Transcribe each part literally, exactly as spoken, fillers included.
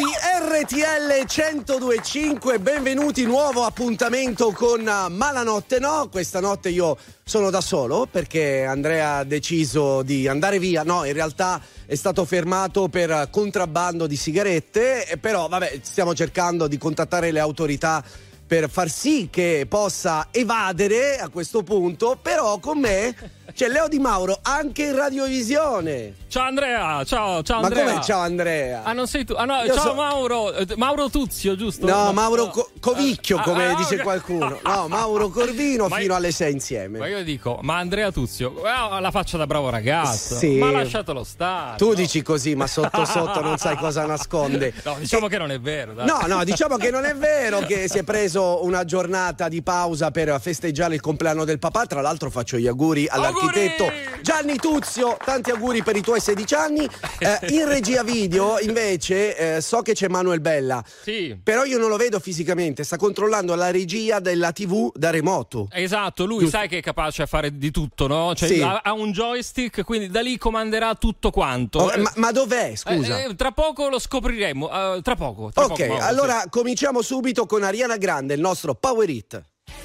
R T L centodue e cinque, benvenuti, nuovo appuntamento con Malanotte No. Questa notte io sono da solo perché Andrea ha deciso di andare via, no, in realtà è stato fermato per contrabbando di sigarette, però vabbè, stiamo cercando di contattare le autorità per far sì che possa evadere a questo punto, però con me c'è Leo Di Mauro, anche in radiovisione. Ciao Andrea, ciao, ciao Andrea. Ma come ciao Andrea? Ah, non sei tu? Ah no, Io ciao so... Mauro, Mauro Tuzio, giusto? No, no Mauro no. Co- Covicchio, come ah, ah, dice okay. qualcuno. No, Mauro Corvino fino io... alle sei insieme. Ma io dico, ma Andrea Tuzio, oh, la faccia da bravo ragazzo, sì. Ma lasciatelo stare. Tu no? dici così, ma sotto sotto non sai cosa nasconde. No, diciamo e... che non è vero, dai. No, no, diciamo che non è vero, che si è preso una giornata di pausa per festeggiare il compleanno del papà. Tra l'altro faccio gli auguri all'architetto auguri! Gianni Tuzio, tanti auguri per i tuoi sedici anni. Eh, in regia video invece eh, so che c'è Manuel Bella, sì. Però io non lo vedo fisicamente, sta controllando la regia della tivù da remoto. Esatto, lui Giusto. Sai che è capace a fare di tutto, no? Cioè Sì. ha, ha un joystick, quindi da lì comanderà tutto quanto. Oh, ma, ma dov'è, scusa? Eh, eh, tra poco lo scopriremo, uh, tra poco. Tra ok, poco, Mauro, allora sì. cominciamo subito con Ariana Grande, il nostro Power Hit.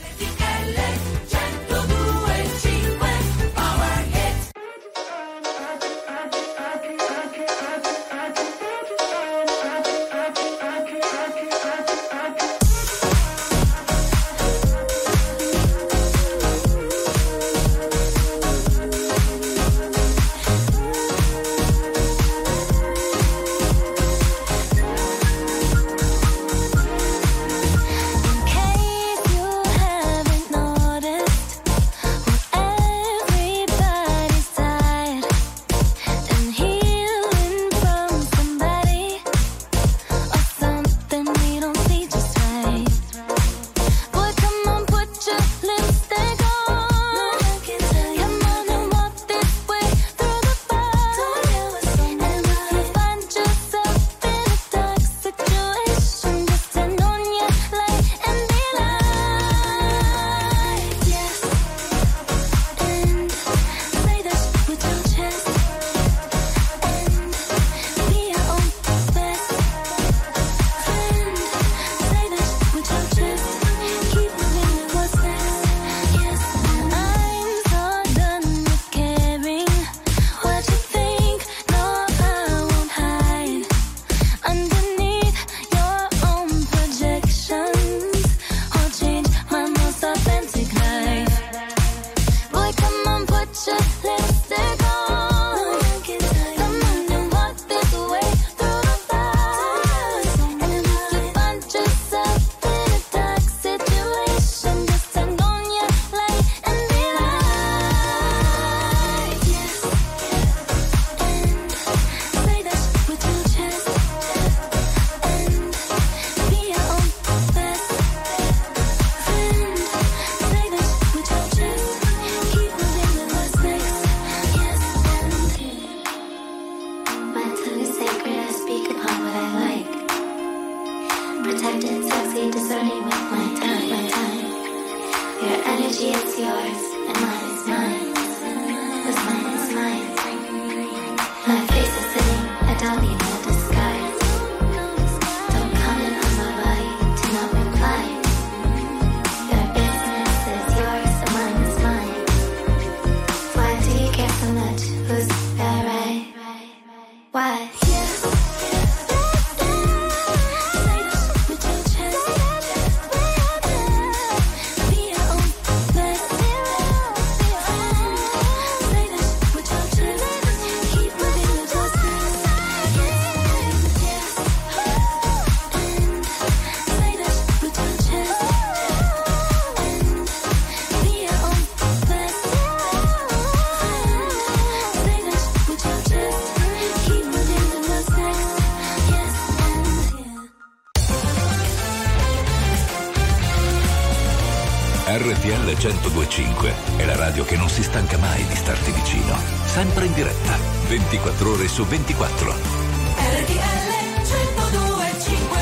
R T L centodue e cinque è la radio che non si stanca mai di starti vicino. Sempre in diretta, ventiquattro ore su ventiquattro. R T L centodue e cinque.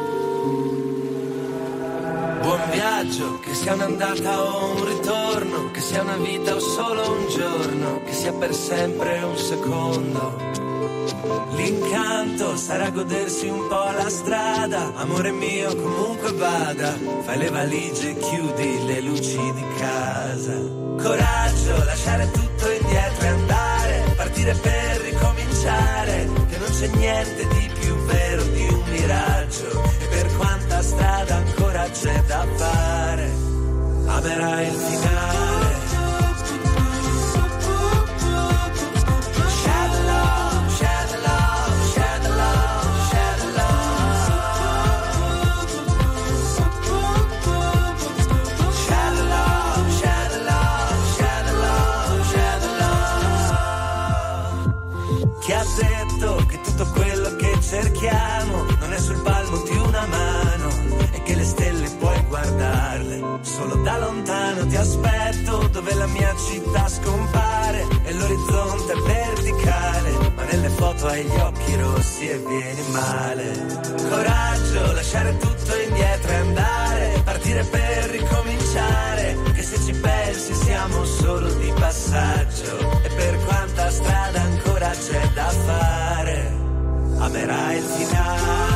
Buon viaggio, che sia un'andata o un ritorno, che che sia una vita o solo un giorno, che sia per sempre un secondo. L'incanto sarà godersi un po' la strada, amore mio comunque vada, fai le valigie e chiudi le luci di casa. Coraggio, lasciare tutto indietro e andare, partire per ricominciare, che non c'è niente di più vero di un miraggio, e per quanta strada ancora c'è da fare, amerai il finale. Cerchiamo, non è sul palmo di una mano, e che le stelle puoi guardarle solo da lontano. Ti aspetto dove la mia città scompare e l'orizzonte è verticale, ma nelle foto hai gli occhi rossi e vieni male. Coraggio, lasciare tutto indietro e andare, partire per ricominciare, che se ci pensi siamo solo di passaggio, e per quanta strada ancora c'è da fare, amerai il finale.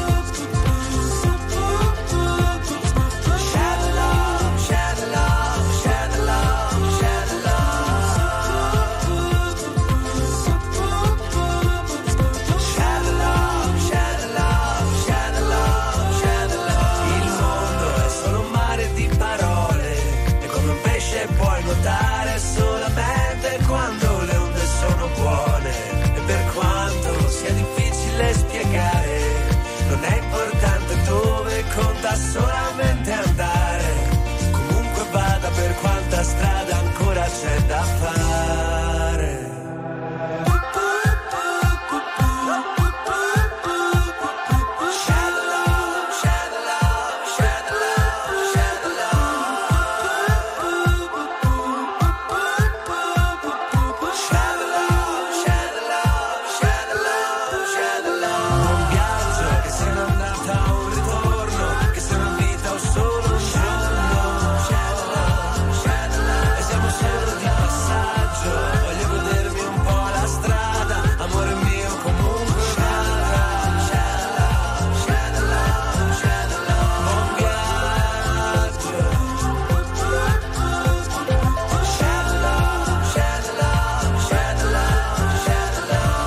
Shadow love, shadow love, shadow love, shadow love. Shadow love, shadow love, shadow love, shadow love. Il mondo è solo un mare di parole, e come un pesce puoi nuotare solamente quando le onde sono buone, e per quanto sia difficile spiegare, non è importante dove, conta solamente andare, comunque vada, per quanta strada ancora c'è da fare. Shadow love, shadow love, shadow love, shadow love. Shadow love, shadow love, shadow love, shadow love. Un viaggio che se n'è andata a un ritorno, che se una vita o solo un giorno. Shadow love, shadow love. E siamo solo di passaggio, voglio godermi un po' la strada, amore mio comunque vada. Shadow love, shadow love, shadow love. Un viaggio. Shadow love, shadow love, shadow love, shadow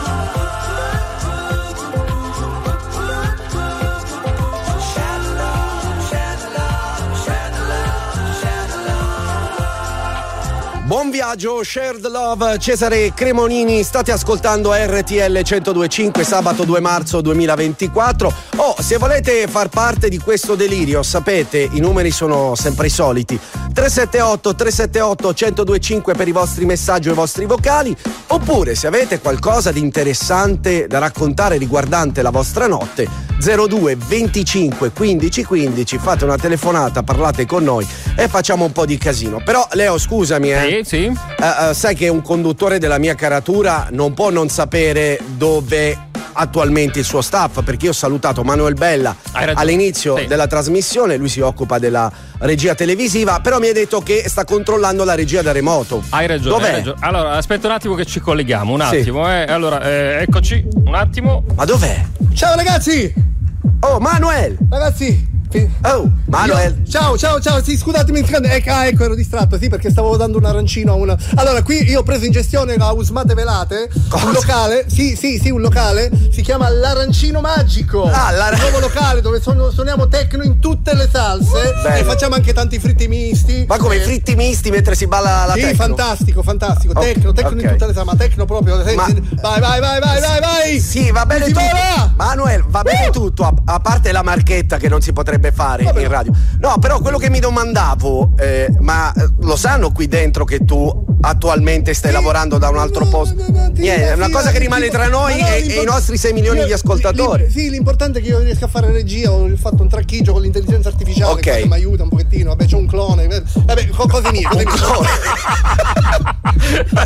Buon viaggio, Shared Love, Cesare Cremonini, state ascoltando R T L centodue e cinque, sabato due marzo duemilaventiquattro. Oh, se volete far parte di questo delirio, sapete, i numeri sono sempre i soliti: tre sette otto tre sette otto uno zero due cinque per i vostri messaggi o i vostri vocali, oppure se avete qualcosa di interessante da raccontare riguardante la vostra notte, zero due venticinque quindici quindici, fate una telefonata, parlate con noi e facciamo un po' di casino. Però Leo, scusami, eh. Sì, sì. Uh, uh, sai che un conduttore della mia caratura non può non sapere dove attualmente il suo staff, perché io ho salutato Manuel Bella all'inizio sì. della trasmissione, lui si occupa della regia televisiva, però mi ha detto che sta controllando la regia da remoto. Hai ragione, dov'è? hai ragione. Allora, aspetta un attimo che ci colleghiamo, un attimo, sì. eh. Allora, eh, eccoci, un attimo. Ma dov'è? Ciao ragazzi! Oh, Manuel! Ragazzi! Oh, Manuel! Io, ciao, ciao, ciao, sì, scusatemi, ecco, ah, ecco, ero distratto, sì, perché stavo dando un arancino a una. Allora, qui io ho preso in gestione la Usmate Velate, Cosa? un locale, sì, sì, sì, un locale, si chiama l'Arancino Magico. Ah, un nuovo locale dove son, suoniamo techno in tutte le salse. Bello. E facciamo anche tanti fritti misti. Ma come, eh. fritti misti mentre si balla la sì, techno? Sì, fantastico, fantastico, oh, techno, techno okay. in tutte le salse, ma techno proprio. Ma... Vai, vai, vai, vai, vai, vai! Sì, va bene tutto. Va? Manuel, va bene uh! tutto, a, a parte la marchetta che non si potrebbe fare Vabbè. in radio. No, però quello che mi domandavo, eh, ma lo sanno qui dentro che tu attualmente stai sì. lavorando da un altro posto? Niente, è una cosa che rimane tra noi no, e, e i nostri sei milioni io, di ascoltatori. Sì, l'importante è che io riesca a fare regia, ho fatto un tracchiggio con l'intelligenza artificiale okay. che mi aiuta un pochettino, vabbè c'ho un clone, vabbè cose mie, cose mie. Ma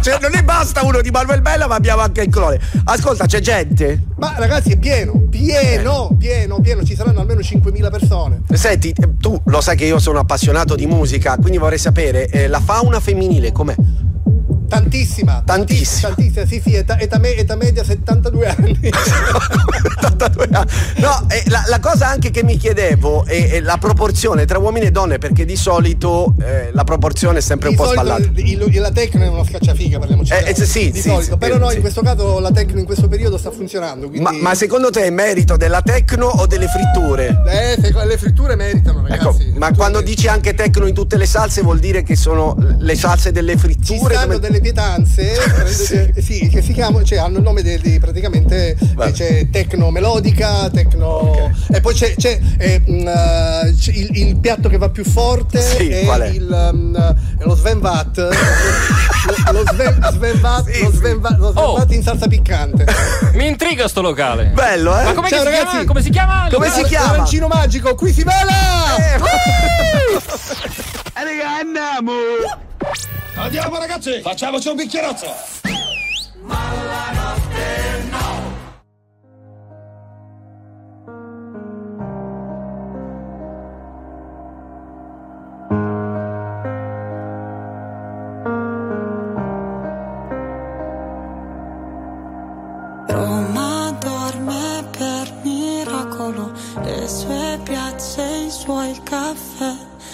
Cioè, non ne basta uno di Manuel Bella, ma abbiamo anche il clone. Ascolta, c'è gente? Ma ragazzi, è pieno, pieno, pieno, pieno. Ci saranno almeno cinquemila persone. Senti, tu lo sai che io sono appassionato di musica, quindi vorrei sapere, eh, la fauna femminile com'è? Tantissima, tantissima, tantissima, sì, sì, età, età, me, età media settantadue anni. settantadue anni. No, eh, la, la cosa anche che mi chiedevo è, è la proporzione tra uomini e donne, perché di solito eh, la proporzione è sempre di un po' sballata. La tecno è una scacciafiga, parliamoci eh, eh, sì, di sì, solito. sì, Però sì, no, sì. in questo caso la tecno in questo periodo sta funzionando. Quindi... Ma, ma secondo te è merito della tecno o delle fritture? Eh, le fritture meritano, ragazzi. Ecco, ma fritture quando meritano. dici anche tecno in tutte le salse vuol dire che sono le salse delle fritture? Ci stanno come... delle pietanze sì. sì, che si chiamano, cioè hanno il nome di, di praticamente eh, c'è tecno melodica, tecno okay. E poi c'è, c'è, eh, uh, c'è il, il piatto che va più forte sì, è, qual è? Il, um, lo Svenvat lo, lo Sven, Svenvat sì, lo Svenvat, lo Svenvat oh. in salsa piccante. Mi intriga sto locale. Bello, eh? Ma come Ciao, si ragazzi. chiama? Come si chiama? Come si chiama? L'arancino magico, qui si balla! Eh, raga, andiamo! Andiamo ragazzi, facciamoci un bicchierozzo! Ma la notte no! Roma dorme per miracolo, le sue piazze, i suoi caffè,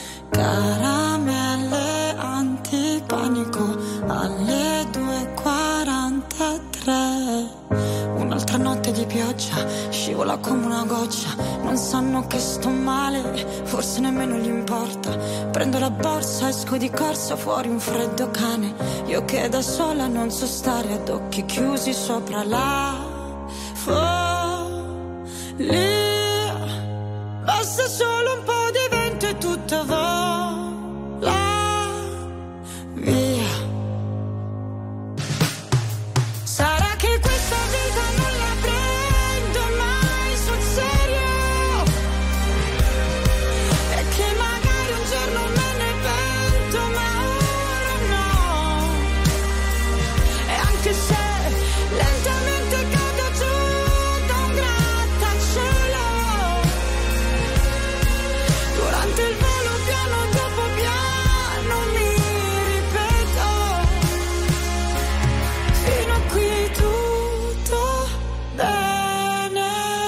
caramelle antipanico alle due e quarantatré. Un'altra notte di pioggia, scivola come una goccia, non sanno che sto male, forse nemmeno gli importa. Prendo la borsa, esco di corsa, fuori un freddo cane, io che da sola non so stare ad occhi chiusi sopra la follia. Basta solo un po' di vento e tutto vola via. Sarà che questa vita non la prendo mai sul serio, e che magari un giorno me ne pento, ma ora no. E anche se lentamente cado giù da un grattacielo, durante il volo piano dopo piano mi ripeto, fino a qui tutto bene.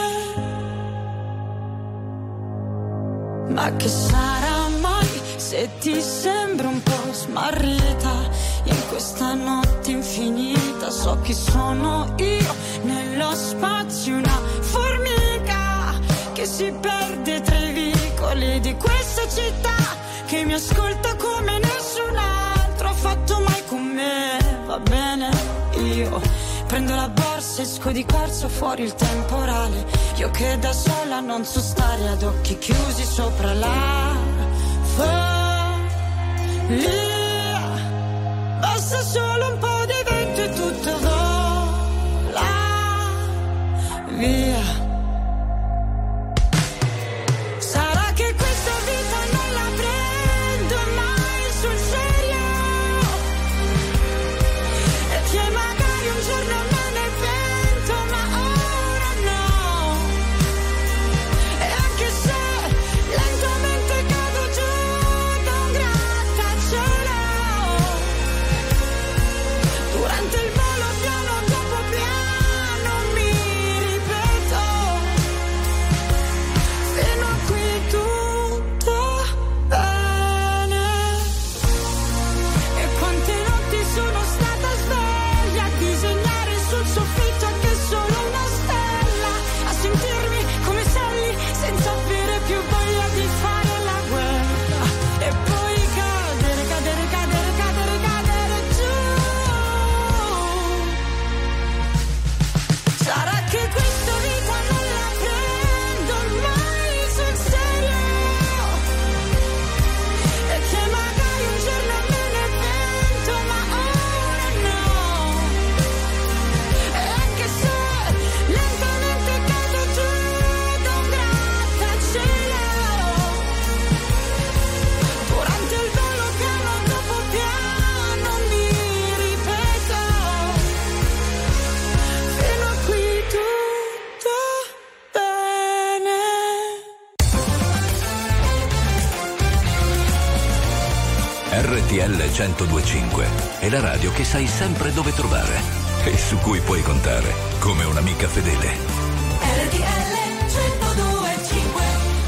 Ma che sarà mai se ti sembra un po' smarrita in questa notte infinita? So chi sono io nello spazio, una formica che si perde tra i vicoli di questa città, che mi ascolta come nessun altro ha fatto mai con me. Va bene, io prendo la borsa, esco di corsa, fuori il temporale, io che da sola non so stare ad occhi chiusi sopra la follia. Basta solo un po' di vento e tutto vola via. Sarà che questa vita non la prendo mai sul serio, e che magari un giorno me ne pento, ma ora no. E anche se lentamente cado giù da un grattacielo, durante il volo piano dopo piano mi ripeto, centodue e cinque è la radio che sai sempre dove trovare e su cui puoi contare come un'amica fedele. R T L centodue e cinque.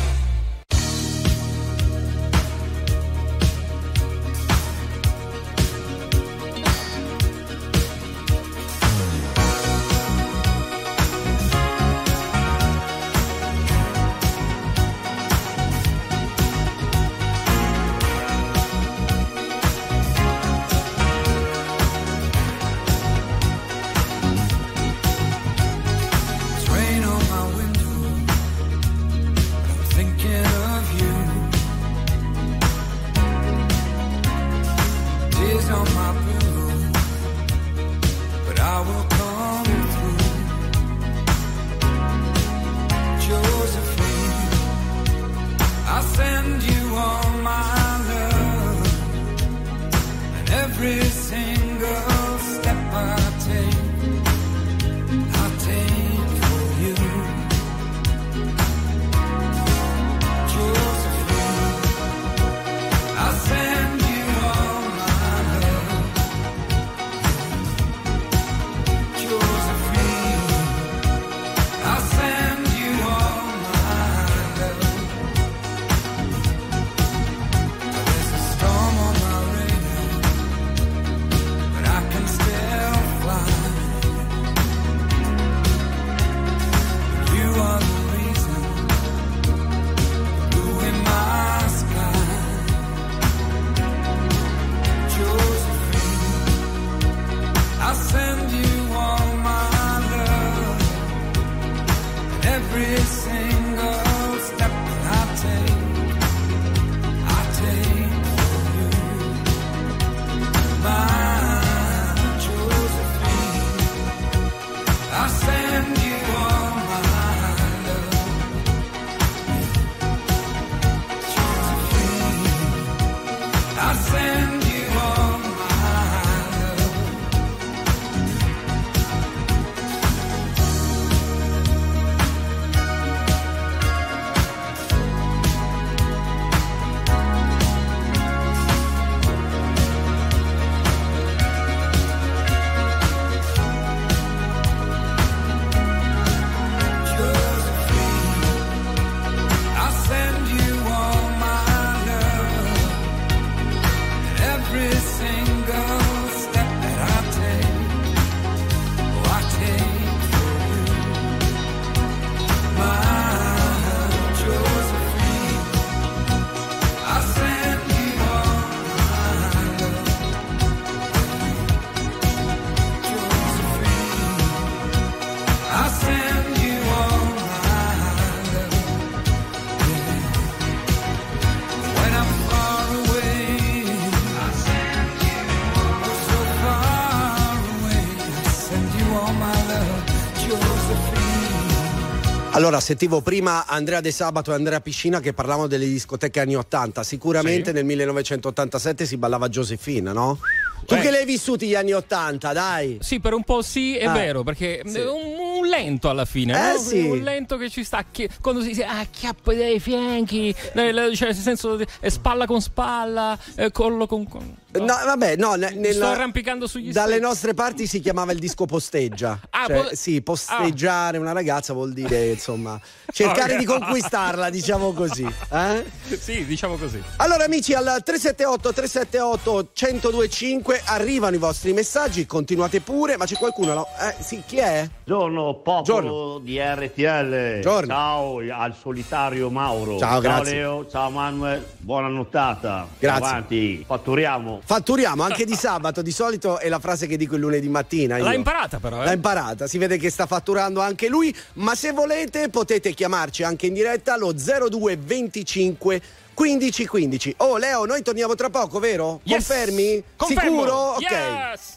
Allora, sentivo prima Andrea De Sabato e Andrea Piscina che parlavano delle discoteche anni ottanta. Sicuramente sì. Nel millenovecentottantasette si ballava Josephine, no? Tu eh. che li hai vissuti gli anni ottanta, dai? Sì, per un po' sì, è ah. vero, perché sì. un, un lento alla fine, eh, no? Sì. Un lento che ci sta, che, quando si dice ah, chiappa dai fianchi, nel, cioè nel senso di, spalla con spalla, eh, collo con... con no. no, vabbè, no, nel, sto arrampicando sugli dalle stessi. nostre parti si chiamava il disco posteggia. Ah, cioè, po- sì, posteggiare ah. una ragazza vuol dire, insomma, cercare oh, di conquistarla, diciamo così. Eh? Sì, diciamo così. Allora, amici, al tre sette otto tre sette otto uno zero due cinque arrivano i vostri messaggi, continuate pure, ma c'è qualcuno? No? Eh, sì, chi è? Buongiorno, popolo Giorno. di R T L. Giorno. Ciao al solitario Mauro. Ciao, grazie. Ciao Leo, ciao Manuel, buona nottata. Grazie. Avanti, fatturiamo. Fatturiamo anche di sabato, di solito è la frase che dico il lunedì mattina. Io. L'ha imparata però, eh? L'ha imparata, si vede che sta fatturando anche lui, ma se volete potete chiamarci anche in diretta allo zero due venticinque quindici quindici. Oh Leo, noi torniamo tra poco, vero? Yes. Confermi? Confermo. Sicuro? Ok. Yes.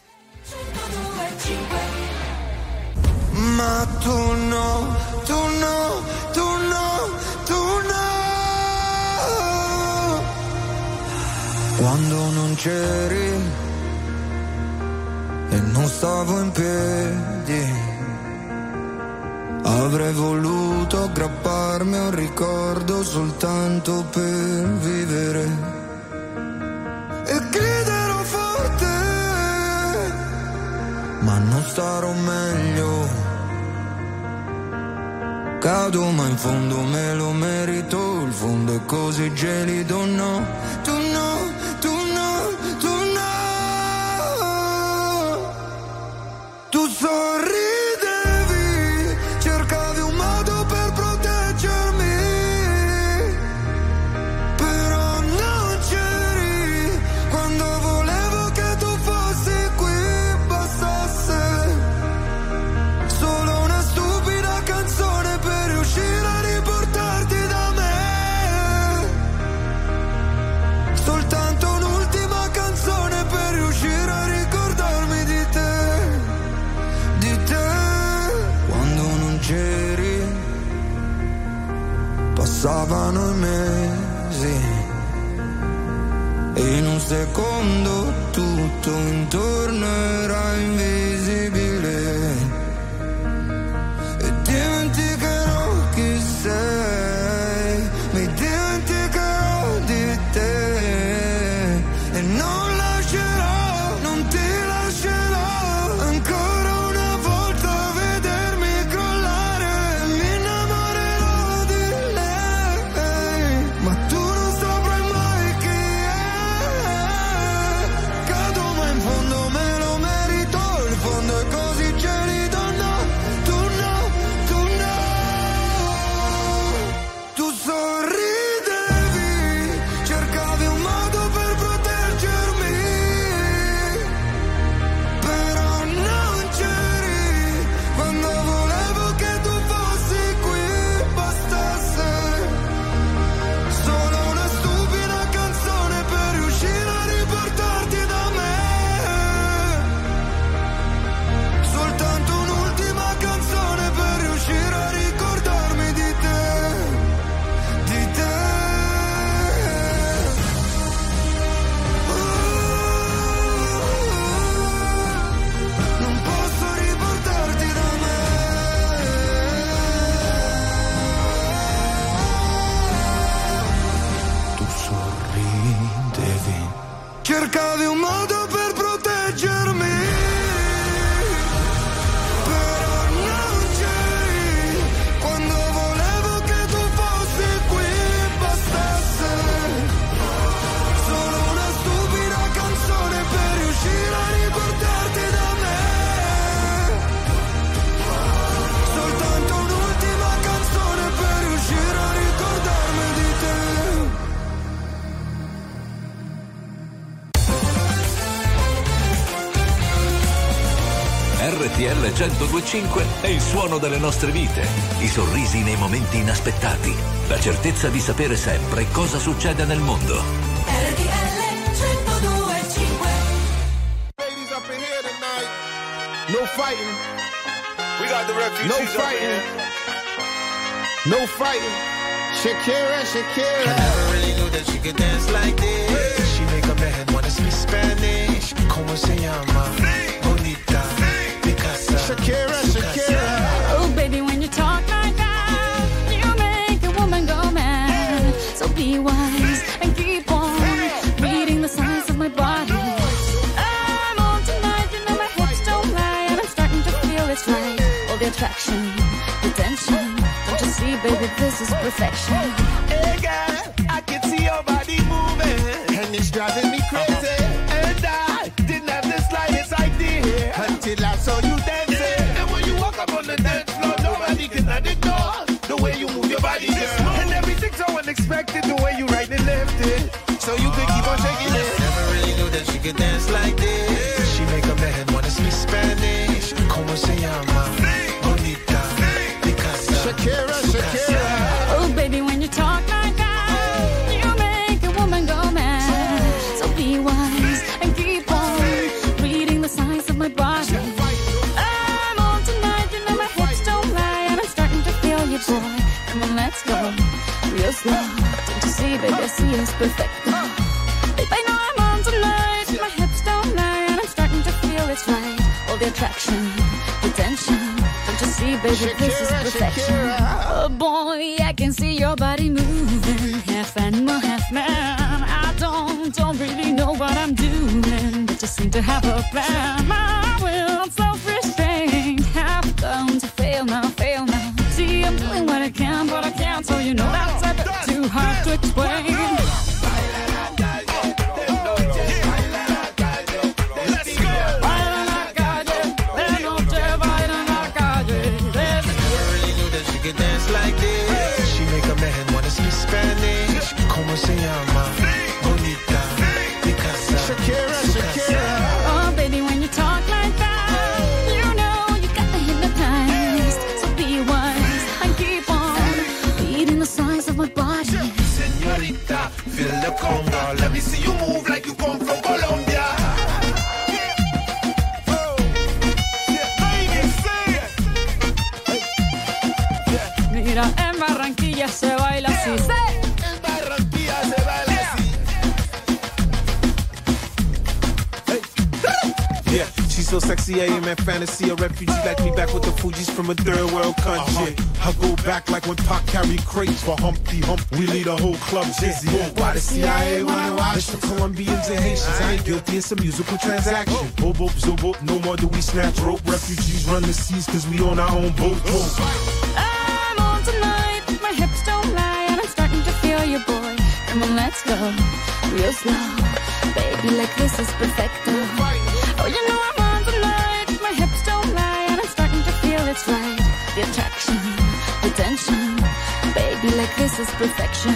Ma tu no, tu no, tu no, tu no. Quando non c'eri e non stavo in piedi, avrei voluto aggrapparmi a un ricordo soltanto per vivere e griderò ma non starò meglio. Cado ma in fondo me lo merito, il fondo è così gelido, no, tu no, tu no, tu no. Tu sorridevi, cercavi un modo per proteggermi, però non c'eri quando volevo che tu fossi qui, bastasse solo una stupida canzone per riuscire a riportarti da me, soltanto un'ultima canzone per riuscire a ricordarmi di te, di te. Quando non c'eri passavano i mesi e in un secondo tutto intorno era invisibile e dimenticherò chi sei, mi dimenticherò di te e non lascerò, non ti lascerò ancora una volta vedermi crollare, mi innamorerò di lei, ma tu non saprai mai chi è. Cado ma in fondo me lo merito, il fondo è così gelido, no, tu no, tu no. Tu sorridevi, cercavi un modo per proteggermi, però non c'eri quando volevo che tu fossi qui, bastasse solo una stupida canzone per riuscire a riportarti da me, soltanto un'ultima canzone per riuscire a ricordarmi di te, di te. Non posso riportarti da me. Tu sorridevi, cercavi un modo per proteggermi, però non c'eri quando volevo che tu fossi qui, bastasse solo una stupida canzone per riuscire a riportarti da me, soltanto un'ultima canzone per riuscire a ricordarmi di te. R T L centodue e cinque è il suono delle nostre vite, i sorrisi nei momenti inaspettati, la certezza di sapere sempre cosa succede nel mondo. R T L centodue e cinque. Ladies up in here tonight. No fighting. We got the refugees. No fighting. No fighting. Shakira, Shakira. I never really knew that she could dance like this. She make up her head wanna speak Spanish. Como se llama? Bonita. Picasa. Shakira, Shakira. Oh, baby, when you talk like that, you make a woman go mad. So be wise and keep on reading the signs of my body. I'm on tonight, you know my hips don't lie, and I'm starting to feel it's right. All the attraction, the tension. Don't you see, baby, this is perfection. Hey girl, I can see your body moving, And it's driving me crazy. and I didn't have the slightest idea Until I saw you dancing. And when you walk up on the dance floor, nobody can ignore the way you move your body, girl. And everything's so unexpected, the way you right and left it, so you could keep on shaking it. Never really knew that she could dance like this. She make up her head wanna speak Spanish. Como se llama? Bonita. Picasa. Shakira, Shakira. Oh, baby, when you talk like that, you make a woman go mad. So be wise and keep on reading the signs of my body. I'm on tonight, you know my hips don't lie, and I'm starting to feel you, boy. Come on, let's go real slow. Don't you see, baby, I see it's perfect. Babe, I know I'm on tonight, my hips don't lie, and I'm starting to feel it's right. All the attraction, the tension. Don't you see, baby, this is perfection. Oh boy, I can see your body moving, half animal, half man. I don't, don't really know what I'm doing, but just seem to have a plan. My will, I'm so así. ¡Sí! En Barranquilla se baila así. Yeah, she's so sexy, I am in fantasy. A refugee like me back with the Fugees from a third world country. Uh-huh. I go back like when Pac carried crates for Humpty Hump. We lead a whole club dizzy. Why the C I A wanna watch? It's for Colombians and Haitians. I ain't guilty, it's a musical transaction. Oh, boop, zo, boop, no more do we snatch rope. Refugees run the seas cause we own our own boat. I'm on tonight, my hips don't lie, and I'm starting to feel you, boy. Come on, let's go, real slow. Baby, like this is perfecto. Oh, you know I'm on tonight, my hips don't lie, and I'm starting to feel it's right. The attraction, the tension, baby, like this is perfection.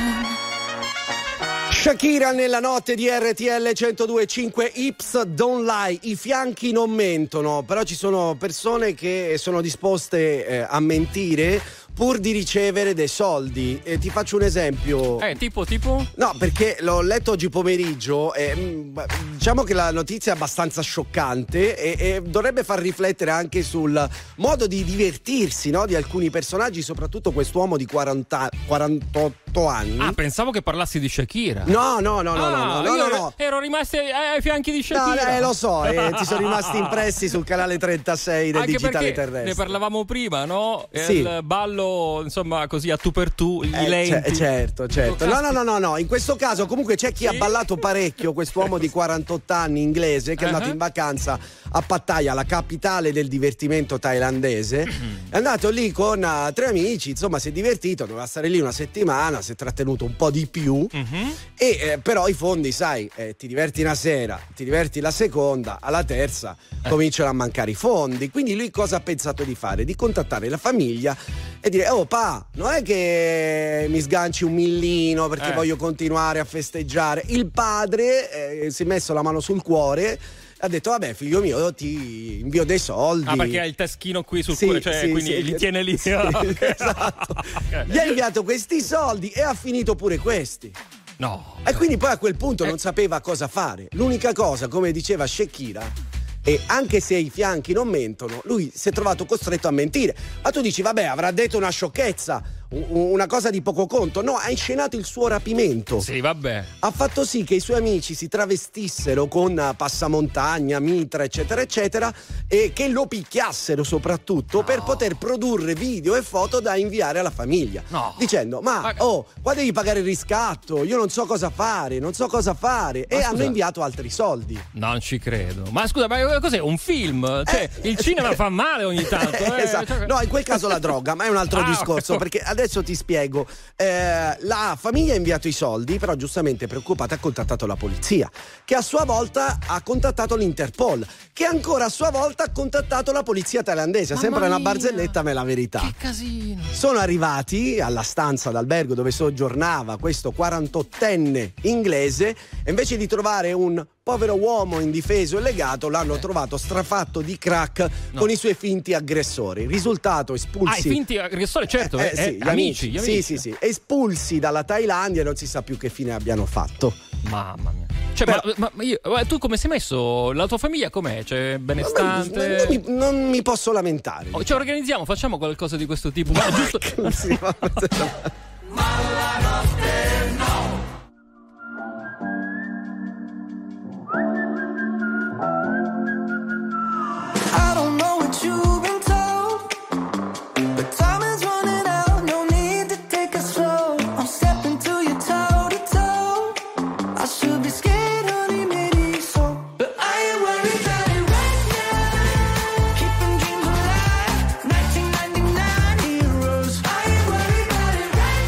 Shakira nella notte di R T L centodue e cinque. Hips don't lie, i fianchi non mentono, però ci sono persone che sono disposte eh, a mentire pur di ricevere dei soldi. E ti faccio un esempio. Eh, tipo, tipo? No, perché l'ho letto oggi pomeriggio e diciamo che la notizia è abbastanza scioccante e, e dovrebbe far riflettere anche sul modo di divertirsi, no, di alcuni personaggi, soprattutto quest'uomo di quaranta, quarantotto anni. Ah, pensavo che parlassi di Shakira. No, no, no, no, ah, no, no, no, io no, no. Ero rimasti ai, ai fianchi di Shakira. No, eh, lo so, eh, ti sono rimasti impressi sul canale trentasei del anche digitale terrestre. Ne parlavamo prima, no? Sì. Il ballo, insomma, così a tu per tu, gli eh, lenti. C- certo, certo. No, no, no, no, no. In questo caso comunque c'è chi sì. ha ballato parecchio, quest'uomo di quarantotto anni inglese che è andato uh-huh. in vacanza a Pattaya, la capitale del divertimento thailandese. Uh-huh. È andato lì con uh, tre amici, insomma, si è divertito, doveva stare lì una settimana, si è trattenuto un po' di più. Uh-huh. E eh, però i fondi, sai, eh, ti diverti una sera, ti diverti la seconda, alla terza eh. cominciano a mancare i fondi. Quindi lui cosa ha pensato di fare? Di contattare la famiglia e dire: oh pa, non è che mi sganci un millino perché eh. voglio continuare a festeggiare. Il padre eh, si è messo la mano sul cuore, ha detto: vabbè, figlio mio, io ti invio dei soldi. Ah, perché ha il taschino qui sul sì, cuore, cioè sì, quindi sì, li tiene lì. Sì, esatto. Okay. Gli ha inviato questi soldi e ha finito pure questi. No. E quindi poi a quel punto eh. non sapeva cosa fare. L'unica cosa, come diceva Shakira, e anche se i fianchi non mentono, lui si è trovato costretto a mentire. Ma tu dici: vabbè, avrà detto una sciocchezza, una cosa di poco conto. No, ha inscenato il suo rapimento. Sì, vabbè. Ha fatto sì che i suoi amici si travestissero con passamontagna, mitra, eccetera, eccetera, e che lo picchiassero soprattutto, no. per poter produrre video e foto da inviare alla famiglia. No. Dicendo: ma, ma oh, qua devi pagare il riscatto, io non so cosa fare, non so cosa fare. Ma e scusa, hanno inviato altri soldi. Non ci credo. Ma scusa, ma cos'è? Un film? Cioè, eh, il cinema eh, fa male ogni tanto. Eh. Esatto. No, in quel caso la droga, ma è un altro ah, discorso, perché adesso ti spiego. Eh, la famiglia ha inviato i soldi, però giustamente preoccupata ha contattato la polizia, che a sua volta ha contattato l'Interpol, che ancora a sua volta ha contattato la polizia thailandese. Mamma Sembra mia. una barzelletta, ma è la verità. Che casino. Sono arrivati alla stanza d'albergo dove soggiornava questo quarantottenne inglese e invece di trovare un povero uomo indifeso e legato, l'hanno trovato strafatto di crack no. con i suoi finti aggressori. Risultato: espulsi. Ah, i finti aggressori, certo, eh, eh, sì, eh, gli amici, amici. gli Sì, amici. sì, sì. Espulsi dalla Thailandia e non si sa più che fine abbiano fatto. Mamma mia. Cioè, Però, ma, ma io, tu come sei messo? La tua famiglia com'è? Cioè, benestante? Non, non, mi, non mi posso lamentare. Oh, ci organizziamo, facciamo qualcosa di questo tipo. Ma giusto. Sì, ma... I don't know what you've been told, but time is running out, no need to take it slow. I'm stepping to you toe to toe. I should be scared, honey, maybe so, but I ain't worried about it right now. Keeping dreams alive, nineteen ninety-nine heroes. I ain't worried about it right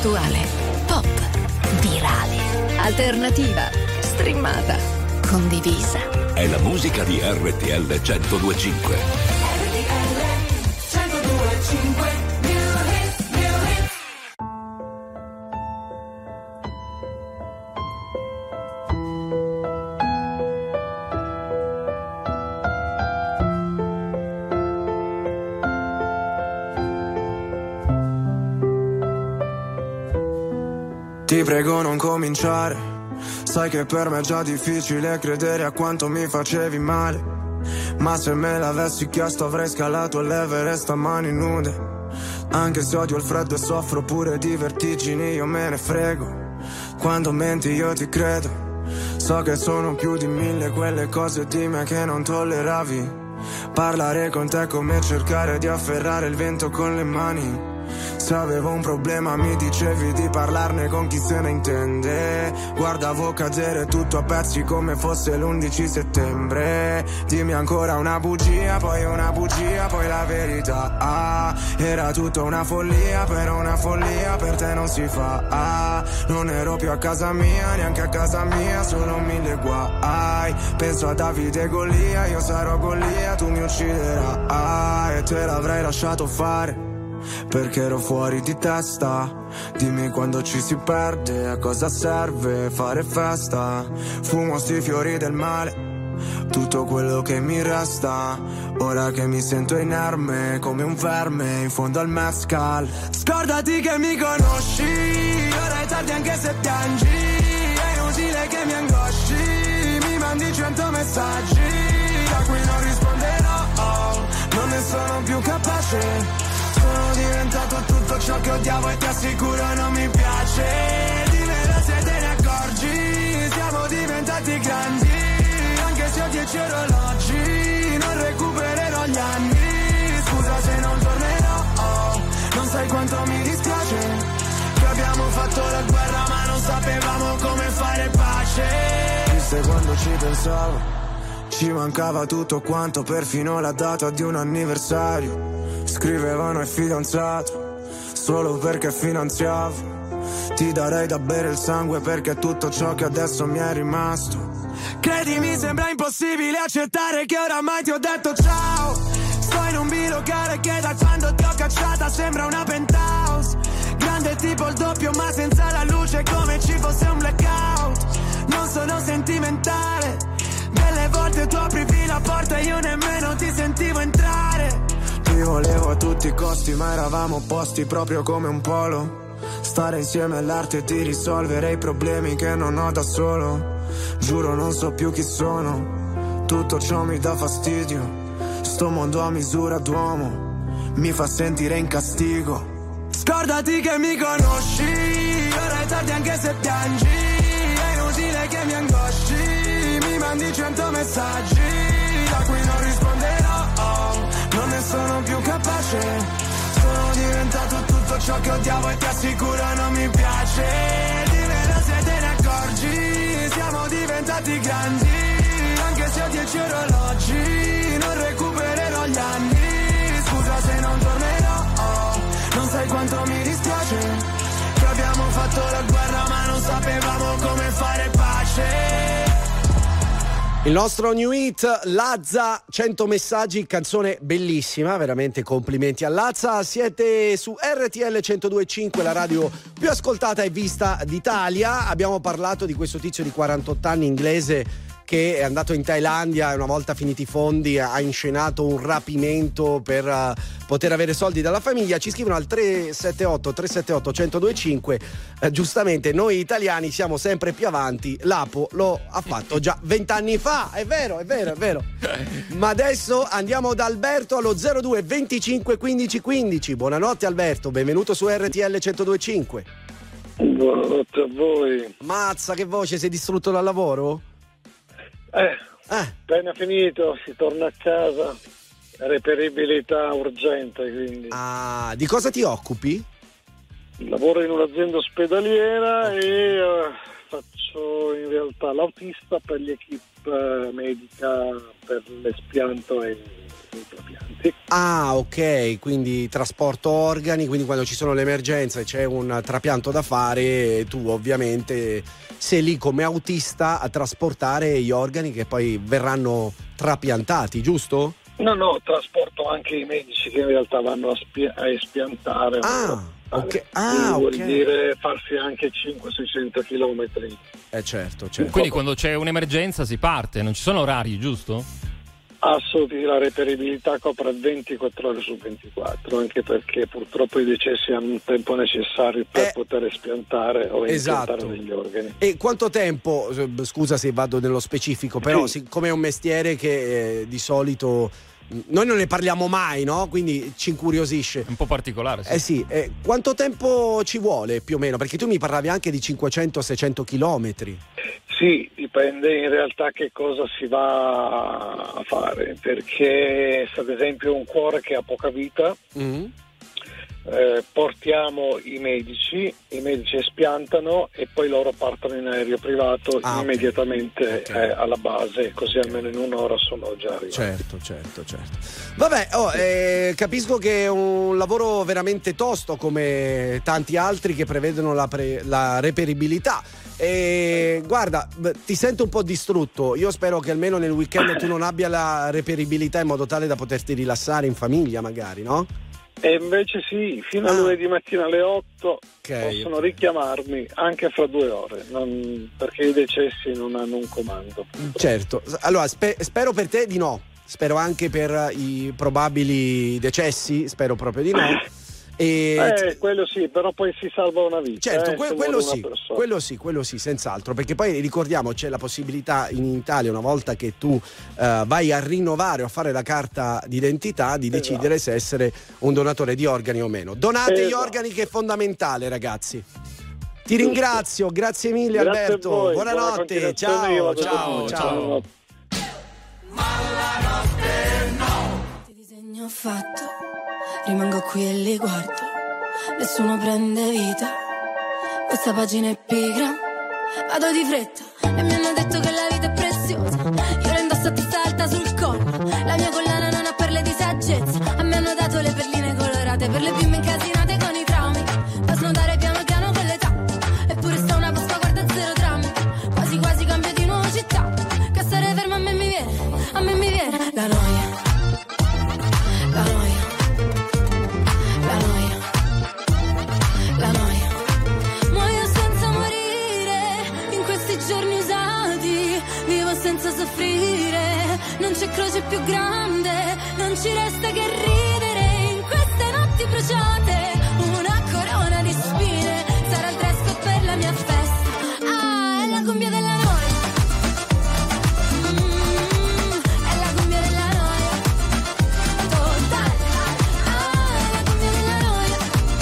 attuale, pop, virale, alternativa, streamata, condivisa. È la musica di R T L centodue e cinque. R T L centodue e cinque. Ti prego non cominciare, sai che per me è già difficile credere a quanto mi facevi male. Ma se me l'avessi chiesto avrei scalato l'Everest a mani nude. Anche se odio il freddo e soffro pure di vertigini, io me ne frego. Quando menti io ti credo, so che sono più di mille quelle cose di me che non tolleravi. Parlare con te è come cercare di afferrare il vento con le mani. Se avevo un problema mi dicevi di parlarne con chi se ne intende. Guardavo cadere tutto a pezzi come fosse l'undici settembre. Dimmi ancora una bugia, poi una bugia, poi la verità. Ah, era tutta una follia, però una follia per te non si fa. Ah, non ero più a casa mia, neanche a casa mia, solo mille guai. Penso a Davide e Golia, io sarò Golia, tu mi ucciderai. Ah, e te l'avrei lasciato fare perché ero fuori di testa. Dimmi quando ci si perde, a cosa serve fare festa. Fumo sti fiori del male, tutto quello che mi resta. Ora che mi sento inerme, come un verme in fondo al mezcal. Scordati che mi conosci, ora è tardi anche se piangi. È inutile che mi angosci, mi mandi cento messaggi a cui non risponderò, oh, non ne sono più capace. Sono diventato tutto ciò che odiavo e ti assicuro non mi piace. Dimmelo se te ne accorgi, siamo diventati grandi. Anche se ho dieci orologi, non recupererò gli anni. Scusa se non tornerò, oh, non sai quanto mi dispiace che abbiamo fatto la guerra ma non sapevamo come fare pace. Viste quando ci pensavo, ci mancava tutto quanto, perfino la data di un anniversario. Scrivevano il fidanzato solo perché finanziavo. Ti darei da bere il sangue perché è tutto ciò che adesso mi è rimasto. Credimi sembra impossibile accettare che oramai ti ho detto ciao. Sto in un bilocale che da quando ti ho cacciata sembra una penthouse. Grande tipo il doppio ma senza la luce, come ci fosse un blackout. Non sono sentimentale, delle volte tu aprivi la porta e io nemmeno ti sentivo entrare. Ti volevo a tutti i costi ma eravamo opposti proprio come un polo. Stare insieme all'arte di risolvere i problemi che non ho da solo. Giuro non so più chi sono, tutto ciò mi dà fastidio. Sto mondo a misura d'uomo mi fa sentire in castigo. Scordati che mi conosci, ora è tardi anche se piangi. È inutile che mi angosci, mi mandi cento messaggi a cui non risponderò, oh, non ne sono più capace. Sono diventato tutto ciò che odiavo e ti assicuro non mi piace. Dimmelo se te ne accorgi, siamo diventati grandi. Anche se ho dieci orologi, non recupererò gli anni. Scusa se non tornerò, oh, non sai quanto mi dispiace che abbiamo fatto la guerra ma non sapevamo come fare pace. Il nostro new hit Lazza, cento messaggi, canzone bellissima, veramente complimenti a Lazza. Siete su R T L centodue e cinque, la radio più ascoltata e vista d'Italia. Abbiamo parlato di questo tizio di quarantotto anni inglese che è andato in Thailandia e una volta finiti i fondi ha inscenato un rapimento per uh, poter avere soldi dalla famiglia. Ci scrivono al tre sette otto tre sette otto uno zero due cinque. Uh, giustamente noi italiani siamo sempre più avanti. L'Apo lo ha fatto già vent'anni fa. È vero, è vero, è vero. Ma adesso andiamo da Alberto allo zero due venticinque quindici quindici. Buonanotte Alberto, benvenuto su R T L centodue e cinque. Buonanotte a voi. Mazza, che voce, sei distrutto dal lavoro? Eh, eh, appena finito, si torna a casa, reperibilità urgente, quindi. Ah, di cosa ti occupi? Lavoro in un'azienda ospedaliera e uh, faccio in realtà l'autista per l'equipe medica per l'espianto e il trapianto. Sì. Ah, ok, quindi trasporto organi, quindi quando ci sono le emergenze e c'è un trapianto da fare, tu ovviamente sei lì come autista a trasportare gli organi che poi verranno trapiantati, giusto? No, no, trasporto anche i medici che in realtà vanno a, spia- a espiantare. Ah, ok. Ah, Quindi vuol ok. dire farsi anche cinquecento seicento chilometri. Eh certo, certo. Quindi quando c'è un'emergenza si parte, non ci sono orari, giusto? Assolutamente, la reperibilità copre ventiquattro ore su ventiquattro, anche perché purtroppo i decessi hanno un tempo necessario per Eh, poter espiantare o esatto. impiantare degli organi. E quanto tempo, eh, scusa se vado nello specifico, però Sì. siccome è un mestiere che eh, di solito mh, noi non ne parliamo mai, no? Quindi ci incuriosisce. Un po' particolare, sì. Eh sì, eh, quanto tempo ci vuole più o meno? Perché tu mi parlavi anche di cinquecento seicento chilometri. Sì, dipende in realtà che cosa si va a fare, perché se ad esempio un cuore che ha poca vita, Mm. eh, portiamo i medici, i medici espiantano e poi loro partono in aereo privato Ah, ok. immediatamente Ok. eh, alla base, così almeno in un'ora sono già arrivati. Certo, certo, certo. Vabbè, oh, eh, capisco che è un lavoro veramente tosto come tanti altri che prevedono la, pre- la reperibilità. E guarda, beh, ti sento un po' distrutto. Io spero che almeno nel weekend tu non abbia la reperibilità in modo tale da poterti rilassare in famiglia, magari, no? E invece sì, fino a Ah. lunedì mattina alle otto Ok, possono ok. richiamarmi anche fra due ore, non- perché i decessi non hanno un comando. Certo. Allora, spe- spero per te di no. Spero anche per i probabili decessi, spero proprio di no. E Eh, quello sì, però poi si salva una vita. certo, eh, que- se quello muore una sì, persona. quello sì, quello sì, senz'altro, perché poi ricordiamo c'è la possibilità in Italia, una volta che tu eh, vai a rinnovare o a fare la carta d'identità, di Esatto. decidere se essere un donatore di organi o meno. Donate gli Esatto. organi, che è fondamentale, ragazzi. Ti ringrazio, grazie mille Grazie a Alberto, voi, buona buonanotte, continuazione, io ciao, vado ciao, con- ciao. Che disegno ho fatto, rimango qui e li guardo, nessuno prende vita, questa pagina è pigra, vado di fretta e mi hanno detto che la vita è preziosa, io la indosso a testa alta sul collo, la mia collana non ha perle di saggezza, a me hanno dato le perline colorate per le bimbe incasinate con i traumi, da snodare piano piano con l'età, eppure sta una Pasqua, guarda zero drammi, quasi quasi cambio di nuovo città, che stare fermo a me mi viene, a me mi viene la noia, la noia, la noia, la noia, muoio senza morire, in questi giorni usati, vivo senza soffrire, non c'è croce più grande, non ci resta che ridere, in queste notti bruciate, una corona di spine, sarà il dress code per la mia festa, ah, è la cumbia della noia. Mm, è la cumbia della noia, totale, ah, è la cumbia della noia,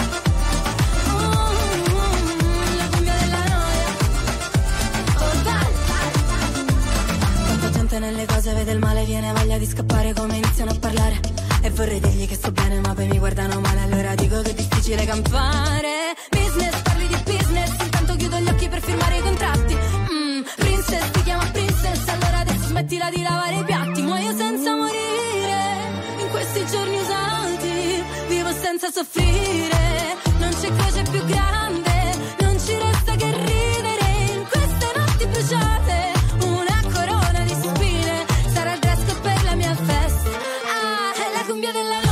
mm, la cumbia della noia, totale. Tanta gente nelle cose vede il male, viene voglia di scappare come iniziano a parlare, e vorrei dirgli che sto bene ma poi mi guardano male, allora dico che è difficile campare. Business, parli di business, intanto chiudo gli occhi per firmare i contratti. Mm, princess, ti chiama princess, allora adesso smettila di lavare i piatti. Muoio senza morire, in questi giorni usati, vivo senza soffrire, non c'è croce più grande, non ci resta che ridere, in queste notti bruciate, una corona di spine, sarà il dress code per la mia festa, ah, è la cumbia della noia.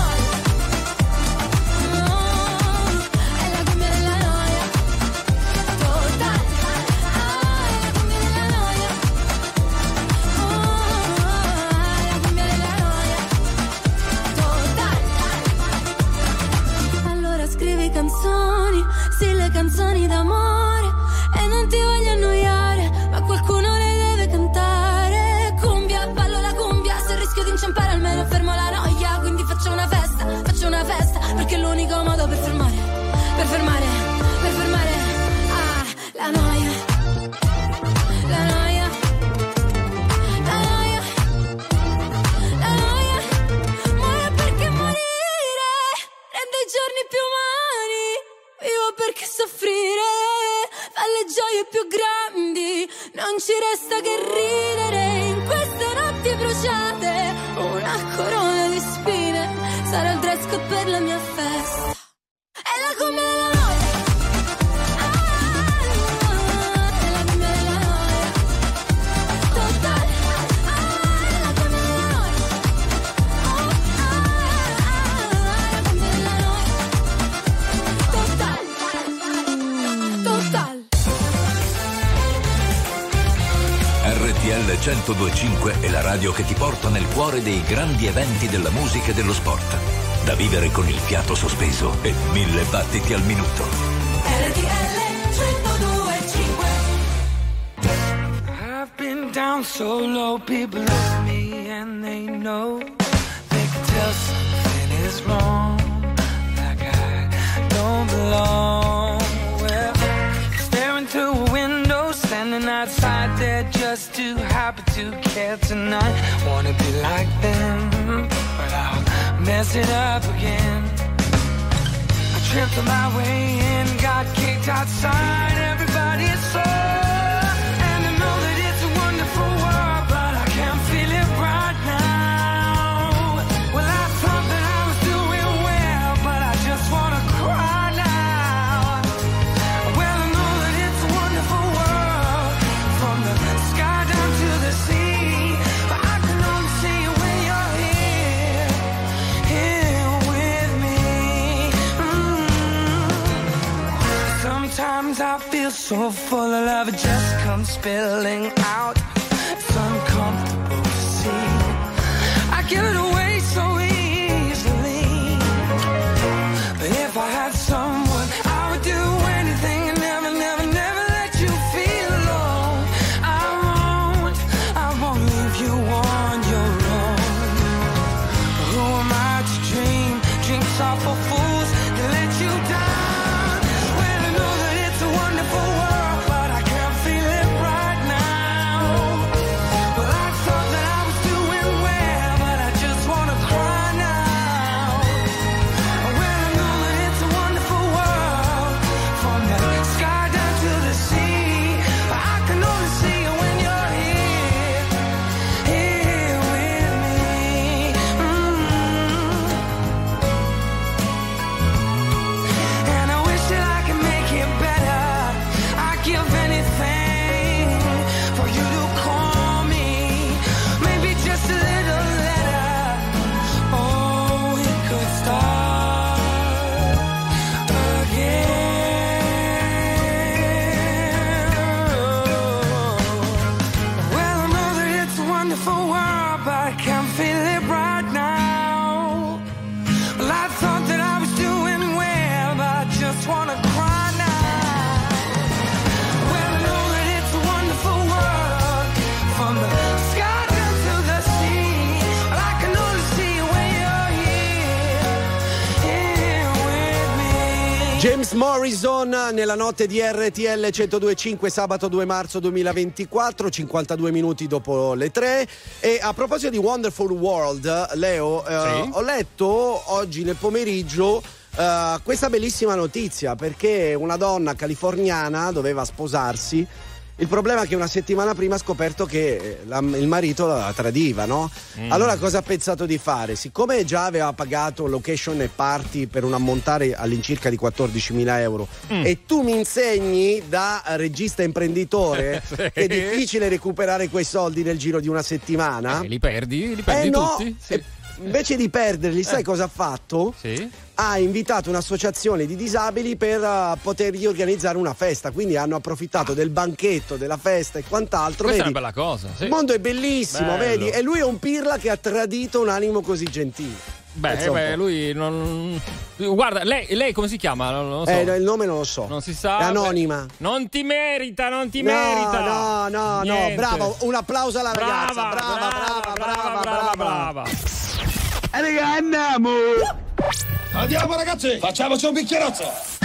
Oh, è la cumbia della noia, totale, ah, è la cumbia della noia, oh, è la cumbia della noia, totale. Allora scrivi canzoni, sì, le canzoni d'amore, e non ti voglio annoiare, ma qualcuno le deve cantare. Cumbia, ballo la cumbia, se rischio di inciampare almeno fermo la noia, quindi faccio una festa, faccio una festa, perché è l'unico modo per fermare, per fermare, per fermare, ah, la noia, la noia, la noia, la noia, muoio perché morire rende i giorni più umani, vivo perché soffrire fa le gioie più grandi, non ci resta che ridere, in queste notti bruciate, una corona di spine, Sarà il dress code per la mia festa. È la come la noia. Ah, è la come la noia. Totale. Ah, è la come la noia. Oh, ah, è la come la noia. Totale. Totale. R T L centodue e cinque è la radio che ti porta nel cuore dei grandi eventi della musica e dello sport. Da vivere con il fiato sospeso e mille battiti al minuto. R T L centodue e cinque. I've been down so low, people love me and they know. They can tell something is wrong, like I don't belong. Well, staring through a window, standing outside there just too happy to care tonight. Wanna be like them, but I'll mess it up again. I tripped on my way in, got kicked outside, everybody is so. And I know that it's a wonderful world, but I can't feel it right now. Well, I thought that I was doing well, but I just wanna cry now. Well, I know that it's a wonderful world, from the sky down to the sea, but I can only see you when you're here, here with me. Mm. Sometimes I feel so full of love, it just comes spilling out. It's uncomfortable to see. I give it away so easily, but if I had someone, I would do anything and never, never, never let you feel alone. I won't, I won't leave you on your own. Who am I to dream dreams are for fools to let you down? Well, I know that it's a wonderful world, but I can't feel it right now. Well, I thought that I was doing well, but I just wanna cry now. Well, I know that it's a wonderful world, from the sky down to the sea, but I can only see you when you're here, here with me. Mm. And I wish that I could make it better. I'd give anything for you to call me, maybe just a little letter. Oh, we could start again. Well, I know that it's a wonderful world, but I can't feel it right now. Well, I thought that I was doing well, but I just wanna cry now. Well, I know that it's a wonderful world, from the sky down to the sea, but I can only see you when you're here, here with me. James Morrison nella notte di R T L centodue e cinque, sabato due marzo duemilaventiquattro, cinquantadue minuti dopo le tre. E a proposito di Wonderful World, Leo, eh, Sì? ho letto oggi nel pomeriggio eh, questa bellissima notizia, perché una donna californiana doveva sposarsi. Il problema è che una settimana prima ha scoperto che la- il marito la tradiva, no? Mm. Allora cosa ha pensato di fare? Siccome già aveva pagato location e party per un ammontare all'incirca di quattordicimila euro, Mm. e tu mi insegni da regista imprenditore Sì. che è difficile recuperare quei soldi nel giro di una settimana, Eh, li perdi, li perdi eh no, tutti. Sì. e invece di perderli, sai Eh. cosa ha fatto? Sì. Ha invitato un'associazione di disabili per uh, potergli organizzare una festa, quindi hanno approfittato del banchetto, della festa e quant'altro. Questa Vedi? è una bella cosa. Sì. Il mondo è bellissimo, Bello. vedi? E lui è un pirla che ha tradito un animo così gentile. Beh, Pensa un beh, po'. lui non. Guarda, lei, lei come si chiama? Non, non lo so. Eh, no, il nome non lo so. Non si sa. È anonima. Non ti merita, non ti No, merita. no, no, Niente. no, bravo, un applauso alla ragazza. Brava, Brava, brava, brava, brava, brava. E raga, andiamo! Andiamo ragazzi, facciamoci un bicchierozzo.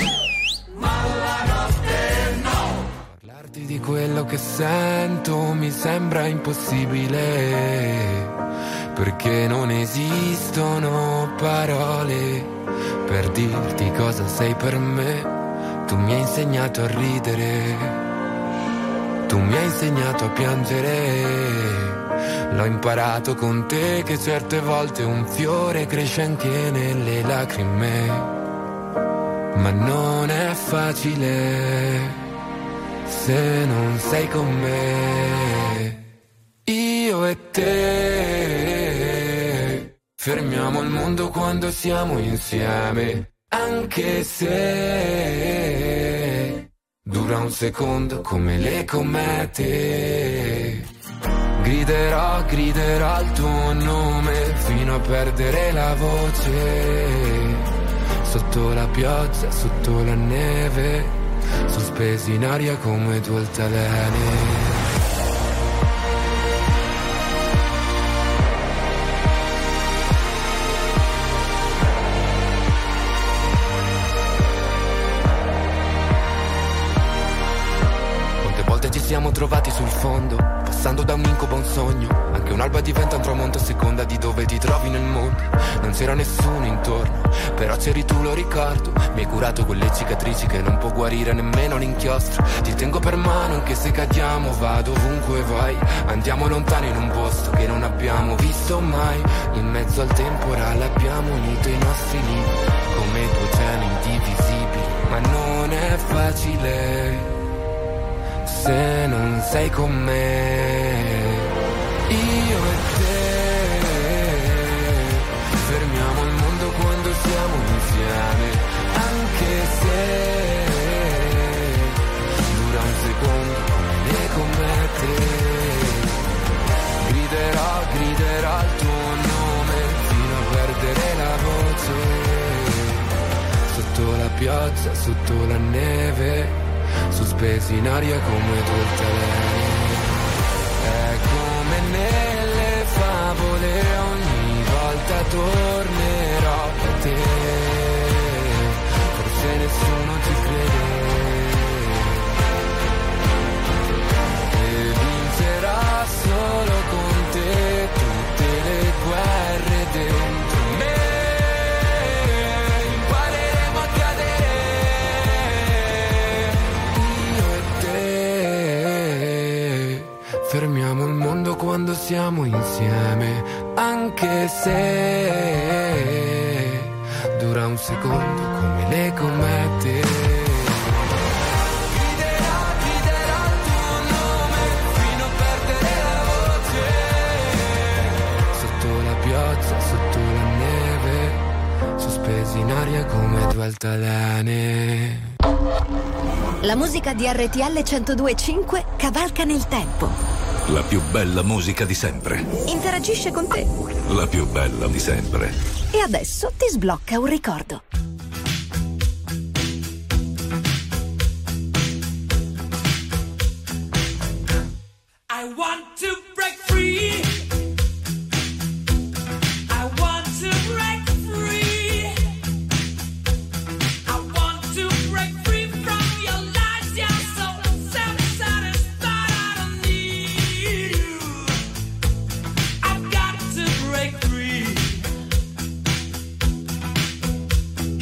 Parlarti di quello che sento mi sembra impossibile, perché non esistono parole per dirti cosa sei per me. Tu mi hai insegnato a ridere, tu mi hai insegnato a piangere, L'ho imparato con te che certe volte un fiore cresce anche nelle lacrime, ma non è facile se non sei con me. Io e te fermiamo il mondo quando siamo insieme, anche se dura un secondo come le comete. Griderò, griderò il tuo nome fino a perdere la voce. Sotto la pioggia, sotto la neve, sospesi in aria come due altalene. Ci siamo trovati sul fondo, passando da un incubo a un sogno. Anche un'alba diventa un tramonto a seconda di dove ti trovi nel mondo. Non c'era nessuno intorno, però c'eri tu, lo ricordo. Mi hai curato quelle cicatrici che non può guarire nemmeno l'inchiostro. Ti tengo per mano anche se cadiamo, vado ovunque vai. Andiamo lontano in un posto che non abbiamo visto mai. In mezzo al temporale abbiamo unito i nostri libri come due oceani indivisibili. Ma non è facile se non sei con me. Io e te fermiamo il mondo quando siamo insieme, anche se dura un secondo come le comete. Griderò, griderò il tuo nome fino a perdere la voce. Sotto la pioggia, sotto la neve, sospesi in aria come due altalene. È come nelle favole, ogni volta tornerò da te. Forse nessuno ti crede e vincerà solo con te tutte le guerre dentro me. Impareremo a cadere, fermiamo il mondo quando siamo insieme, anche se dura un secondo come le comete. Griderò, griderò il tuo nome fino a perdere la voce. Sotto la pioggia, sotto la neve, sospesi in aria come due altalene. La musica di R T L centodue e cinque cavalca nel tempo. La più bella musica di sempre. Interagisce con te. La più bella di sempre. E adesso ti sblocca un ricordo. I want to break free. I want to break free. I want to break free from your lies. You're so self-satisfied. I don't need you. I've got to break free.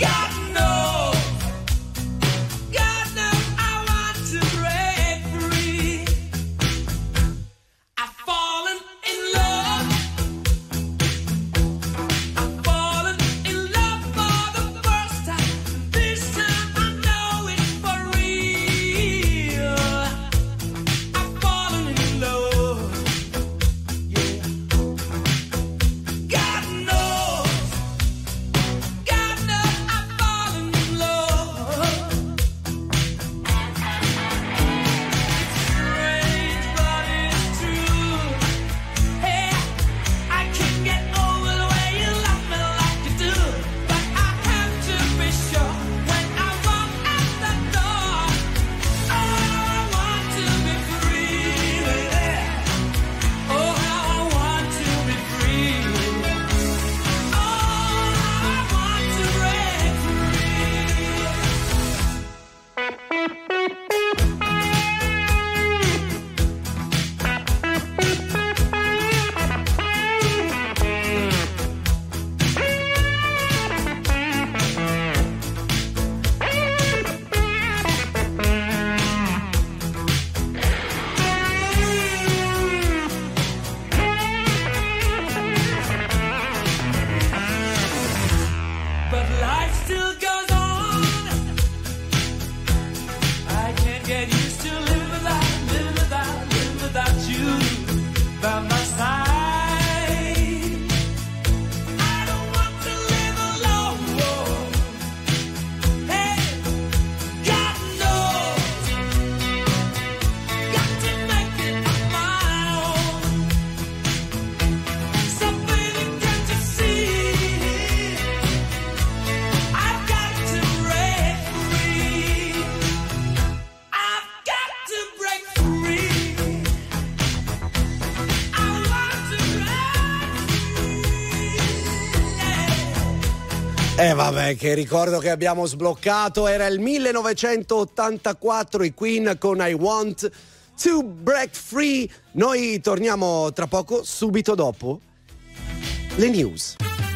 Eh vabbè, che ricordo che abbiamo sbloccato, era il millenovecentottantaquattro, i Queen con I Want to Break Free. Noi torniamo tra poco, subito dopo le news.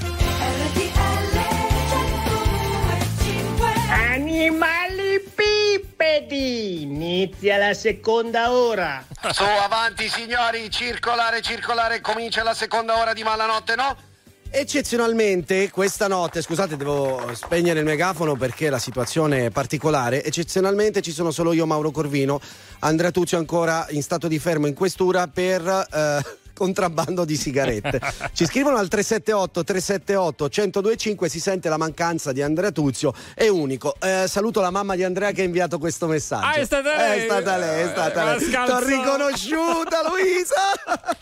Animali pipedi, inizia la seconda ora. Su, avanti signori, circolare, circolare, comincia la seconda ora di Malanotte, no? Eccezionalmente questa notte, scusate, devo spegnere il megafono perché la situazione è particolare. Eccezionalmente ci sono solo io, Mauro Corvino, Andrea Tuzio ancora in stato di fermo in questura per eh, contrabbando di sigarette. Ci scrivono al tre sette otto tre sette otto uno zero due cinque, si sente la mancanza di Andrea Tuzio, è unico. Eh, saluto la mamma di Andrea che ha inviato questo messaggio. Ah, è stata lei? È stata lei, è stata lei. T'ho riconosciuta, Luisa!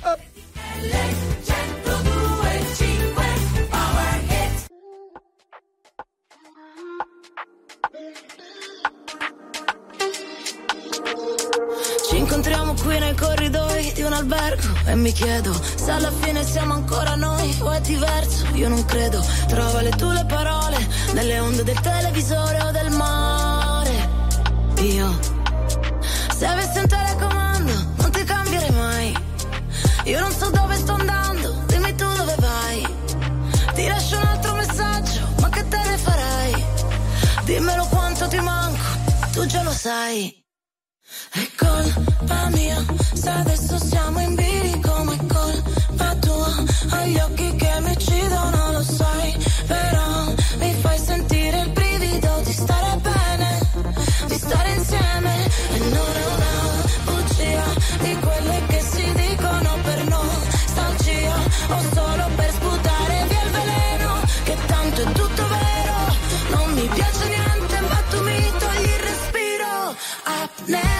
Ci incontriamo qui nei corridoi di un albergo e mi chiedo se alla fine siamo ancora noi o è diverso. Io non credo, trova le tue le parole nelle onde del televisore o del mare. Io, se avessi un telecomando non ti cambierei mai. Io non so dove sto andando, dimmi tu dove vai. Ti lascio un altro messaggio, ma che te ne farai? Dimmelo quanto ti manco, tu già lo sai. È colpa mia, se adesso siamo in bilico, ma è colpa tua. Hai gli occhi che mi uccidono, lo sai, però mi fai sentire il brivido di stare bene, di stare insieme. E non è una bugia di quelle che si dicono per nostalgia, o solo per sputare via il veleno, che tanto è tutto vero. Non mi piace niente, ma tu mi togli il respiro. Apnea.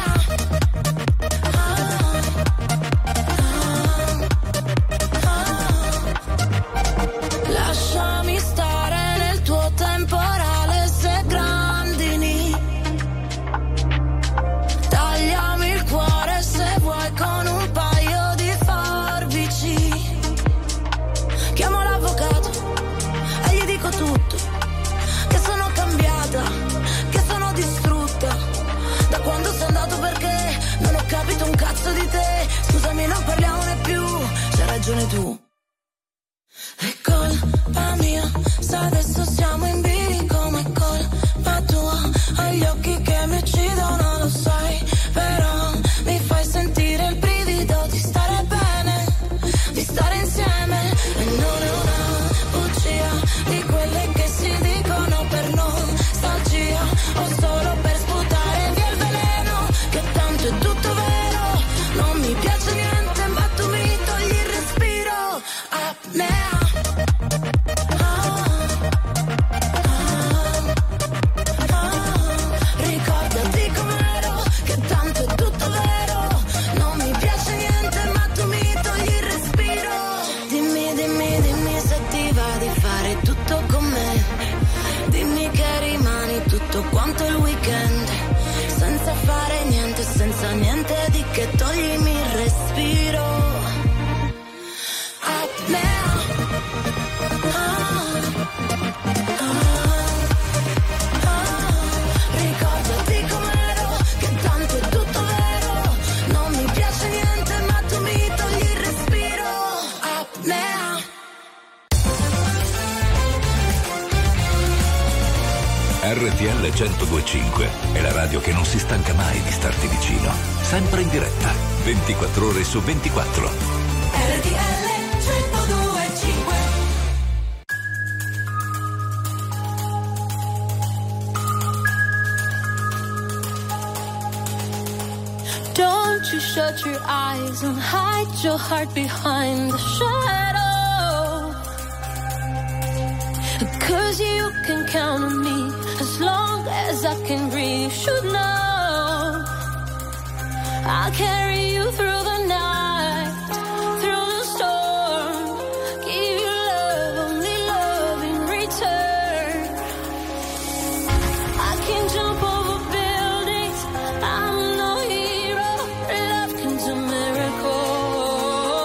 Lasciami stare nel tuo temporale se grandini. Tagliami il cuore se vuoi con un paio di forbici. Chiamo l'avvocato e gli dico tutto, che sono cambiata, che sono distrutta da quando sei andato, perché non ho capito un cazzo di te. Scusami, non parliamone più, c'hai ragione tu. È colpa mia, se adesso siamo in bilico, ma è colpa tua. Hai gli occhi che mi uccidono, lo sai, però mi fai sentire il brivido di stare bene, di stare insieme. E non è una bugia di quelle che si dicono per nostalgia, o solo per sputare via il veleno, che tanto è tutto vero. Non mi piace niente, ma tu mi togli il respiro. Apnea. Quanto il weekend senza fare niente, senza niente di che toglimi il respiro. Apnea. Ah, ah, ah. Ricordati com'ero, che tanto è tutto vero. Non mi piace niente, ma tu mi togli il respiro. Apnea. R T L centodue e cinque è la radio che non si stanca mai di starti vicino, sempre in diretta, ventiquattro ore su ventiquattro. R T L centodue e cinque. Don't you shut your eyes and hide your heart behind the shadow, 'cause you can count on me as long as I can breathe. You should know I'll carry you through the night, through the storm, give you love, only love in return. I can jump over buildings, I'm no hero, love can do miracles.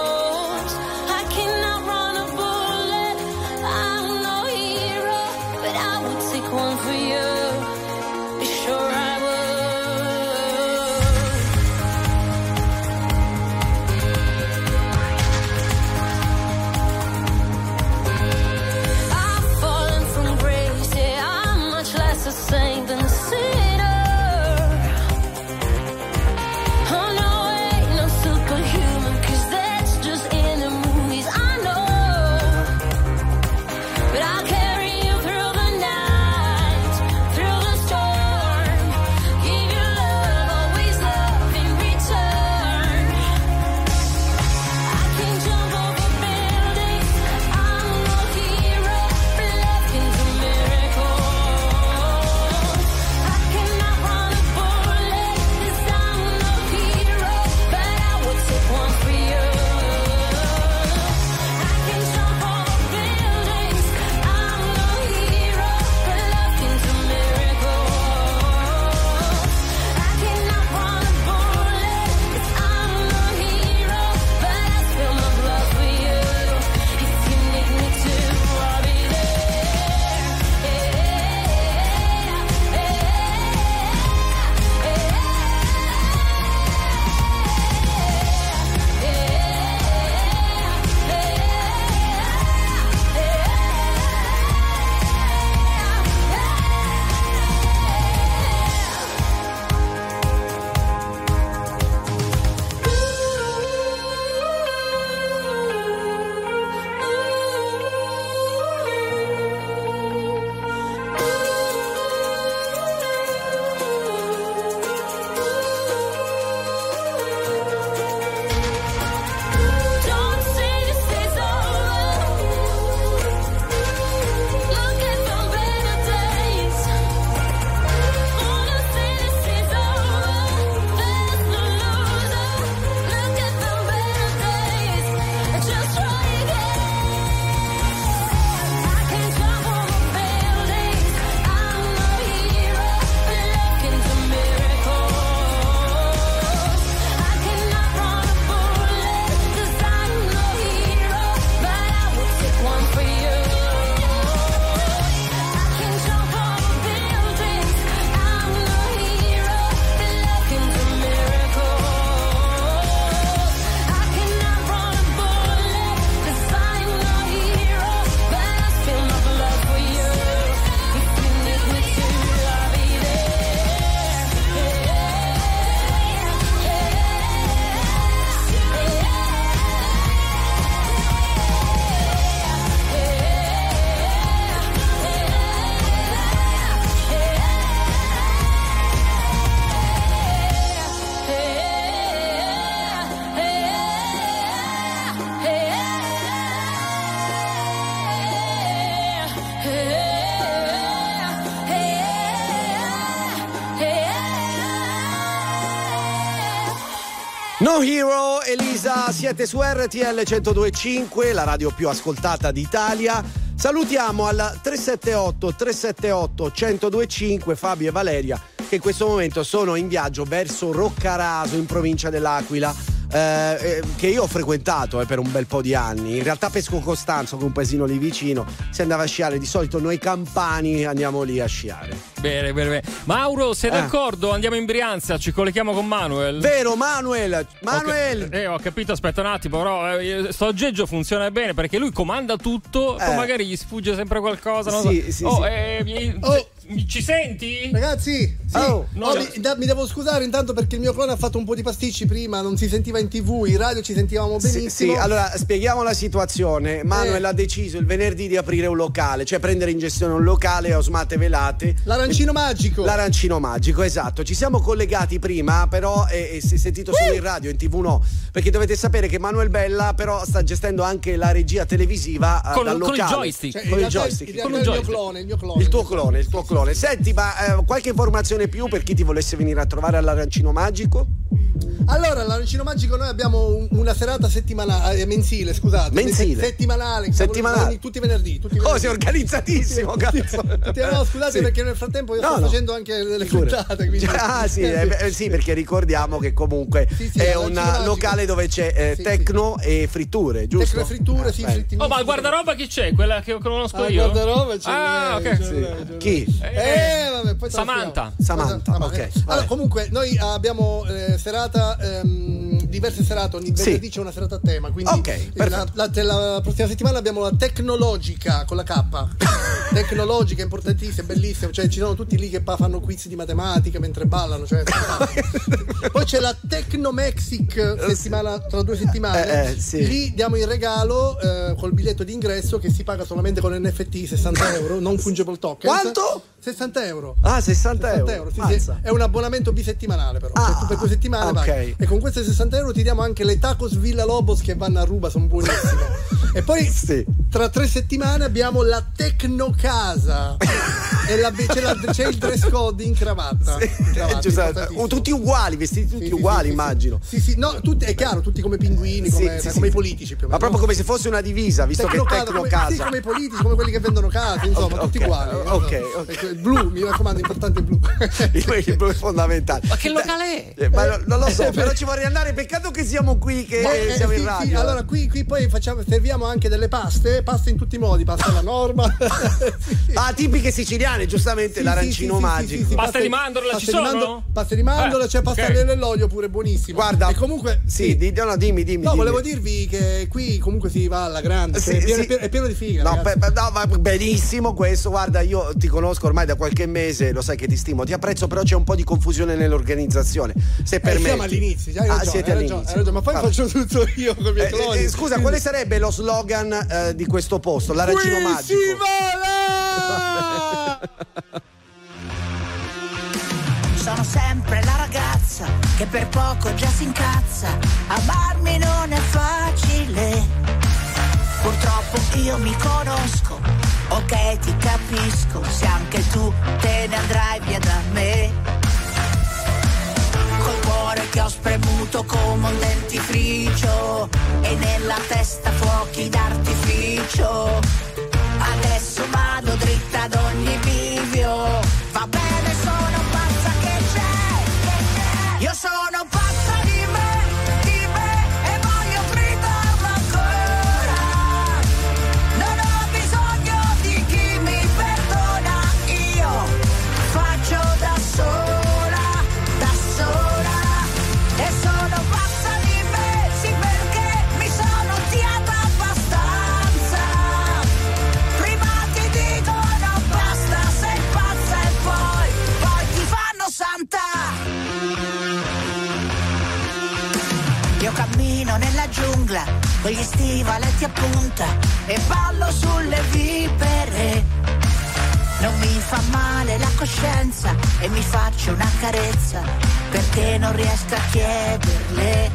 I cannot run a bullet, I'm no hero, but take one for you. Be sure I would. I've fallen from grace, yeah, I'm much less a saint than a sinner. Oh no, ain't no superhuman, 'cause that's just in the movies, I know. But I'll carry you through the night, through the storm. Give you love, always love in return. I can jump over buildings, I'm no hero, but love can do miracles. I cannot run a bullet, 'cause I'm no hero, but I would take one for you. I can jump over buildings, I'm no hero, but love can do miracles. I cannot run a bullet, 'cause I'm no hero, but I spill my blood for you. If you need me to, I'll be Don't say this is over. Look at the better days. Wanna say this is over. There's no loser. Look at the better days. Just try again. I can jump over buildings. I'm no hero, but love can do miracles. I cannot run a bullet, 'cause I'm no hero, but I would take one for you. I can jump over buildings, I'm no hero, but love can do miracles. I cannot run a bullet, 'cause I'm no hero, but I spill my blood for you. If you need me to, I'll be No Hero, Elisa, siete su R T L centodue e cinque, la radio più ascoltata d'Italia. Salutiamo al tre sette otto tre sette otto uno zero due cinque Fabio e Valeria, che in questo momento sono in viaggio verso Roccaraso, in provincia dell'Aquila. Eh, che io ho frequentato eh, per un bel po' di anni. In realtà Pesco Costanzo, che è un paesino lì vicino, si andava a sciare. Di solito noi campani andiamo lì a sciare. Bene, bene, bene. Mauro, sei Eh. d'accordo? Andiamo in Brianza, ci colleghiamo con Manuel. Vero, Manuel? Manuel! Ok, eh, ho capito, aspetta un attimo, però eh, sto aggeggio funziona bene perché lui comanda tutto, Eh. poi magari gli sfugge sempre qualcosa. Non Sì, so. sì, oh, sì. eh, mi- Oh. mi- ci senti? Ragazzi, sì. Oh, no, Oh, no. mi, da- mi devo scusare intanto perché il mio clone ha fatto un po' di pasticci prima, non si sentiva in tv, in radio ci sentivamo Sì, benissimo. sì, allora spieghiamo la situazione. Manuel Eh. ha deciso il venerdì di aprire un locale, cioè prendere in gestione un locale a Osmate Velate. L'arancino magico. L'arancino magico, esatto. Ci siamo collegati prima, però eh, eh, si è sentito solo in radio, in tv no. Perché dovete sapere che Manuel Bella però sta gestendo anche la regia televisiva eh, Con- dal con il locale. joystick. Cioè, con in il realtà- joystick. in realtà Con un il mio joystick. clone, il mio clone. Il tuo clone, il tuo clone. Senti, ma eh, qualche informazione più per chi ti volesse venire a trovare all'arancino magico? Allora, all'Arancino Magico noi abbiamo un- una serata settimanale, eh, mensile, scusate. Mensile. Se- settimanale. Settimanale. Ogni- Tutti i venerdì. Tutti i Oh, venerdì. sei organizzatissimo, cazzo. Tutti- no, scusate Sì. perché nel frattempo io No, sto no. facendo anche delle Figure. puntate. Quindi... Ah sì, eh, beh, sì, perché ricordiamo che comunque Sì, sì, è alla un Cinemagico. locale dove c'è eh, Sì, tecno e fritture, giusto? Tecno e fritture, Eh, sì, bene. fritti Oh, ma misti. il guardaroba chi c'è? Quella che conosco Ah, io? guardaroba c'è Ah, lei, ok. c'è Sì. lei, c'è Chi? lei. Eh, vabbè, poi Samantha. Samantha, Ah, ok. vabbè. vabbè. Allora, comunque, noi abbiamo eh, serata, ehm, diverse serate, ogni Sì. venerdì c'è una serata a tema. Quindi Ok, eh, perfetto. la, la, la prossima settimana abbiamo la tecnologica con la K. Tecnologica, importantissima, bellissima. Cioè, ci sono tutti lì che pa- fanno quiz di matematica mentre ballano. Cioè, poi c'è la Tecnomexic settimana, tra due settimane. Eh, eh, sì. Lì diamo in regalo eh, col biglietto d'ingresso che si paga solamente con N F T sessanta euro, non fungible token. Quanto? sessanta euro. Ah, sessanta euro. euro, sì, Mazza. sì. È un abbonamento bisettimanale però. Ah, Cioè, tu per due settimane ok. vai. E con queste sessanta euro ti diamo anche le tacos Villa Lobos che vanno a Ruba, sono buonissime. E poi Sì. tra tre settimane abbiamo la Tecnocasa. E la- c'è, la- c'è il dress code in cravatta. In cravatta, Giuseppe, importantissimo. oh, tutti uguali, vestiti tutti Sì, sì, uguali, sì, sì, immagino. Sì, sì, no, tutti, è chiaro, tutti come pinguini, Sì, come, sì, come sì. i politici più o Ma meno. proprio come se fosse una divisa, visto che è Tecnocasa, come, Tecnocasa. sì, come i politici, come quelli che vendono case, insomma, Ok, tutti ok, uguali. ok, no? ok. Il blu, mi raccomando, importante il blu. Il il blu è fondamentale. Ma che locale è? Eh, ma no- non lo so, però ci vorrei andare. Peccato che siamo qui, che Ma, eh, eh, siamo sì, in sì, radio. allora qui, qui poi facciamo, serviamo anche delle paste, paste in tutti i modi, pasta alla norma. Ah, tipiche siciliane, giustamente, Sì, l'arancino sì, sì, magico. sì, sì, sì, Pasta paste- di mandorla paste ci di sono? mando- Paste di mandorla, Eh, c'è pasta ok. all'olio pure buonissima. Guarda, e comunque sì, di, no, no, dimmi, dimmi. No, dimmi. volevo dirvi che qui comunque si va alla grande, Sì, cioè, è, pieno, sì. è pieno- è pieno di figa. No, ragazzi. be- be- no, ma benissimo questo. Guarda, io ti conosco ormai da qualche mese, lo sai che ti stimo, ti apprezzo, però c'è un po' di confusione nell'organizzazione. Se Eh, permetti. siamo all'inizio, hai ah, ragione, siete hai ragione, all'inizio. hai ragione, ma poi Vabbè. faccio tutto io con i miei Eh, cloni. eh, scusa, quale sarebbe lo slogan eh, di questo posto? L'arancino Qui magico. si vola! Sono sempre la ragazza che per poco già si incazza. Amarmi non è facile. Purtroppo io mi conosco, ok ti capisco. Se anche tu te ne andrai via da me. Col cuore che ho spremuto come un dentifricio e nella testa fuochi d'artificio. Adesso vado dritta ad ogni bivio. Va bene, sono pazza che c'è, che c'è. Io sono pazza di me, di me e voglio gridarlo ancora. Non ho bisogno di chi mi perdona. Io faccio da sola, da sola. E sono pazza di me, sì perché mi sono odiata abbastanza. Prima ti dicono basta, sei pazza e poi, poi ti fanno santa. Io cammino nella giungla con gli stivaletti a punta e ballo sulle vipere. Non mi fa male la coscienza e mi faccio una carezza perché non riesco a chiederle.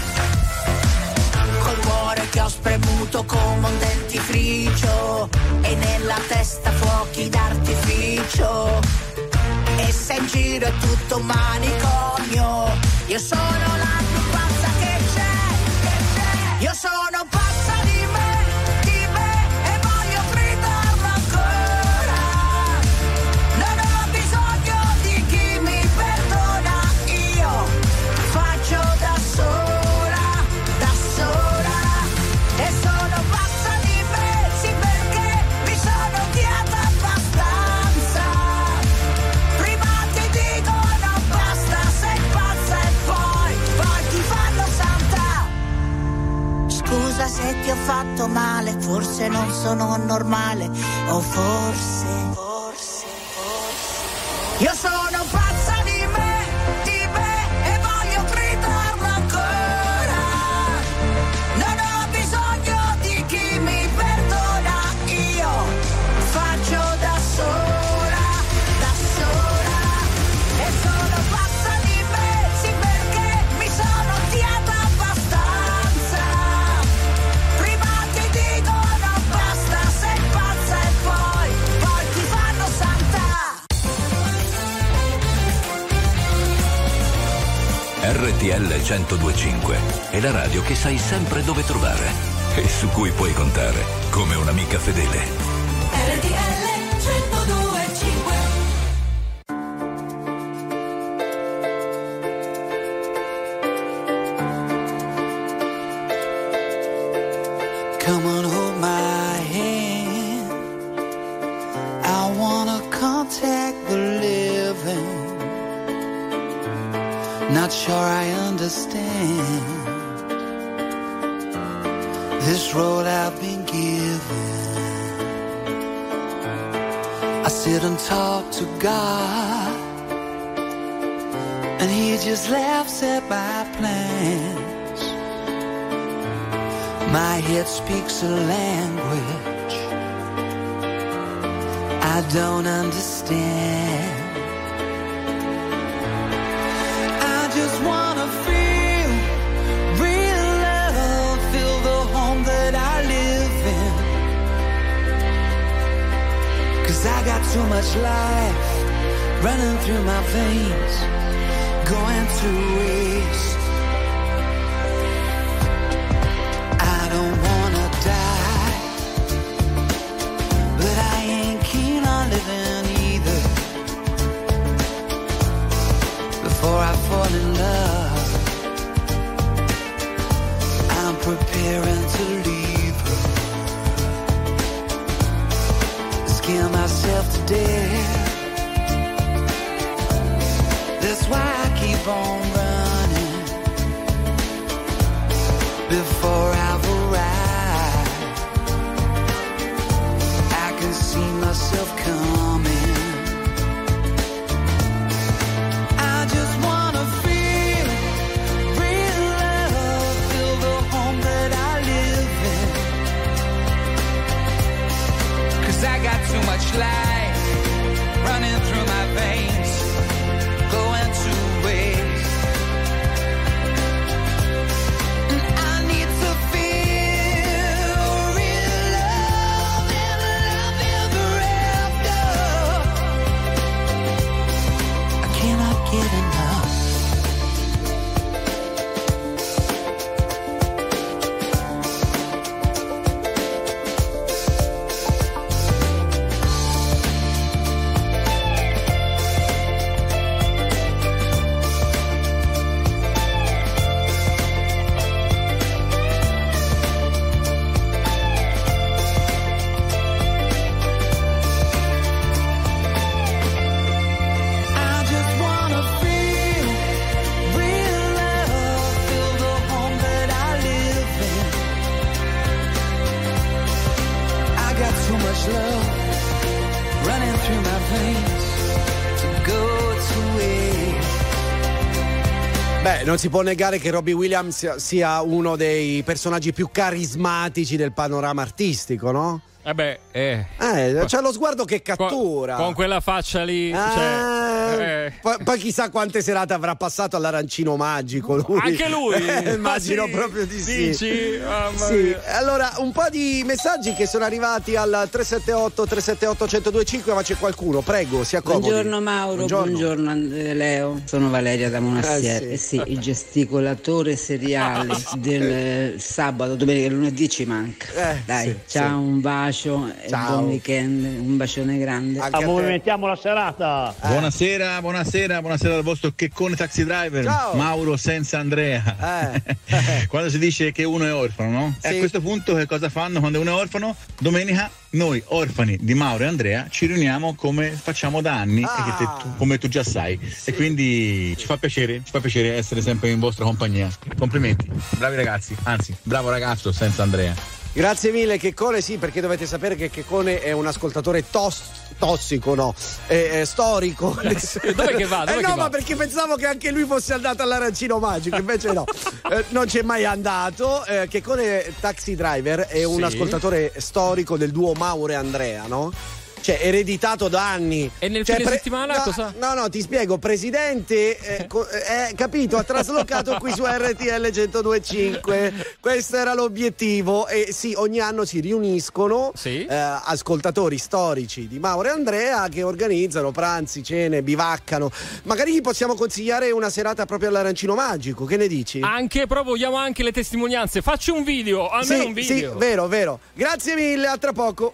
Col cuore che ho spremuto come un dentifricio e nella testa fuochi d'artificio. E se in giro è tutto un manicomio, io sono la più pazza che c'è, che c'è. Io sono pazza di me, di me e voglio gridarlo ancora. Non ho bisogno di chi mi perdona. Io faccio da sola, da sola. E sono pazza di me, sì perché mi sono odiata abbastanza. Prima ti dicono basta, sei pazza e poi, poi ti fanno santa. Scusa se ti ho fatto male, forse non sono normale, o forse, forse, forse. Io sono pazza di me, di me e voglio gridarlo ancora. Non ho bisogno di chi mi perdona. Io faccio da sola, da sola. E sono pazza di me, sì perché mi sono odiata abbastanza. Prima ti dicono basta, sei pazza e poi, poi ti fanno santa. R T L centodue e cinque è la radio che sai sempre dove trovare e su cui puoi contare come un'amica fedele. R T L centodue e cinque. Come on, hold my hand. I wanna contact the living. Not sure I understand this road I've been given. I sit and talk to God, and He just laughs at my plans. My head speaks a language I don't understand. I just wanna feel real love, feel the home that I live in. 'Cause I got too much life running through my veins, going to waste. I don't wanna die, but I ain't keen on living either. Before I fall in love, I'm preparing to leave her. Scare myself to death. That's why I keep on running. Before I've arrived, I can see myself coming. I just wanna feel real love, feel the home that I live in. 'Cause I got too much life running through my veins, going to waste. And I need to feel real love and love ever after. I cannot get enough. I just wanna feel real love, feel the home that I live in. I got too much love running through my veins to go to waste. Beh, non si può negare che Robbie Williams sia uno dei personaggi più carismatici del panorama artistico, no? Eh beh, eh. Eh, c'ha lo sguardo che cattura. Con, con quella faccia lì. Ah, cioè, eh. poi, poi chissà quante serate avrà passato all'arancino magico lui. Anche lui? Eh, immagino Ah, sì? proprio di sì. Dici? Mamma Sì. mia. Allora, un po' di messaggi che sono arrivati al tre sette otto tre sette otto uno zero due cinque, ma c'è qualcuno, prego, si accomodi. Buongiorno Mauro, Buongiorno. buongiorno, And- Leo, sono Valeria da Monastiere. Eh, sì. Eh sì, il gesticolatore seriale del eh, sabato, domenica e lunedì ci manca. Eh, Dai, sì, ciao, sì. un bacio e Ciao. buon weekend, un bacione grande. Anche a te. Movimentiamo la serata. Buonasera, buonasera, buonasera dal vostro Checcone Taxi Driver, Ciao. Mauro senza Andrea. Eh. Quando si dice che uno è orfano, no? E Sì. a questo punto che cosa fanno quando uno è orfano? Domenica noi orfani di Mauro e Andrea ci riuniamo come facciamo da anni, Ah. e che te- tu- come tu già sai. E quindi ci fa piacere, ci fa piacere essere sempre in vostra compagnia. Complimenti, bravi ragazzi, anzi, bravo ragazzo senza Andrea. Grazie mille Checcone, sì, perché dovete sapere che Checcone è un ascoltatore tos- tossico, no, eh, eh, storico. Dov'è che va? Dov'è eh che no, va? ma perché pensavo che anche lui fosse andato all'arancino magico, invece no, eh, non c'è mai andato. Eh, Checcone Taxi Driver è un Sì. ascoltatore storico del duo Mauro e Andrea, no? cioè ereditato da anni. E nel cioè, fine pre- settimana no, cosa? No, no, ti spiego, presidente, eh, co- eh, capito, ha traslocato qui su R T L centodue e cinque. Questo era l'obiettivo. E sì, ogni anno si riuniscono sì. eh, ascoltatori storici di Mauro e Andrea che organizzano pranzi, cene, bivaccano. Magari gli possiamo consigliare una serata proprio all'Arancino Magico, che ne dici? Anche, però vogliamo anche le testimonianze. Facci un video, almeno sì, un video. Sì, vero, vero. Grazie mille, a tra poco.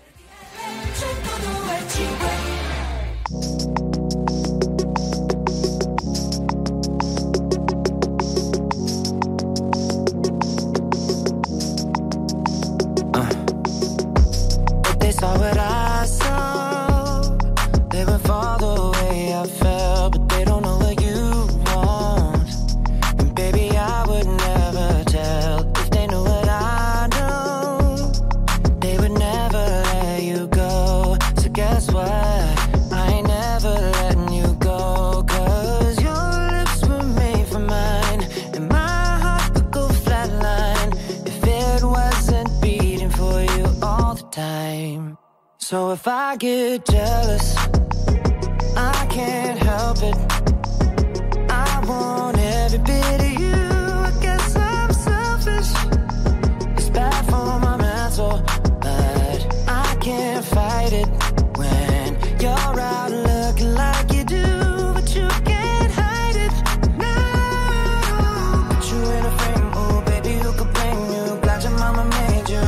Saw what I saw. They would fall the way I felt, but they don't know what you want. And baby, I would never tell if they knew what I know. They would never let you go. So guess what? I ain't never letting you go. Cause your lips were made for mine, and my heart would go flatline if it wasn't beating for you all the time. So if I get jealous, I can't help it. I want every bit of you. I guess I'm selfish. It's bad for my mental, but I can't fight it when you're out looking like you do, but you can't hide it. No, put you in a frame, oh baby, who could blame you? Glad your mama made you,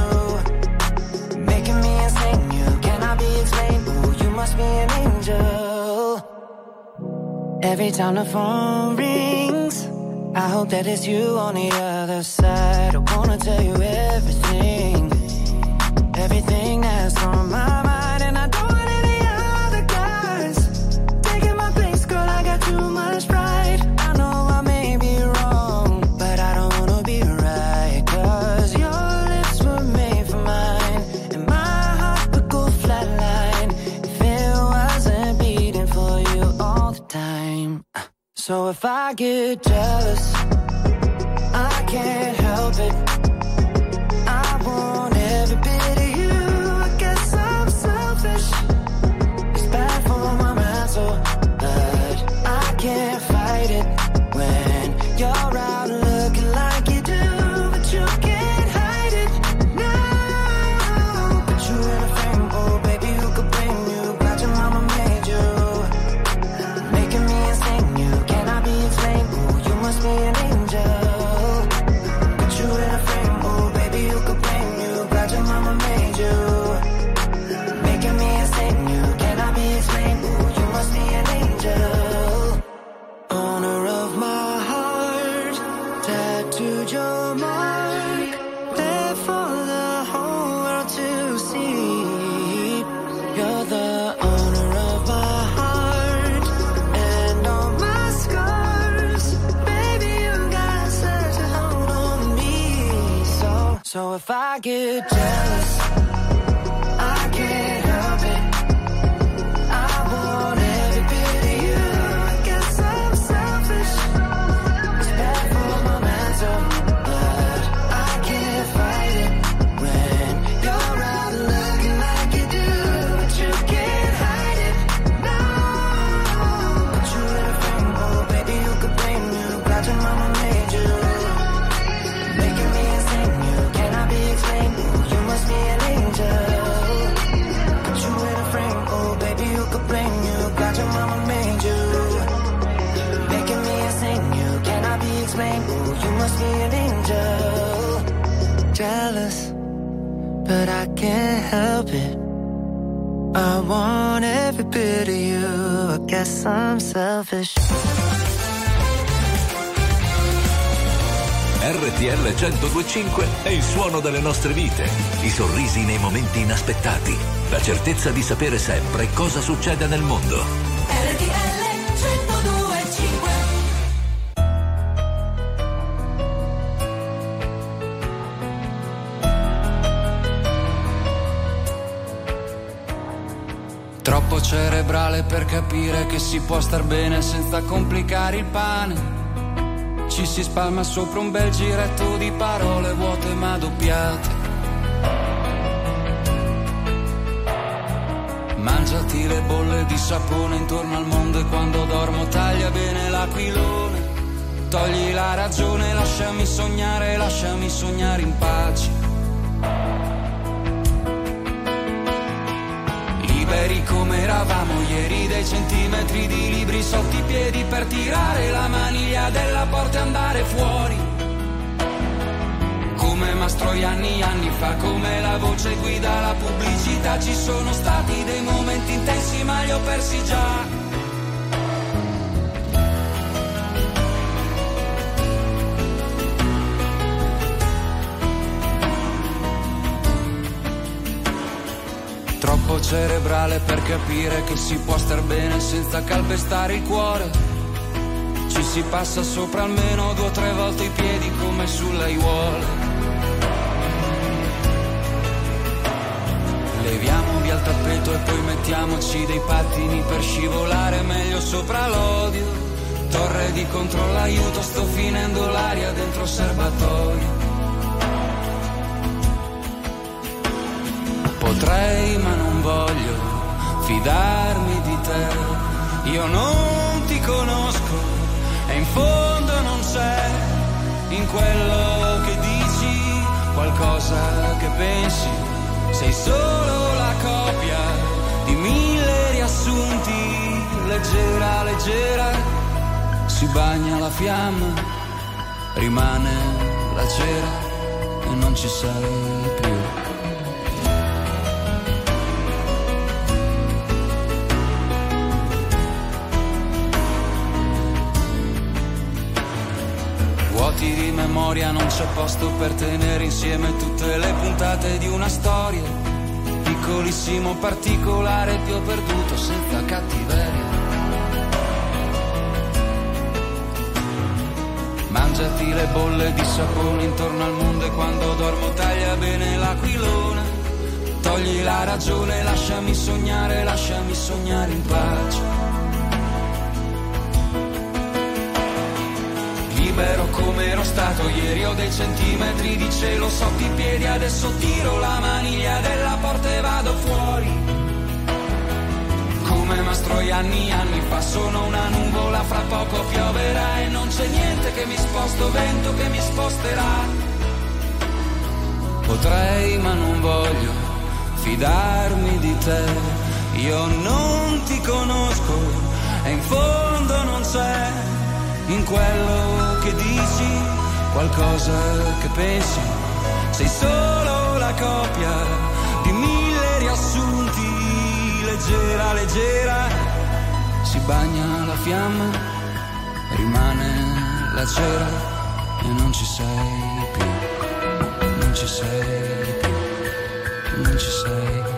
making me insane. Be explained, ooh, you must be an angel. Every time the phone rings, I hope that it's you on the other side. I wanna tell you everything, everything that's on my mind. And I don't want any other guys taking my place, girl, I got too much pride. I know I may be wrong, but I don't wanna be right. Cause your lips were made for mine, and my flatline if it wasn't beating for you all the time. So if I get jealous, I can't help it. I want every bit of you. I guess I'm selfish. It's bad for my mental, but I can't fight it when you're out looking like you do, but you can't hide it. No, put you in a frame, oh baby, who could blame you? Glad your mama made you, making me insane. You cannot be explained, oh you must be an angel. Put you in a frame, oh baby, who could blame you? Glad your mama made you, making me insane. You cannot be explained, oh you must be an angel. Owner of my heart, tattooed your mark, there for the whole world to see. You're the owner of my heart and all my scars. Baby, you got such a hold on me. So, so if I get jealous, I can't help it. I want every bit of you. I guess I'm selfish. It's bad for my mental, but I can't fight it when you're out looking like you do, but you can't hide it. No, put you in a frame, oh baby, who could blame you? Glad your mama made you, making me insane. You cannot be explained, ooh, you must be an angel. Put you in a frame, oh baby, who could blame you? Glad your mama made you, making me insane. You cannot be explained, ooh, you must be an angel. Jealous, but I can't help it. I want every bit of you. I guess I'm selfish. R T L centodue e cinque è il suono delle nostre vite, i sorrisi nei momenti inaspettati, la certezza di sapere sempre cosa succede nel mondo. R T L centodue e cinque. Troppo cerebrale per capire che si può star bene senza complicare il pane. Ci si spalma sopra un bel giretto di parole vuote ma doppiate. Mangiati le bolle di sapone intorno al mondo e quando dormo taglia bene l'aquilone. Togli la ragione, lasciami sognare, lasciami sognare in pace. Liberi come eravamo ieri, dei centimetri di libri sotto i piedi per tirare la maniglia della porta e andare fuori. Come Mastroianni anni fa, come la voce guida la pubblicità. Ci sono stati dei momenti intensi ma li ho persi già. Troppo cerebrale per capire che si può star bene senza calpestare il cuore. Ci si passa sopra almeno due o tre volte i piedi come sulle aiuole. Leviamo via il tappeto e poi mettiamoci dei pattini per scivolare meglio sopra l'odio. Torre di controllo, aiuto, sto finendo l'aria dentro serbatoio. Potrei ma non voglio fidarmi di te. Io non ti conosco e in fondo non c'è in quello che dici qualcosa che pensi. Sei solo la copia di mille riassunti. Leggera, leggera, si bagna la fiamma, rimane la cera e non ci sei più. Vuoti di memoria, non c'è posto per tenere insieme tutte le puntate di una storia. Piccolissimo particolare più perduto senza cattiveria. Mangiati le bolle di sapone intorno al mondo e quando dormo taglia bene l'aquilone. Togli la ragione, lasciami sognare, lasciami sognare in pace. Libero come ero stato ieri, ho dei centimetri di cielo sotto i piedi. Adesso tiro la maniglia della porta e vado fuori. Come Mastroianni anni fa, sono una nuvola, fra poco pioverà e non c'è niente che mi sposto, vento che mi sposterà. Potrei ma non voglio fidarmi di te. Io non ti conosco e in fondo non c'è in quello che dici qualcosa che pensi. Sei solo la copia di mille riassunti. Leggera, leggera, si bagna la fiamma, rimane la cera e non ci sei più. Non ci sei più. Non ci sei più.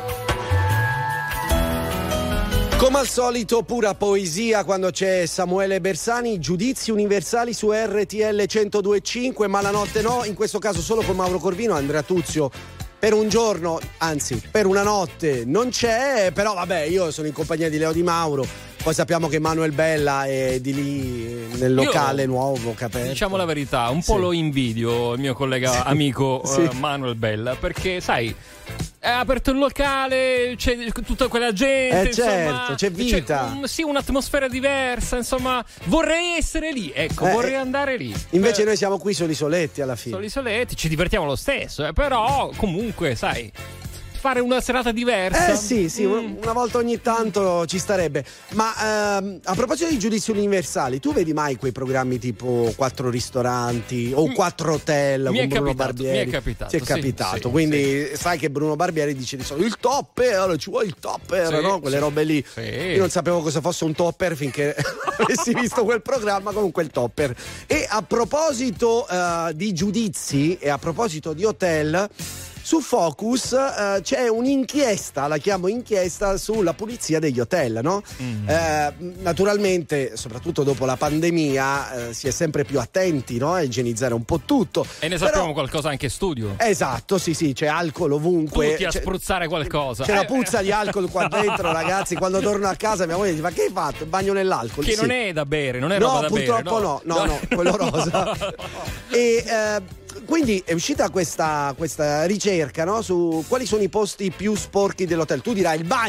Come al solito, pura poesia quando c'è Samuele Bersani. Giudizi universali su R T L centodue e cinque, ma la notte no, in questo caso solo con Mauro Corvino. Andrea Tuzio per un giorno, anzi per una notte non c'è, però vabbè, io sono in compagnia di Leo Di Mauro. Poi sappiamo che Manuel Bella è di lì nel locale io, nuovo che aperto. Diciamo la verità, un po' sì. Lo invidio il mio collega sì. amico sì. Uh, Manuel Bella, perché sai, è aperto il locale, c'è tutta quella gente, eh insomma, certo, c'è vita. C'è un, sì, un'atmosfera diversa, insomma, vorrei essere lì, ecco, eh, vorrei andare lì. Invece eh, noi siamo qui soli soletti alla fine. Soli soletti, ci divertiamo lo stesso, eh, però comunque, sai, fare una serata diversa. Eh sì, sì, mm. una volta ogni tanto ci starebbe. Ma ehm, a proposito di giudizi universali, tu vedi mai quei programmi tipo Quattro ristoranti o Quattro hotel mi con Bruno capitato, Barbieri? Mi è capitato. Ti è capitato, sì, quindi sì. sai che Bruno Barbieri dice di solito il topper, ci vuoi il topper, sì, no? Quelle sì. robe lì. Sì. Io non sapevo cosa fosse un topper finché avessi visto quel programma, comunque il topper. E a proposito uh, di giudizi e a proposito di hotel, su Focus uh, c'è un'inchiesta, la chiamo inchiesta, sulla pulizia degli hotel, no? Mm. Eh, naturalmente, soprattutto dopo la pandemia, eh, si è sempre più attenti, no? A igienizzare un po' tutto. E ne sappiamo Però, qualcosa anche in studio. Esatto, sì, sì, c'è alcol ovunque. Tutti a c'è, spruzzare qualcosa. C'è eh. la puzza di alcol qua dentro, ragazzi. Quando torno a casa mia moglie dice: ma che hai fatto? Il bagno nell'alcol? Che sì. non è da bere, non è no, roba da bere. purtroppo no, no, no, no, no quello rosa. no. E eh, quindi è uscita questa, questa ricerca, no? Su quali sono i posti più sporchi dell'hotel. Tu dirai il bagno.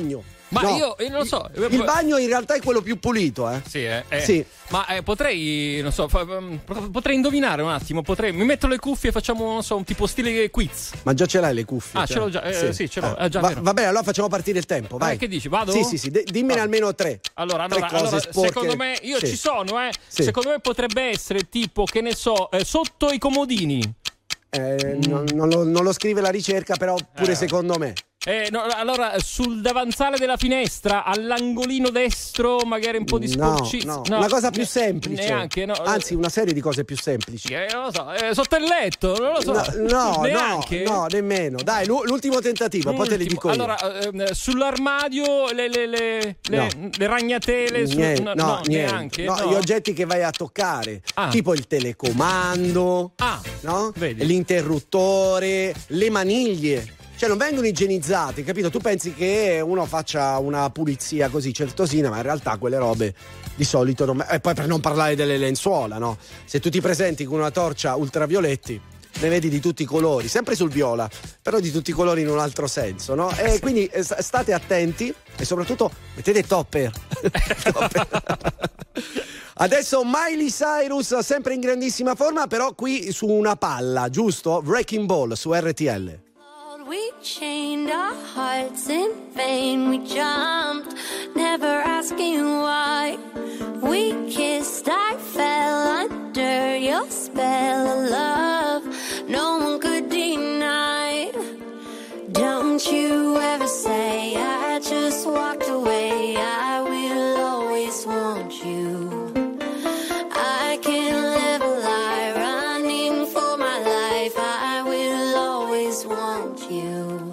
Ma No, io, io non lo so. Il bagno in realtà è quello più pulito, eh. Sì, eh, eh. Sì. Ma eh, potrei, non so, fa- potrei indovinare un attimo. Potrei, mi metto le cuffie e facciamo, non so, un tipo stile quiz. Ma già ce l'hai le cuffie? Ah, cioè? ce l'ho già. Eh, sì. ce l'ho. Eh, Eh, già, va, vero. va bene, allora facciamo partire il tempo. Vai. Eh, che dici? Vado? Sì, sì, sì. De- dimmene almeno tre. Allora, Tre allora, cose allora sporche. secondo me, io Sì. ci sono, eh. Sì. Secondo me potrebbe essere tipo, che ne so, eh, sotto i comodini. Eh, non, non lo, non lo scrive la ricerca, però pure Eh. secondo me. Eh, no, allora, sul davanzale della finestra, all'angolino destro, magari un po' di No, sporcizia. no, una cosa più semplice. Neanche, no. Anzi, una serie di cose più semplici. Eh, non lo so, eh, sotto il letto, non lo so. No, no, neanche. no, no, nemmeno. Dai, l'u- l'ultimo tentativo, poi te li dico io. Allora, ehm, sull'armadio le, le, le, le, No. le ragnatele, su- Niente, no, no, no, niente. neanche. No, no. gli oggetti che vai a toccare, Ah. tipo il telecomando, Ah, no? vedi. L'interruttore, le maniglie. Cioè non vengono igienizzate, capito? Tu pensi che uno faccia una pulizia così certosina, ma in realtà quelle robe di solito non... E poi per non parlare delle lenzuola, no? Se tu ti presenti con una torcia ultravioletti, ne vedi di tutti i colori, sempre sul viola, però di tutti i colori in un altro senso, no? E quindi eh, st- state attenti e soprattutto mettete topper. Topper. Adesso Miley Cyrus, sempre in grandissima forma, però qui su una palla, giusto? Wrecking Ball su R T L. We chained our hearts in vain. We jumped, never asking why. We kissed, I fell under your spell of love. No one could deny. Don't you ever say I just walked away. I will always want you. I can't live a lie, running for my life. I will always want you.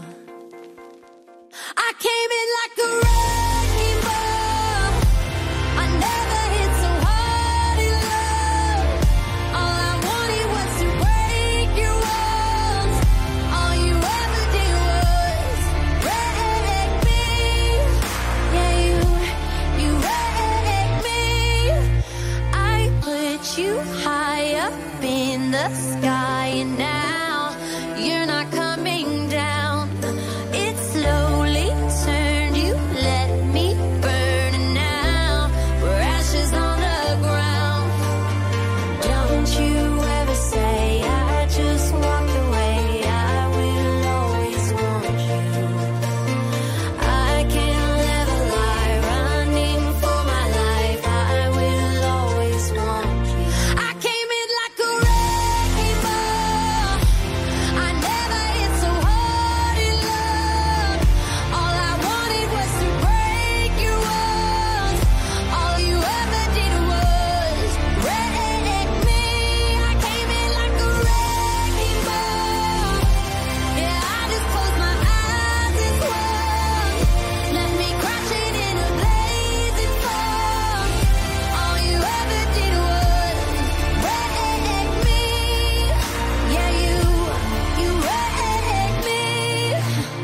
I came in like a wrecking ball. I never hit so hard in love. All I wanted was to break your walls. All you ever did was wreck me. Yeah, you, you wrecked me. I put you high up in the sky, and now you're not coming down. It slowly turned, you let me burn, and now we're ashes on the ground. Don't you ever say I just walked away. I will always want you. I can't live a lie, running for my life. I will always want you. I came in like a wrecking ball. I never hit so hard in love. All I wanted was to break your walls. All you ever did was wreck me. I came in like a wrecking ball. Yeah, I just closed my eyes and swung. Let me crashing in a blazing fall. All you ever did was wreck me. Yeah, you, you wrecked me.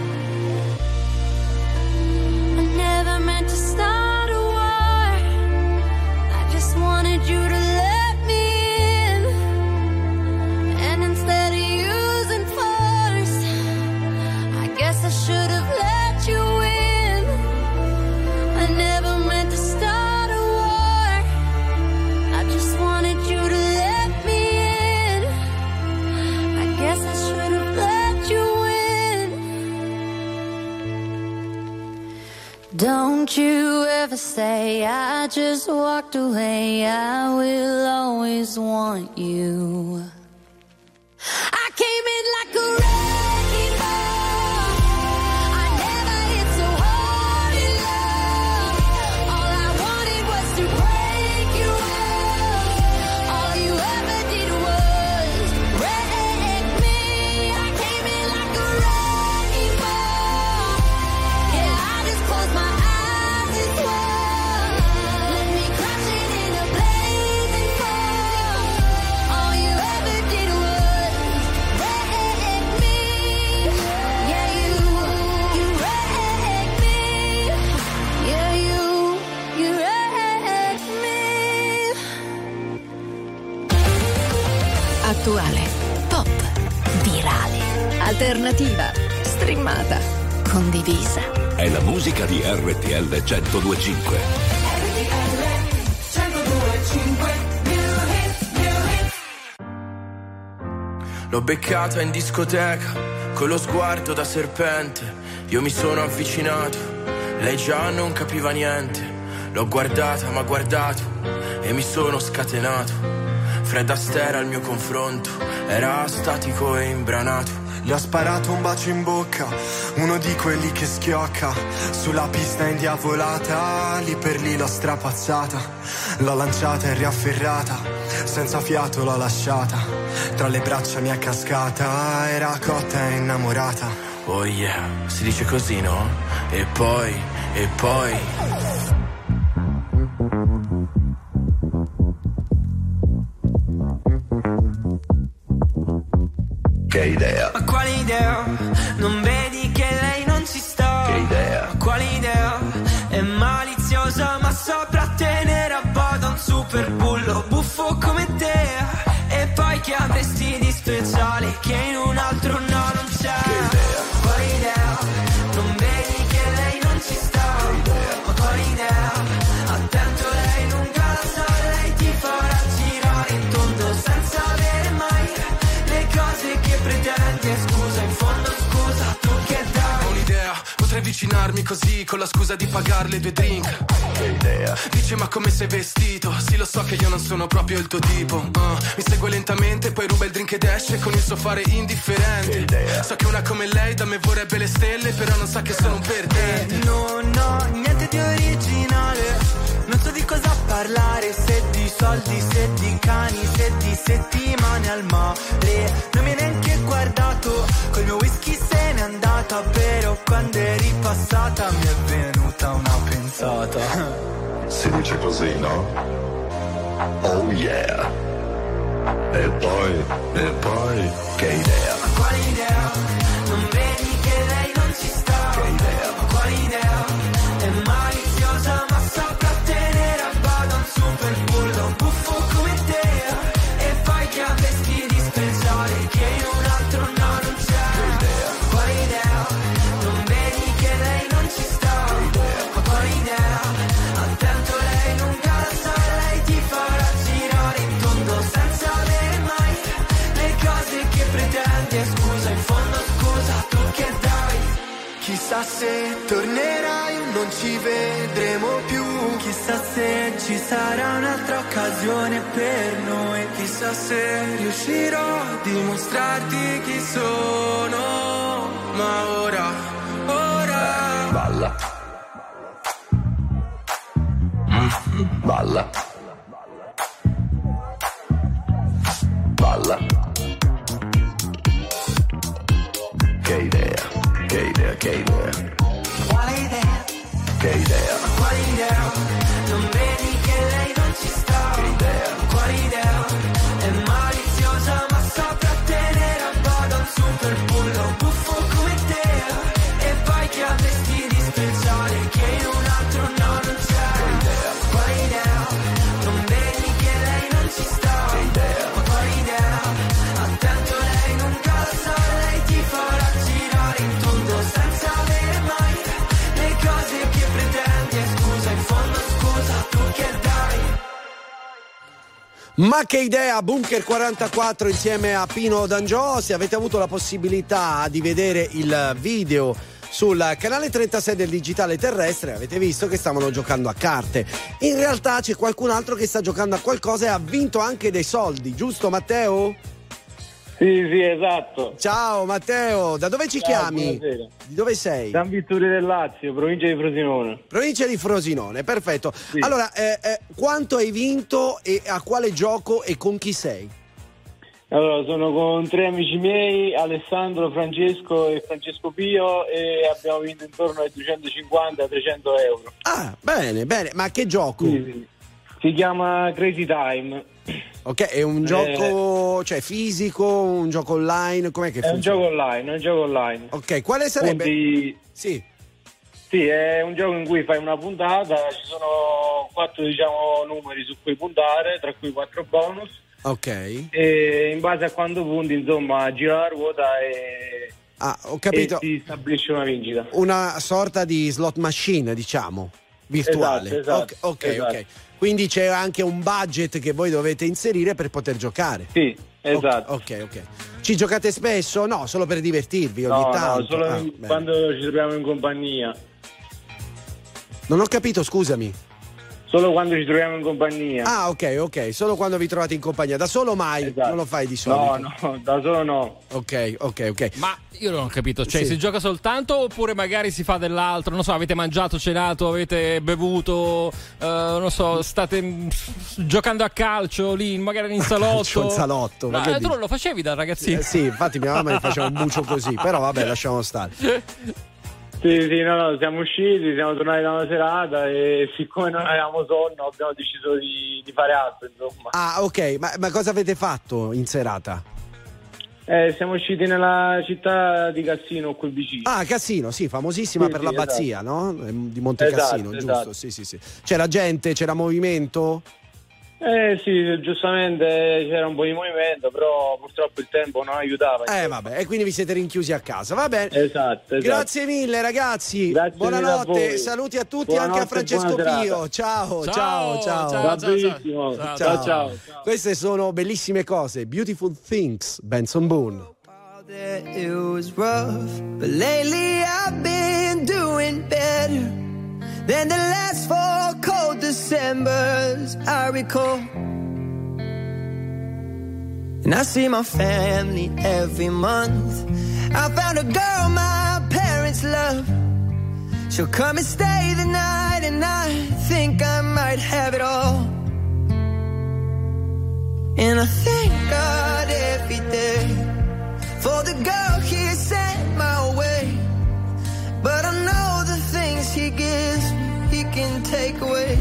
I never meant to start a war. I just wanted you to let me in. And instead of using force, I guess I should have let you in. I never meant to start a war. I just wanted you to let me in. I guess I should have let you in. Don't you ever say I just walked away. I will always want you. I came in like a wrecking ball. I never hit so hard in love. All I wanted was to break your walls. All you ever did was wreck me. I came in like a wrecking ball. Yeah, I just closed my eyes and swung. Let me crash it in a blazing fall. All you ever did was wreck me. Yeah, you, you wrecked me. Yeah, you, you wrecked me. Attuale, pop, virale, alternativa, streamata, condivisa. è la musica di R T L centodue e cinque. R T L centodue e cinque. L'ho beccata in discoteca, con lo sguardo da serpente. Io mi sono avvicinato, lei già non capiva niente. L'ho guardata, m'ha guardato e mi sono scatenato. Fred Astaire al mio confronto, era statico e imbranato. Le ho sparato un bacio in bocca, uno di quelli che schiocca. Sulla pista indiavolata, lì per lì l'ho strapazzata. L'ho lanciata e riafferrata, senza fiato l'ho lasciata. Tra le braccia mi è cascata, era cotta e innamorata. Oh yeah, si dice così, no? E poi, e poi... Che idea? Ma quale idea? Non vedi che lei non ci sta? Che idea? Ma quale idea? È maliziosa ma saprà tenere a bada un super bullo buffo come te. E poi che avresti di speciale che in un altro no non c'è? Che idea? Quale idea? Non vedi che lei non ci sta? Che idea? Ma quale idea? Attento, lei lunga la sa, lei ti farà girare in tondo senza avere mai le cose che pretendi. E scusa, in fondo scusa, tu che dai? Ho un'idea, potrei avvicinarmi così con la scusa di pagarle due drink. Che idea? Dice ma come sei vestito? Sì, lo so che io non sono proprio il tuo tipo. uh, Mi segue lentamente, poi ruba il drink ed esce con il suo fare indifferente. Che idea? So che una come lei da me vorrebbe le stelle, però non sa che sono un perdente. Non ho niente di originale, non so di cosa parlare, se di soldi, se di cani, se di settimane al mare. Non mi hai neanche guardato, col mio whisky se n'è andata, però quando eri passata mi è venuta una pensata. Si dice così, no? Oh yeah. E poi, e poi, che idea? Ma quale idea? Non vedi che lei non ci sta? Che idea? Ma quale idea? È maliziosa ma saprà tenere a bada un super bullo buffo come te. E poi che avresti di speciale che in un altro no non c'è? Che idea? Quale idea? Non vedi che lei non ci sta? Che idea? Ma quale idea? Attento, lei lunga la sa, lei ti farà girare in tondo senza avere mai le cose che pretendi. E scusa, in fondo scusa, tu che dai? Chissà se tornerai o non ci vedremo più. Chissà se ci sarà un'altra occasione per noi. Chissà se riuscirò a dimostrarti chi sono. Ma ora, ora Balla. Balla. Balla. Che idea? Che idea? Che idea? quale idea? Che idea? Quale idea? Non vedi che lei non ci sta? Che idea? Quale idea? È maliziosa ma saprà tenere a bada un super bullo buffo come te. E poi che avresti di speciale che in un altro no non c'è? Che idea? Quale idea? Non vedi che lei non ci sta? Che idea? Ma quale idea? Attento, lei non casa, lei ti farà girare in tondo senza avere mai le cose che pretendi. E scusa, in fondo scusa, tu che dai? Ma che idea, Bunker quarantaquattro insieme a Pino D'Angiò. Se avete avuto la possibilità di vedere il video sul canale trentasei del digitale terrestre, avete visto che stavano giocando a carte. In realtà c'è qualcun altro che sta giocando a qualcosa e ha vinto anche dei soldi, giusto Matteo? Sì, sì, esatto. Ciao Matteo, da dove ci Ciao, chiami? buonasera. Di dove sei? San Vittore del Lazio, provincia di Frosinone. Provincia di Frosinone, perfetto. Sì. Allora, eh, eh, quanto hai vinto e a quale gioco e con chi sei? Allora, sono con tre amici miei, Alessandro, Francesco e Francesco Pio, e abbiamo vinto intorno ai duecentocinquanta trecento euro. Ah, bene, bene. Ma che gioco? Sì, sì. Si chiama Crazy Time. Ok, è un Eh, gioco, cioè fisico, un gioco online, com'è che È funziona? un gioco online, è un gioco online. Ok, quale sarebbe? Punti- Sì. Sì, è un gioco in cui fai una puntata, ci sono quattro, diciamo, numeri su cui puntare, tra cui quattro bonus. Ok. E in base a quanto punti, insomma, gira la ruota e Ah, ho capito. E si stabilisce una vincita. Una sorta di slot machine, diciamo, virtuale. Esatto, esatto, ok, ok, esatto. ok. Quindi c'è anche un budget che voi dovete inserire per poter giocare. Sì, esatto. Ok, ok. ok. Ci giocate spesso? No, solo per divertirvi ogni No, tanto. no, solo Ah, in- bene. quando ci troviamo in compagnia. Non ho capito, scusami. Solo quando ci troviamo in compagnia. Ah, ok, ok, solo quando vi trovate in compagnia. Da solo mai? Esatto. Non lo fai di solito? No, no, da solo no. Ok, ok, ok. Ma io non ho capito, cioè Sì. si gioca soltanto oppure magari si fa dell'altro? Non so, avete mangiato, cenato, avete bevuto, eh, non so, state mm, giocando a calcio lì, magari in salotto. Calcio in salotto, ma No, che eh, tu dici? non lo facevi da ragazzino? Eh, sì, infatti mia mamma mi faceva un bucio così, però vabbè, lasciamo stare. Sì, sì, no, no, siamo usciti, siamo tornati da una serata e siccome non avevamo sonno abbiamo deciso di, di fare altro, insomma. Ah, ok, ma, ma cosa avete fatto in serata? Eh, siamo usciti nella città di Cassino, qui vicino. Ah, Cassino, sì, famosissima Sì, per sì, l'abbazia, no? Eh, Di Monte Esatto, Cassino, esatto. giusto? Sì, sì, sì. C'era gente, c'era movimento? Eh sì, giustamente c'era un po' di movimento, però purtroppo il tempo non aiutava. Eh, vabbè, e quindi vi siete rinchiusi a casa, va bene? Esatto, esatto. Grazie mille ragazzi, Grazie mille a buonanotte, voi. saluti a tutti, Buonanotte, anche a Francesco buona serata. Pio, ciao, ciao, Ciao, ciao. ciao, Va benissimo. Ciao, ciao, ciao. Queste sono bellissime cose, Beautiful Things, Benson Boone. It was rough, but lately I've been doing better than the last four cold Decembers I recall. And I see my family every month. I found a girl my parents love. She'll come and stay the night, and I think I might have it all. And I thank God every day for the girl he sent my way. But I know the things he gives me, he can take away.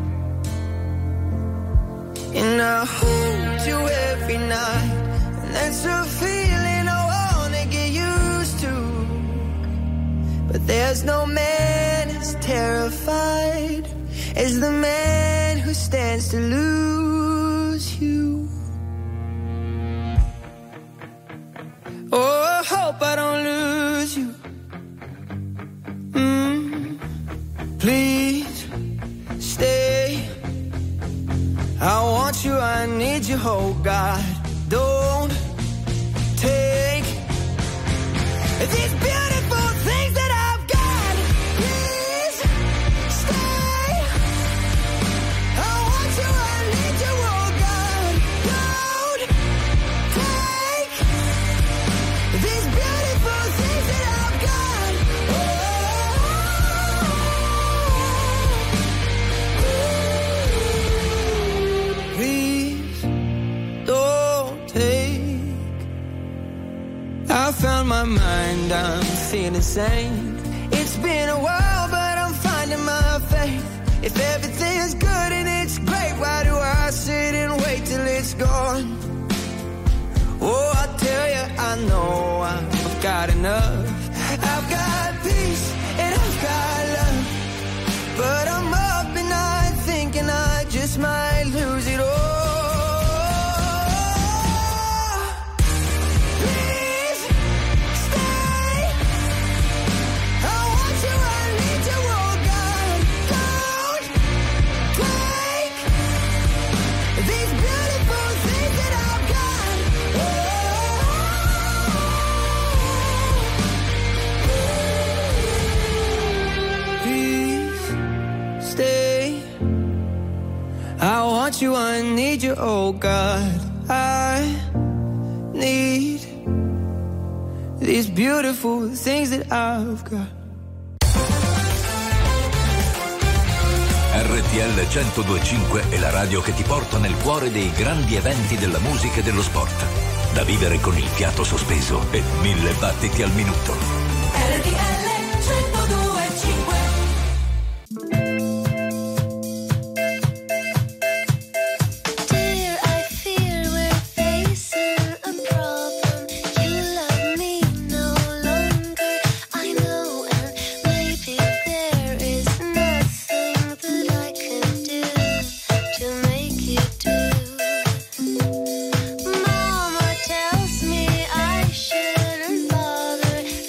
And I hold you every night, and that's a feeling I wanna get used to. But there's no man as terrified as the man who stands to lose you. Oh, I hope I don't lose you. Mm, please stay. I want you, I need you, oh God. Don't take these beautiful things that I've got. Please stay. I want you, I need you, oh God. Don't take these beautiful things that I've got. Please don't take. I found my mind, I'm feeling sane. It's been a while, but I'm finding my faith. If everything's good and it's great, why do I sit and wait till it's gone? Oh, I tell you, I know I've got enough. I've got peace and I've got love, but I'm up and night thinking I just might lose it all. Please stay. I want you, I need you, oh God. Don't take these beautiful things that I've got. Please stay. I want you, I need you, oh God. I need these beautiful things that I've got. R T L centodue e cinque è la radio che ti porta nel cuore dei grandi eventi della musica e dello sport. Da vivere con il fiato sospeso e mille battiti al minuto. R T L centodue e cinque. Dear, I fear we're facing a problem. You love me no longer, I know, and maybe there is nothing that I can do to make you do. Mama tells me I shouldn't bother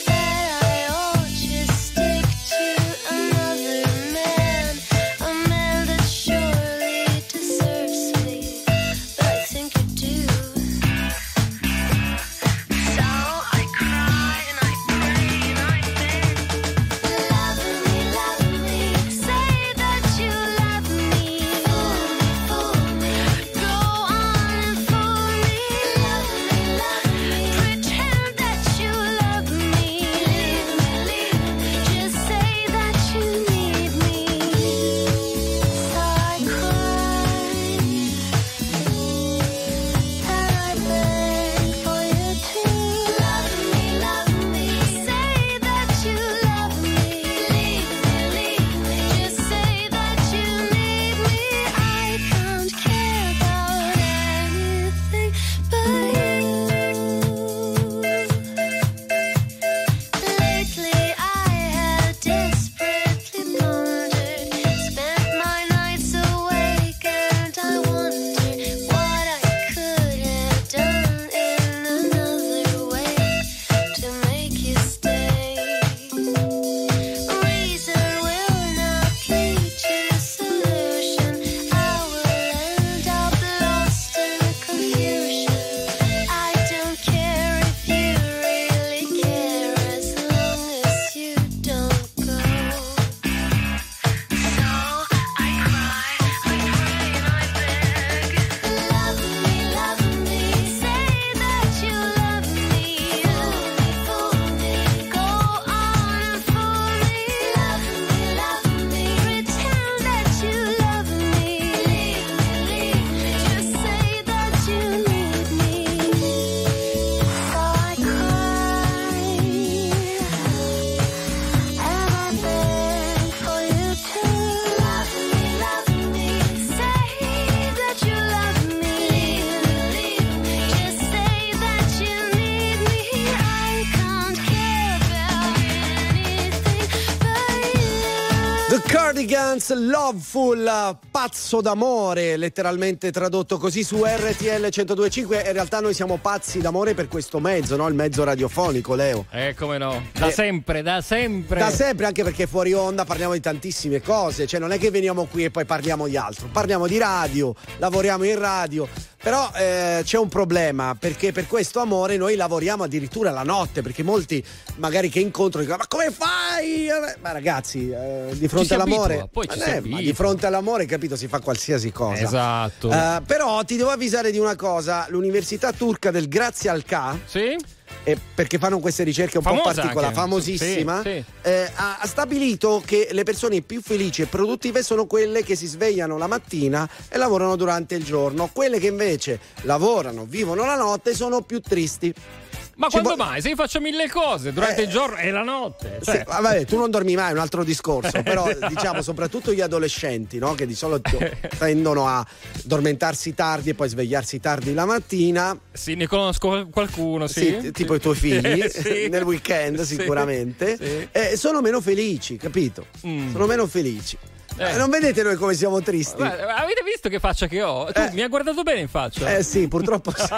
Cardigans, Loveful, pazzo d'amore, letteralmente tradotto così su R T L centodue e cinque. In realtà noi siamo pazzi d'amore per questo mezzo, no? Il mezzo radiofonico, Leo. Eh, come no? Da Eh, sempre, da sempre. Da sempre, anche perché fuori onda parliamo di tantissime cose, cioè non è che veniamo qui e poi parliamo di altro, parliamo di radio, lavoriamo in radio, però eh, c'è un problema, perché per questo amore noi lavoriamo addirittura la notte, perché molti magari che incontro dicono: ma come fai? Ma ragazzi, eh, di fronte si all'amore, abitua, poi ci ma si eh, ma abitua. di fronte all'amore, capito, si fa qualsiasi cosa. Esatto. Eh, però ti devo avvisare di una cosa: l'università turca del Grazie al Ca, sì? eh, perché fanno queste ricerche un Famosa po' particolari, anche. famosissima, Sì, sì. eh, ha, ha stabilito che le persone più felici e produttive sono quelle che si svegliano la mattina e lavorano durante il giorno. Quelle che invece lavorano, vivono la notte, sono più tristi. Ma Ci quando po- mai? Se io faccio mille cose durante Eh, il giorno e la notte. Sì, Cioè. ma vabbè, tu non dormi mai, è un altro discorso, però diciamo soprattutto gli adolescenti, no? Che di solito tendono a addormentarsi tardi e poi svegliarsi tardi la mattina. Sì, ne conosco qualcuno, sì. Sì, tipo i tuoi figli, Sì. nel weekend Sì. sicuramente, Sì. eh, sono meno felici, capito? Mm. Sono meno felici. Eh. Eh, non vedete noi come siamo tristi? Guarda, avete visto che faccia che ho? Tu Eh. mi hai guardato bene in faccia. Eh sì, purtroppo sì.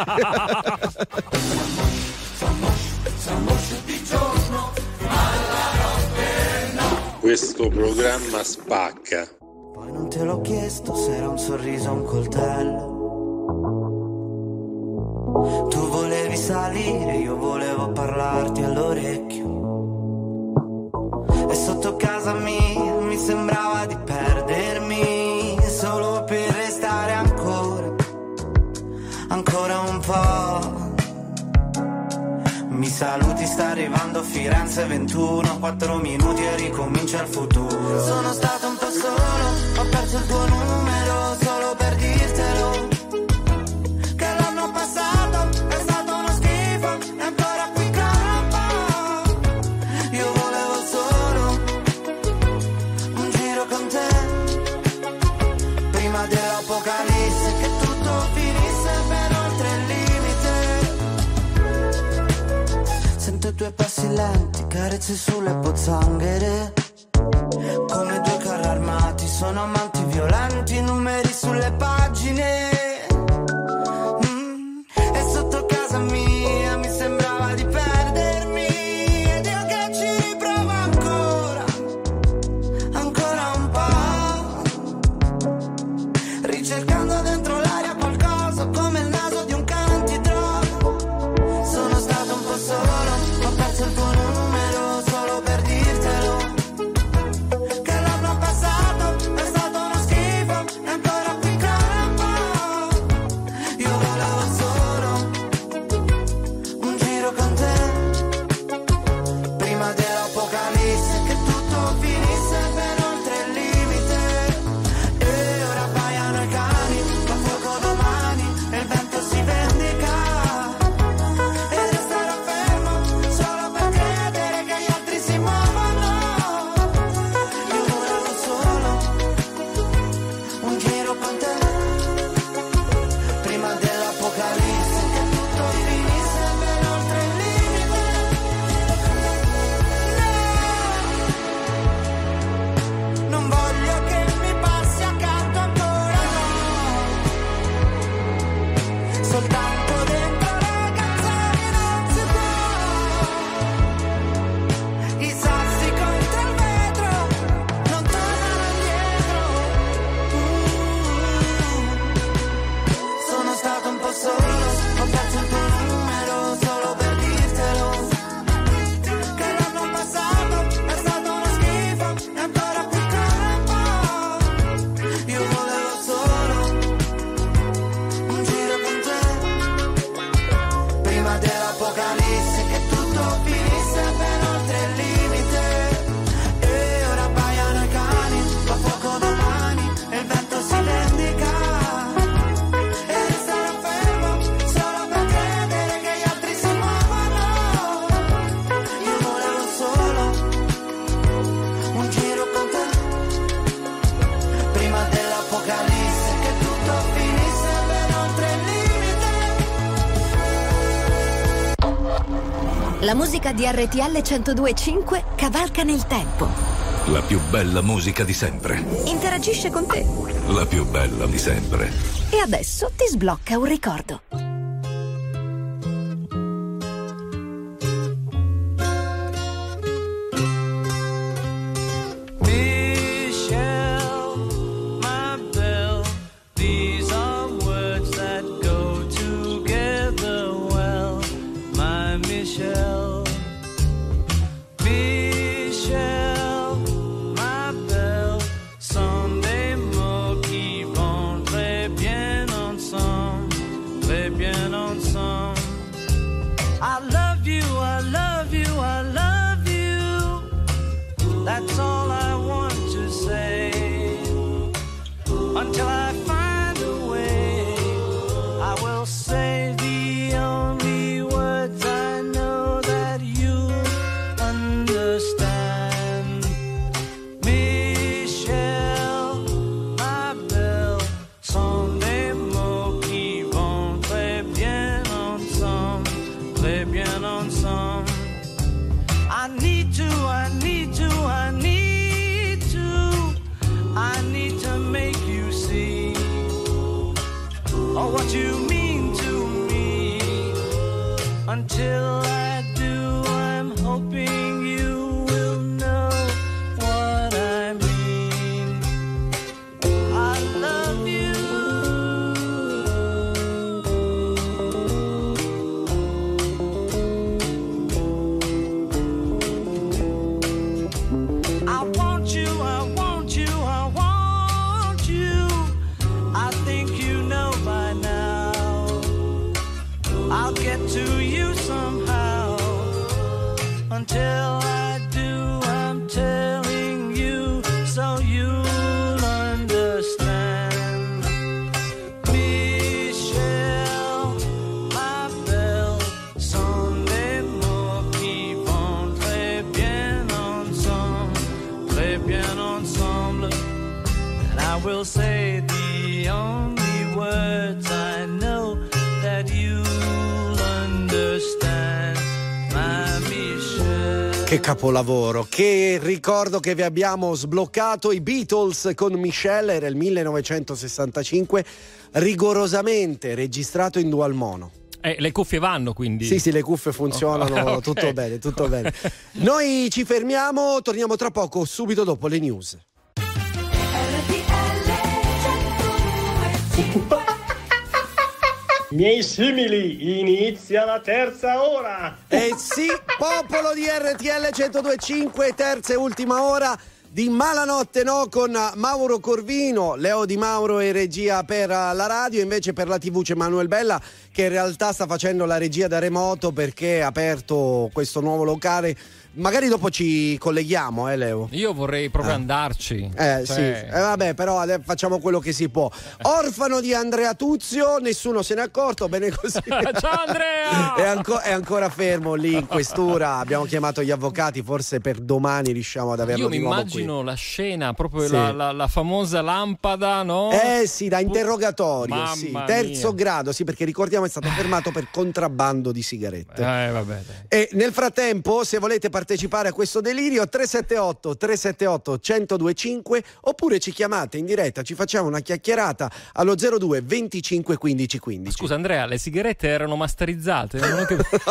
Questo programma spacca. Poi non te l'ho chiesto se era un sorriso o un coltello. Tu volevi salire, io volevo parlarti all'orecchio. E sotto casa mia mi sembrava di perdermi, solo per restare ancora, ancora un po'. Mi saluti, sta arrivando Firenze ventuno, quattro minuti e ricomincia il futuro. Sono stato un po' solo, ho perso il tuo numero solo per dirtelo, che l'anno passato è stato uno schifo e ancora qui campo. Io volevo solo un giro con te, prima dell'apocalisse, che tutto finisse ben oltre il limite. Sento i tuoi passi lenti, carezze sulle pozzanghere, come due carri armati, sono amanti violenti, numeri sulle pagine. Mm. E sotto casa mia mi sembrava di perdermi, ed io che ci riprovo ancora, ancora un po', ricercando dentro l'aria qualcosa come il naso di un cane antidroga. Sono stato un po' solo, ho perso il tuo numero solo per dirtelo, che l'anno passato è stato uno schifo e ancora qui campo. Io volevo solo un giro con te, prima dell'apocalisse, che tutto finisse ben oltre il limite. E ora baiano i cani, fa fuoco domani e il vento si vendica. E resterò fermo solo per credere che gli altri si muovono. Io volevo solo un giro con te, prima dell'apocalisse, che tutto finisse ben oltre il limite. Non voglio che mi passi accanto ancora, no. Soltanto dentro le canzoni non si può. I sassi contro il vetro non tornano indietro. Mm. Sono stato un po' solo, ho perso il tuo numero solo per dirtelo, che l'anno passato è stato uno schifo e ancora qui campo. Io volevo solo un giro con te, prima dell'apocalisse, che tutto finisse ben oltre il limite. E ora baiano i cani, fa fuoco domani e il vento si vendica. E resterò fermo solo per credere che gli altri si muovono. Io volevo solo un giro con te, prima dell'apocalisse, che tutto finisse ben oltre il limite. La musica di R T L centodue e cinque cavalca nel tempo. La più bella musica di sempre. Interagisce con te. La più bella di sempre. E adesso ti sblocca un ricordo. Michelle, my belle, these are words that go together well, my Michelle. Michelle, my belle, sont des mots qui vont très bien ensemble, très bien ensemble. I love you, I love you, I love you. That's all I want to say. Until I find a way, I will say the only words I know that you understand. Michelle, ma belle, sont des mots qui vont très bien ensemble, très bien ensemble. I need to, I need to, I need to, I need to make you see oh, what you mean to me. Until I do, I'm hoping you will know what I mean. I love you. I want you, I want you, I want you. I think you know by now. I'll get to you somehow. Until I do, I'm telling you so you'll understand. Michelle, ma belle, sont des mots qui vont très bien ensemble, très bien ensemble. And I will say the only words I know that you'll understand, my Michelle. Che capolavoro, che ricordo che vi abbiamo sbloccato. I Beatles con Michelle, era il millenovecentosessantacinque, rigorosamente registrato in dual mono. Eh, le cuffie vanno quindi? Sì, sì, le cuffie funzionano, Oh, ok. tutto bene, tutto bene. Noi ci fermiamo, torniamo tra poco, subito dopo le news. Miei simili, inizia la terza ora. Eh sì, popolo di R T L centodue e cinque, terza e ultima ora di Malanotte No con Mauro Corvino, Leo Di Mauro e regia per la radio, invece per la tivù c'è Manuel Bella che in realtà sta facendo la regia da remoto perché ha aperto questo nuovo locale. Magari dopo ci colleghiamo, eh Leo? Io vorrei proprio Ah. andarci. Eh Cioè, sì, eh, vabbè, però adesso facciamo quello che si può. Orfano di Andrea Tuzio, nessuno se n'è accorto, bene così. Ciao Andrea! È, anco- è ancora fermo lì in questura. Abbiamo chiamato gli avvocati, forse per domani riusciamo ad averlo Io di mi nuovo immagino qui. la scena, proprio Sì. la, la- la famosa lampada, no? Eh sì, da interrogatorio, Mamma sì. mia. Terzo grado, sì, perché ricordiamo è stato fermato per contrabbando di sigarette. Eh, vabbè, dai. E nel frattempo, se volete partecipare a questo delirio, tre sette otto tre sette otto uno zero due cinque oppure ci chiamate in diretta, ci facciamo una chiacchierata allo zero due venticinque quindici quindici. Scusa Andrea, le sigarette erano masterizzate? Non ho capito.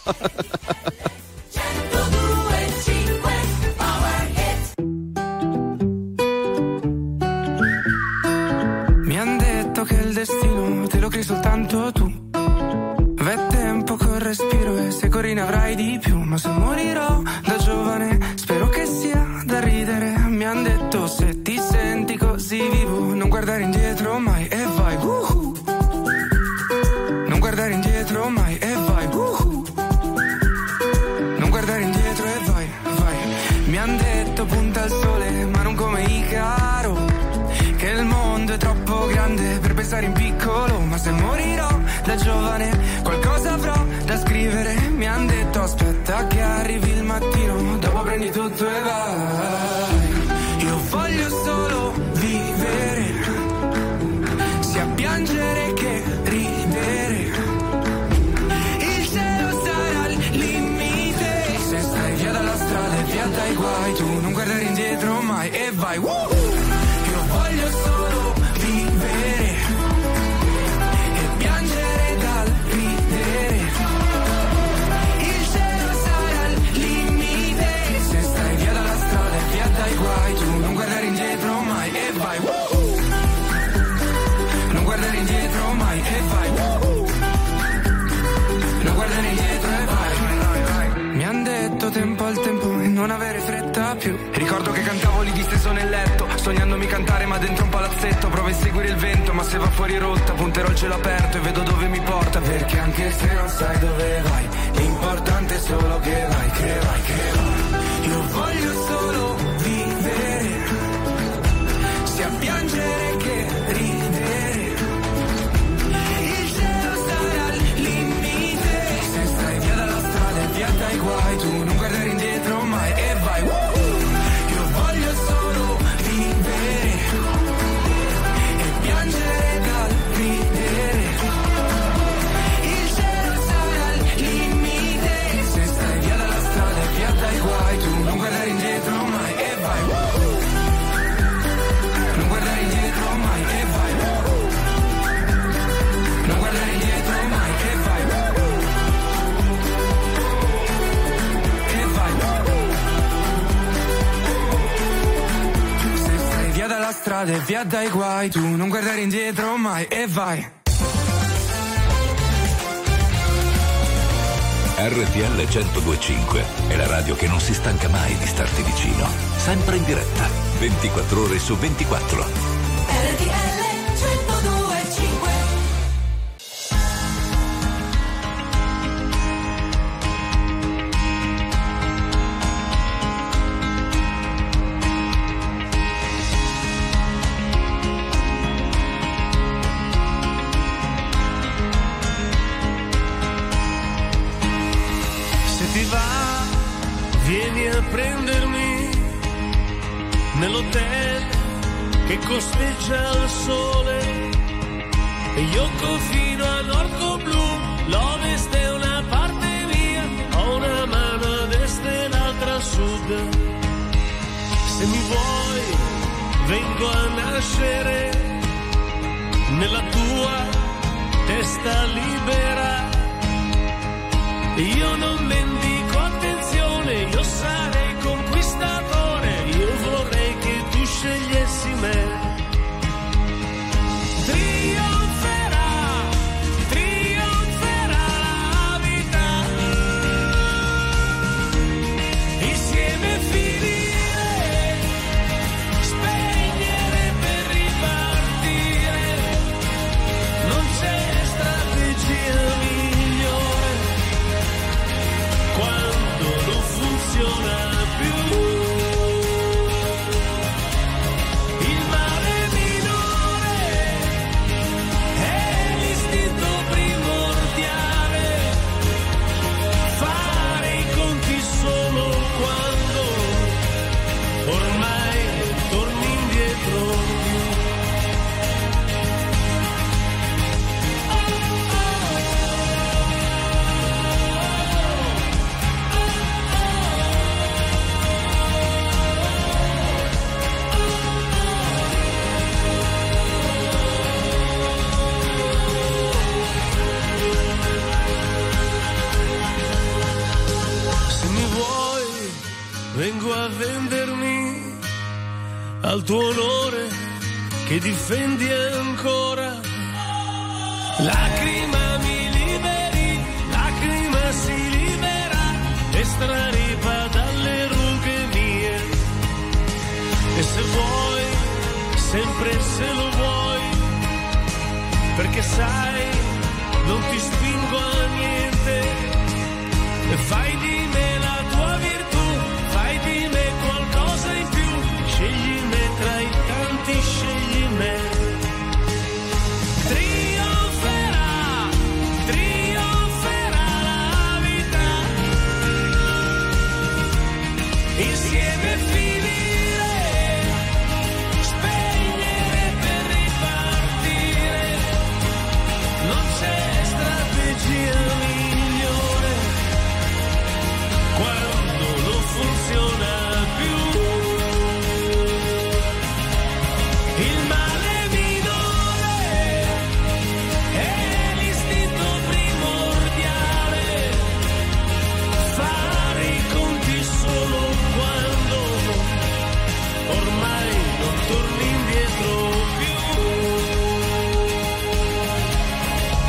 Mi han detto che il destino te lo crei soltanto tu. V'è tempo col respiro e se corri ne avrai di più. Ma se morirò da giovane spero che sia da ridere. Mi han detto se ti senti così vivo non guardare indietro mai e vai uhu. Non guardare indietro mai e vai uhu. Non guardare indietro e vai, vai. Mi han detto punta al sole ma non come Icaro, che il mondo è troppo grande per pensare in piccolo. Ma se morirò da giovane qualcosa avrò da scrivere. Mi han detto aspetta che arrivi il mattino, dopo prendi tutto e vai. Io voglio solo vivere, sia piangere che ridere. Il cielo sarà il limite, se stai via dalla strada e via dai guai. Tu non guardare indietro più. Ricordo che cantavo lì disteso nel letto, sognandomi cantare ma dentro un palazzetto. Provo a seguire il vento ma se va fuori rotta, punterò il cielo aperto e vedo dove mi porta. Perché anche se non sai dove vai, l'importante è solo che vai, che vai, che vai. Io voglio solo vivere, sia piangere che ridere. Il cielo sarà al limite, se stai via dalla strada e via dai guai, tu non guardare indietro mai e vai. Woo! Io voglio solo vivere e piangere dal ridere. Il cielo sarà al limite, se stai via dalla strada e via dai guai, tu non guardare indietro mai e vai. Woo! Non guardare indietro mai e vai. Woo! Non guardare indietro mai e vai. Woo! E vai. Woo! Se stai via dalla strada e via dai guai, tu non guardare indietro mai e vai. R T L centodue e cinque è la radio che non si stanca mai di starti vicino, sempre in diretta, ventiquattro ore su ventiquattro. R T L centodue e cinque. Se ti va, vieni a prendermi nell'hotel che costeggia il sole e io confino a nord con blu, l'ovest è una parte mia, ho una mano a destra e l'altra a sud. Se mi vuoi vengo a nascere nella tua testa libera. Io non mendico attenzione, io sarei conquistatore, io vorrei che tu scegliessi me. Trionferà, trionferà la vita, insieme finire, spegnere per ripartire, non c'è strategia migliore quando non funziona più. Il male minore è l'istinto primordiale, fare i conti solo quando ormai torni indietro. Se mi vuoi, vengo a vendermi al tuo onore che difendi ancora. Lacrima mi liberi, lacrima si libera, estraripa dalle rughe mie. E se vuoi, sempre se lo vuoi, perché sai, non ti spingo a niente. E fai di me la tua virtù, fai di me qualcosa in più, scegli me tra i tanti, scegli me. Trionferà, trionferà la vita, insieme finire, spegnere per ripartire, non c'è strategia migliore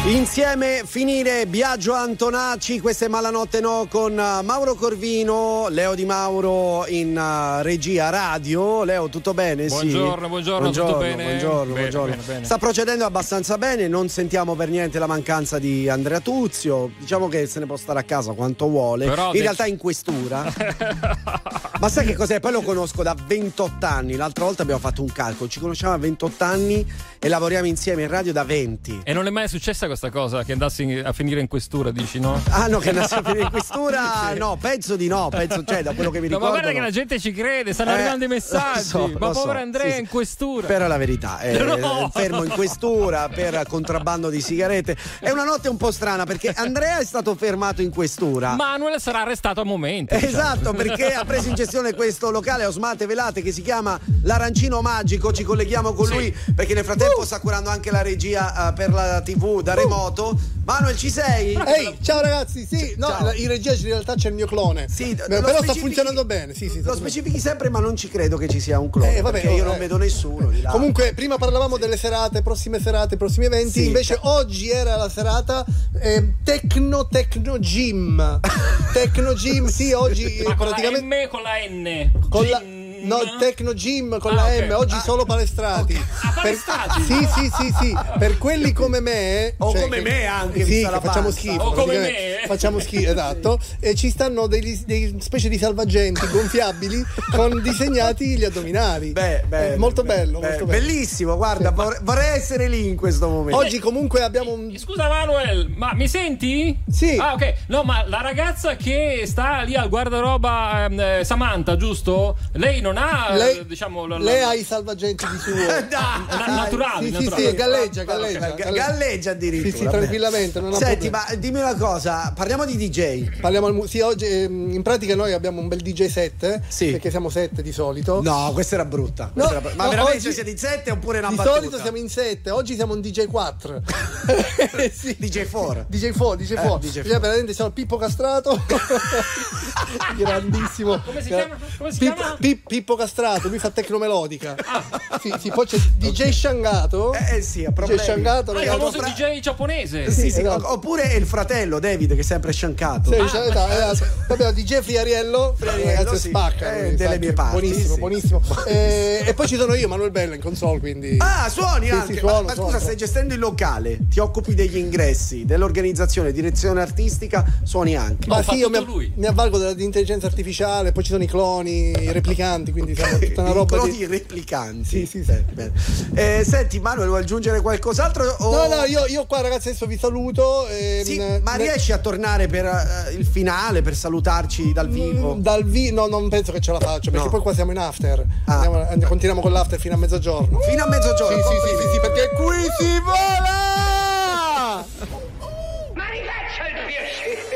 Insieme finire Biagio Antonacci, questa è Malanotte No con Mauro Corvino, Leo Di Mauro in uh, regia radio. Leo, tutto bene? Buongiorno, sì. buongiorno, buongiorno, tutto bene? buongiorno, Bene, buongiorno. bene, bene. Sta procedendo abbastanza bene, non sentiamo per niente la mancanza di Andrea Tuzio, diciamo che se ne può stare a casa quanto vuole, Però in de- realtà in questura. Ma sai che cos'è? Poi lo conosco da ventotto anni, l'altra volta abbiamo fatto un calcolo, ci conosciamo a ventotto anni e lavoriamo insieme in radio da venti. E non è mai successa questa cosa, che andassi a finire in questura, dici, no? Ah no, che andassi a finire in questura? Sì. No, penso di no, penso, cioè, da quello che mi no, ricordo. Ma guarda no. che la gente ci crede, stanno Eh, arrivando i messaggi. lo so, ma lo povero so. Andrea Sì, in questura. Però la verità è No. fermo in questura per contrabbando di sigarette. È una notte un po' strana perché Andrea è stato fermato in questura. Manuel sarà arrestato a momento. Esatto, perché ha preso in gestione questo locale a Osmate Velate che si chiama l'Arancino Magico. Ci colleghiamo con Sì. lui perché nel frattempo uh. sta curando anche la regia uh, per la tivù da remoto. Manuel, ci sei? Ehi, ciao ragazzi, sì, no, Ciao. in regia in realtà c'è il mio clone. Sì, Beh, lo però sta specifichi- funzionando bene. Sì, sì, sta Lo specifichi sempre, ma non ci credo che ci sia un clone. Eh, vabbè, perché io oh, non eh. vedo nessuno di là. Comunque, prima parlavamo delle serate, prossime serate, prossimi eventi. Sì. Invece, oggi era la serata eh, Tecno Tecno Gym. Tecno Gym, sì, oggi eh, Ma con praticamente. la M con la N? Con la, Gym? no, il Tecno Gym con Ah, la ok. M, oggi Ah. solo palestrati. Ah, Per- palestrati? sì, sì, sì, sì. Per quelli come me, O cioè, come che- me anche, sì, vista che la facciamo panza. schifo. O come praticamente. me. Facciamo schifo, esatto. E ci stanno degli, dei specie di salvagenti gonfiabili con disegnati gli addominali. Beh, beh, Eh, molto beh, bello, beh, molto bello. bellissimo, guarda, vorrei, vorrei essere lì in questo momento. Oggi comunque abbiamo un. Scusa Manuel, ma mi senti? Sì. Ah, ok. No, ma la ragazza che sta lì al guardaroba, ehm, eh, Samantha, giusto? Lei non ha, Lei- eh, diciamo, la, la- Lei ha i salvagenti di suo. Dai, na- naturali, Sì, sì, naturali. sì, galleggia, galleggia. Ga- galleggia. galleggia addirittura. Sì, sì, tranquillamente, non ha Senti, problemi. ma dimmi una cosa, parliamo di D J. Parliamo al mu- sì, oggi ehm, in pratica noi abbiamo un bel D J set, eh, Sì. perché siamo sette di solito. No, questa era brutta. No, questa era brutta. Ma no, veramente oggi- siete in sette oppure una Di battuta? solito siamo in sette, oggi siamo in D J quattro. Sì. D J quattro. D J quattro, D J quattro. Eh, D J Cioè, quattro. veramente siamo Pippo Castrato. Grandissimo. Come si chiama? Come si Pip- chiama? Pip- Pippo Castrato, lui fa tecnomelodica. Sì, sì, poi c'è D J Shangato. Eh, eh sì, ha D J problemi. Shangato, Ah, il ragazzi. famoso D J giapponese. Sì, sì, esatto. o- oppure il fratello David che è sempre sciancato. Sì, cioè, esatto, esatto. Vabbè, D J Friariello, Friariello, ragazzi, sì. spacca. Eh, lui, delle sa, mie parti, Buonissimo, sì. buonissimo. E, e poi ci sono io, Manuel Bella, in console, quindi. Ah, suoni Sì, anche. sì, ma, suono, ma suono, scusa, suono. stai gestendo il locale, ti occupi degli ingressi, dell'organizzazione, direzione artistica, suoni anche. Ma No, fa sì, io mi, tutto lui. mi avvalgo della- di intelligenza artificiale, poi ci sono i cloni, i replicanti, quindi siamo tutta una I roba cloni di. replicanti. Sì, sì, sì. Eh, bene. Eh, senti, Manuel, vuoi aggiungere qualcos'altro? O... No, no, io, io qua ragazzi adesso vi saluto. ehm, Sì, eh, ma ne- riesci a tornare per eh, il finale, per salutarci dal vivo? Mm, Dal vi no, non penso che ce la faccio, perché No. poi qua siamo in after. Ah. Andiamo- andiamo- continuiamo con l'after fino a mezzogiorno. Fino a mezzogiorno. Sì, sì, sì, complimenti. sì, sì, perché qui si vola! Ma rifaccia il piacere!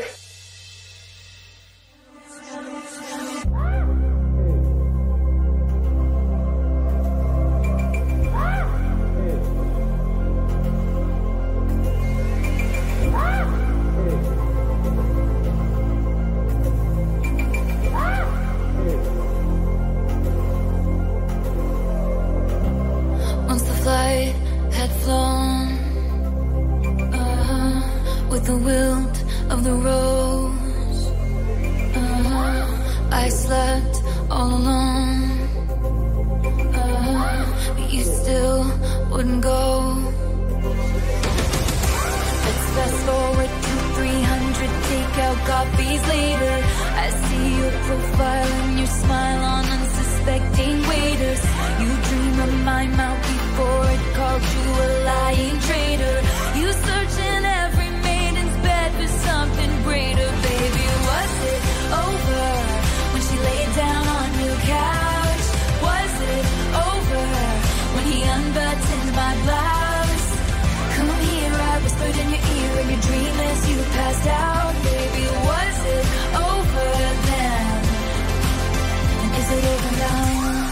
Once the flight had flown, uh-huh, with the wilt of the rose, uh-huh, I slept all alone, uh-huh, but you still wouldn't go. Let's fast forward to three hundred takeout coffees later. I see your profile and your smile on unsuspecting waiters. You dream of my mouth before it called you a lying traitor. You search in every maiden's bed for something greater. Baby, was it over when she laid down on your couch? Was it over when he unbuttoned my blouse? Come here, I whispered in your ear in your dream as you passed out. Baby, was it over then? And is it over now?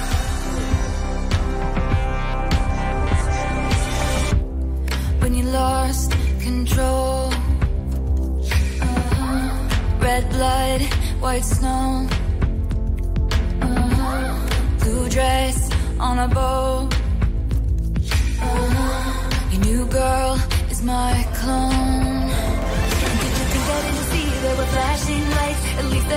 When you lost control, uh-huh. Red blood, white snow, uh-huh. Blue dress on a boat, uh-huh. Your new girl is my clone.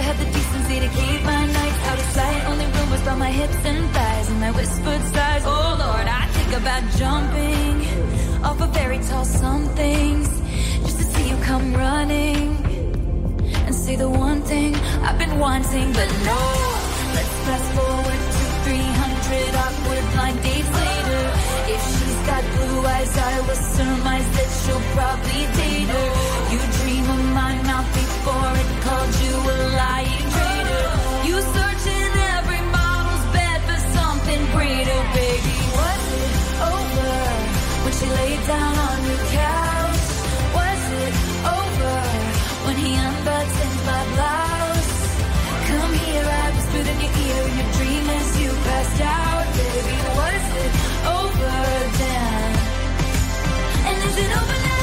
had the decency to keep my nights out of sight. Only rumors about my hips and thighs and my whispered sighs. Oh Lord, I think about jumping off of very tall somethings just to see you come running and say the one thing I've been wanting. But no, let's fast forward to three hundred awkward blind dates later. If she's got blue eyes, I will surmise that she'll probably date her. You dream of my mouth before it called you a lying traitor. You search in every model's bed for something greater. Baby, was it over when she laid down on your couch? Was it over when he unbuttoned my blouse? Come here, I whispered in your ear in your dream as you passed out. Baby, was it over then? And is it over now?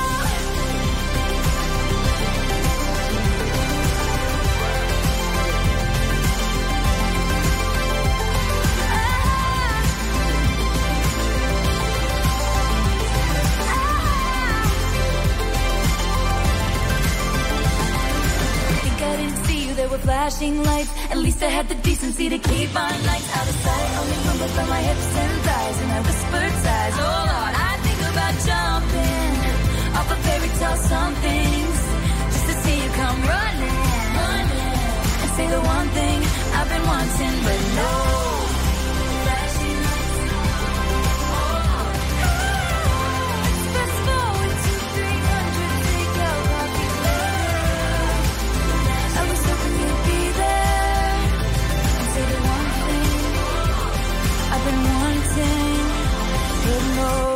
There were flashing lights. At least I had the decency to keep my nights out of sight. Only rumbles from my hips and thighs and my whispered sighs. Oh Lord, I think about jumping off of fairy tale somethings just to see you come running, running and say the one thing I've been wanting. But no flashing lights. Oh, let's fast forward to three hundred take out coffee love. I was hoping you'd be there and say the one thing I've been wanting, but no.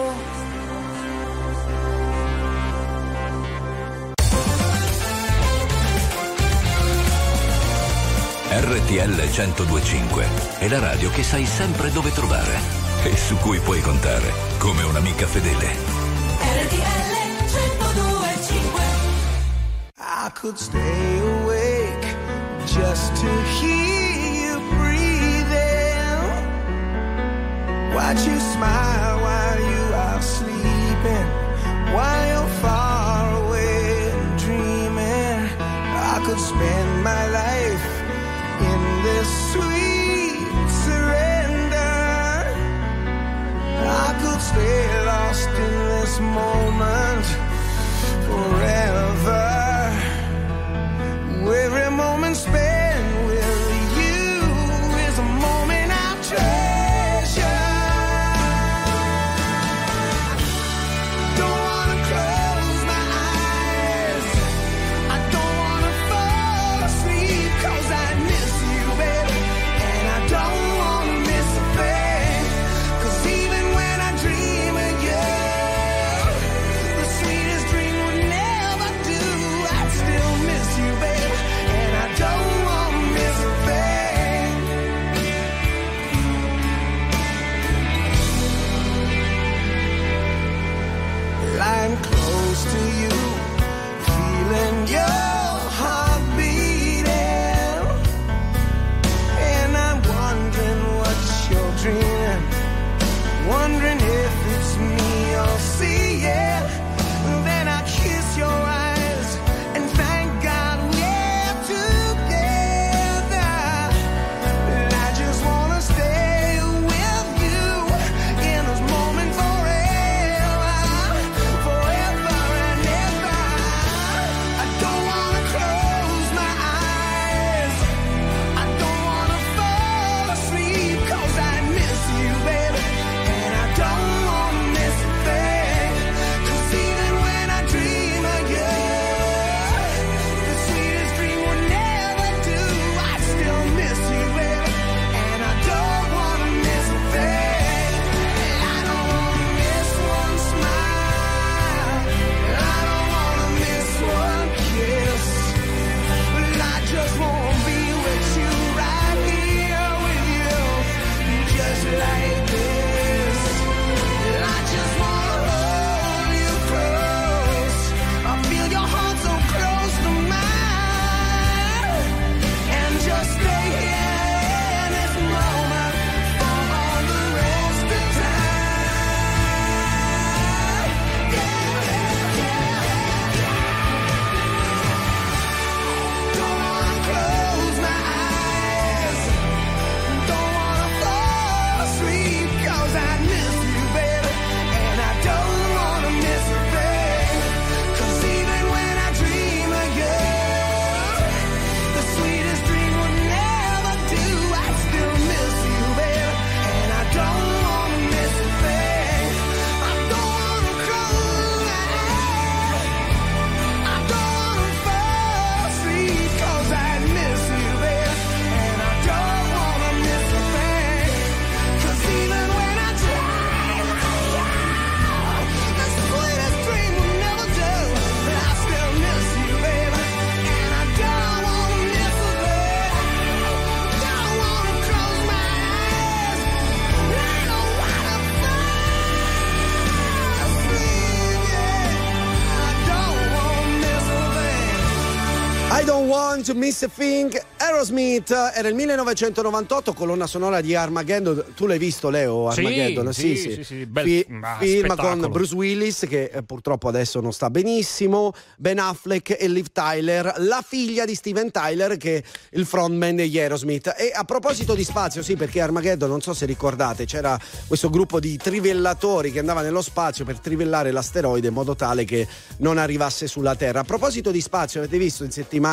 R T L centodue e cinque è la radio che sai sempre dove trovare e su cui puoi contare come un'amica fedele. R T L centodue e cinque. I could stay awake just to hear you breathing. Watch you smile while you are sleeping, while you're far away and dreaming. I could spend my life in this sweet surrender. I could stay lost in this moment forever. Every moment spent with you is a moment I treasure. Don't wanna close my eyes, I don't wanna fall asleep, 'cause I miss you, baby, and I don't wanna miss a thing. 'Cause even when I dream of you, the sweetest dream would never do. I'd still miss you, baby. Don't want to miss a thing. Lying close to you, feeling your heart beating, and I'm wondering what you're dreaming, wondering if it's me you're seeing. Then I kiss your eyes and thank God we're together. I just wanna stay with you in this moment forever, forever and ever. I Don't Want to Miss a Thing, Aerosmith, era il millenovecentonovantotto, colonna sonora di Armageddon. Tu l'hai visto, Leo, Armageddon? Sì, Sì, sì, sì, sì, sì, bel- Fi- ah, film spettacolo. con Bruce Willis, che eh, purtroppo adesso non sta benissimo, Ben Affleck e Liv Tyler, la figlia di Steven Tyler, che è il frontman degli Aerosmith. E a proposito di spazio, sì, perché Armageddon, non so se ricordate, c'era questo gruppo di trivellatori che andava nello spazio per trivellare l'asteroide in modo tale che non arrivasse sulla Terra. A proposito di spazio, avete visto in settimana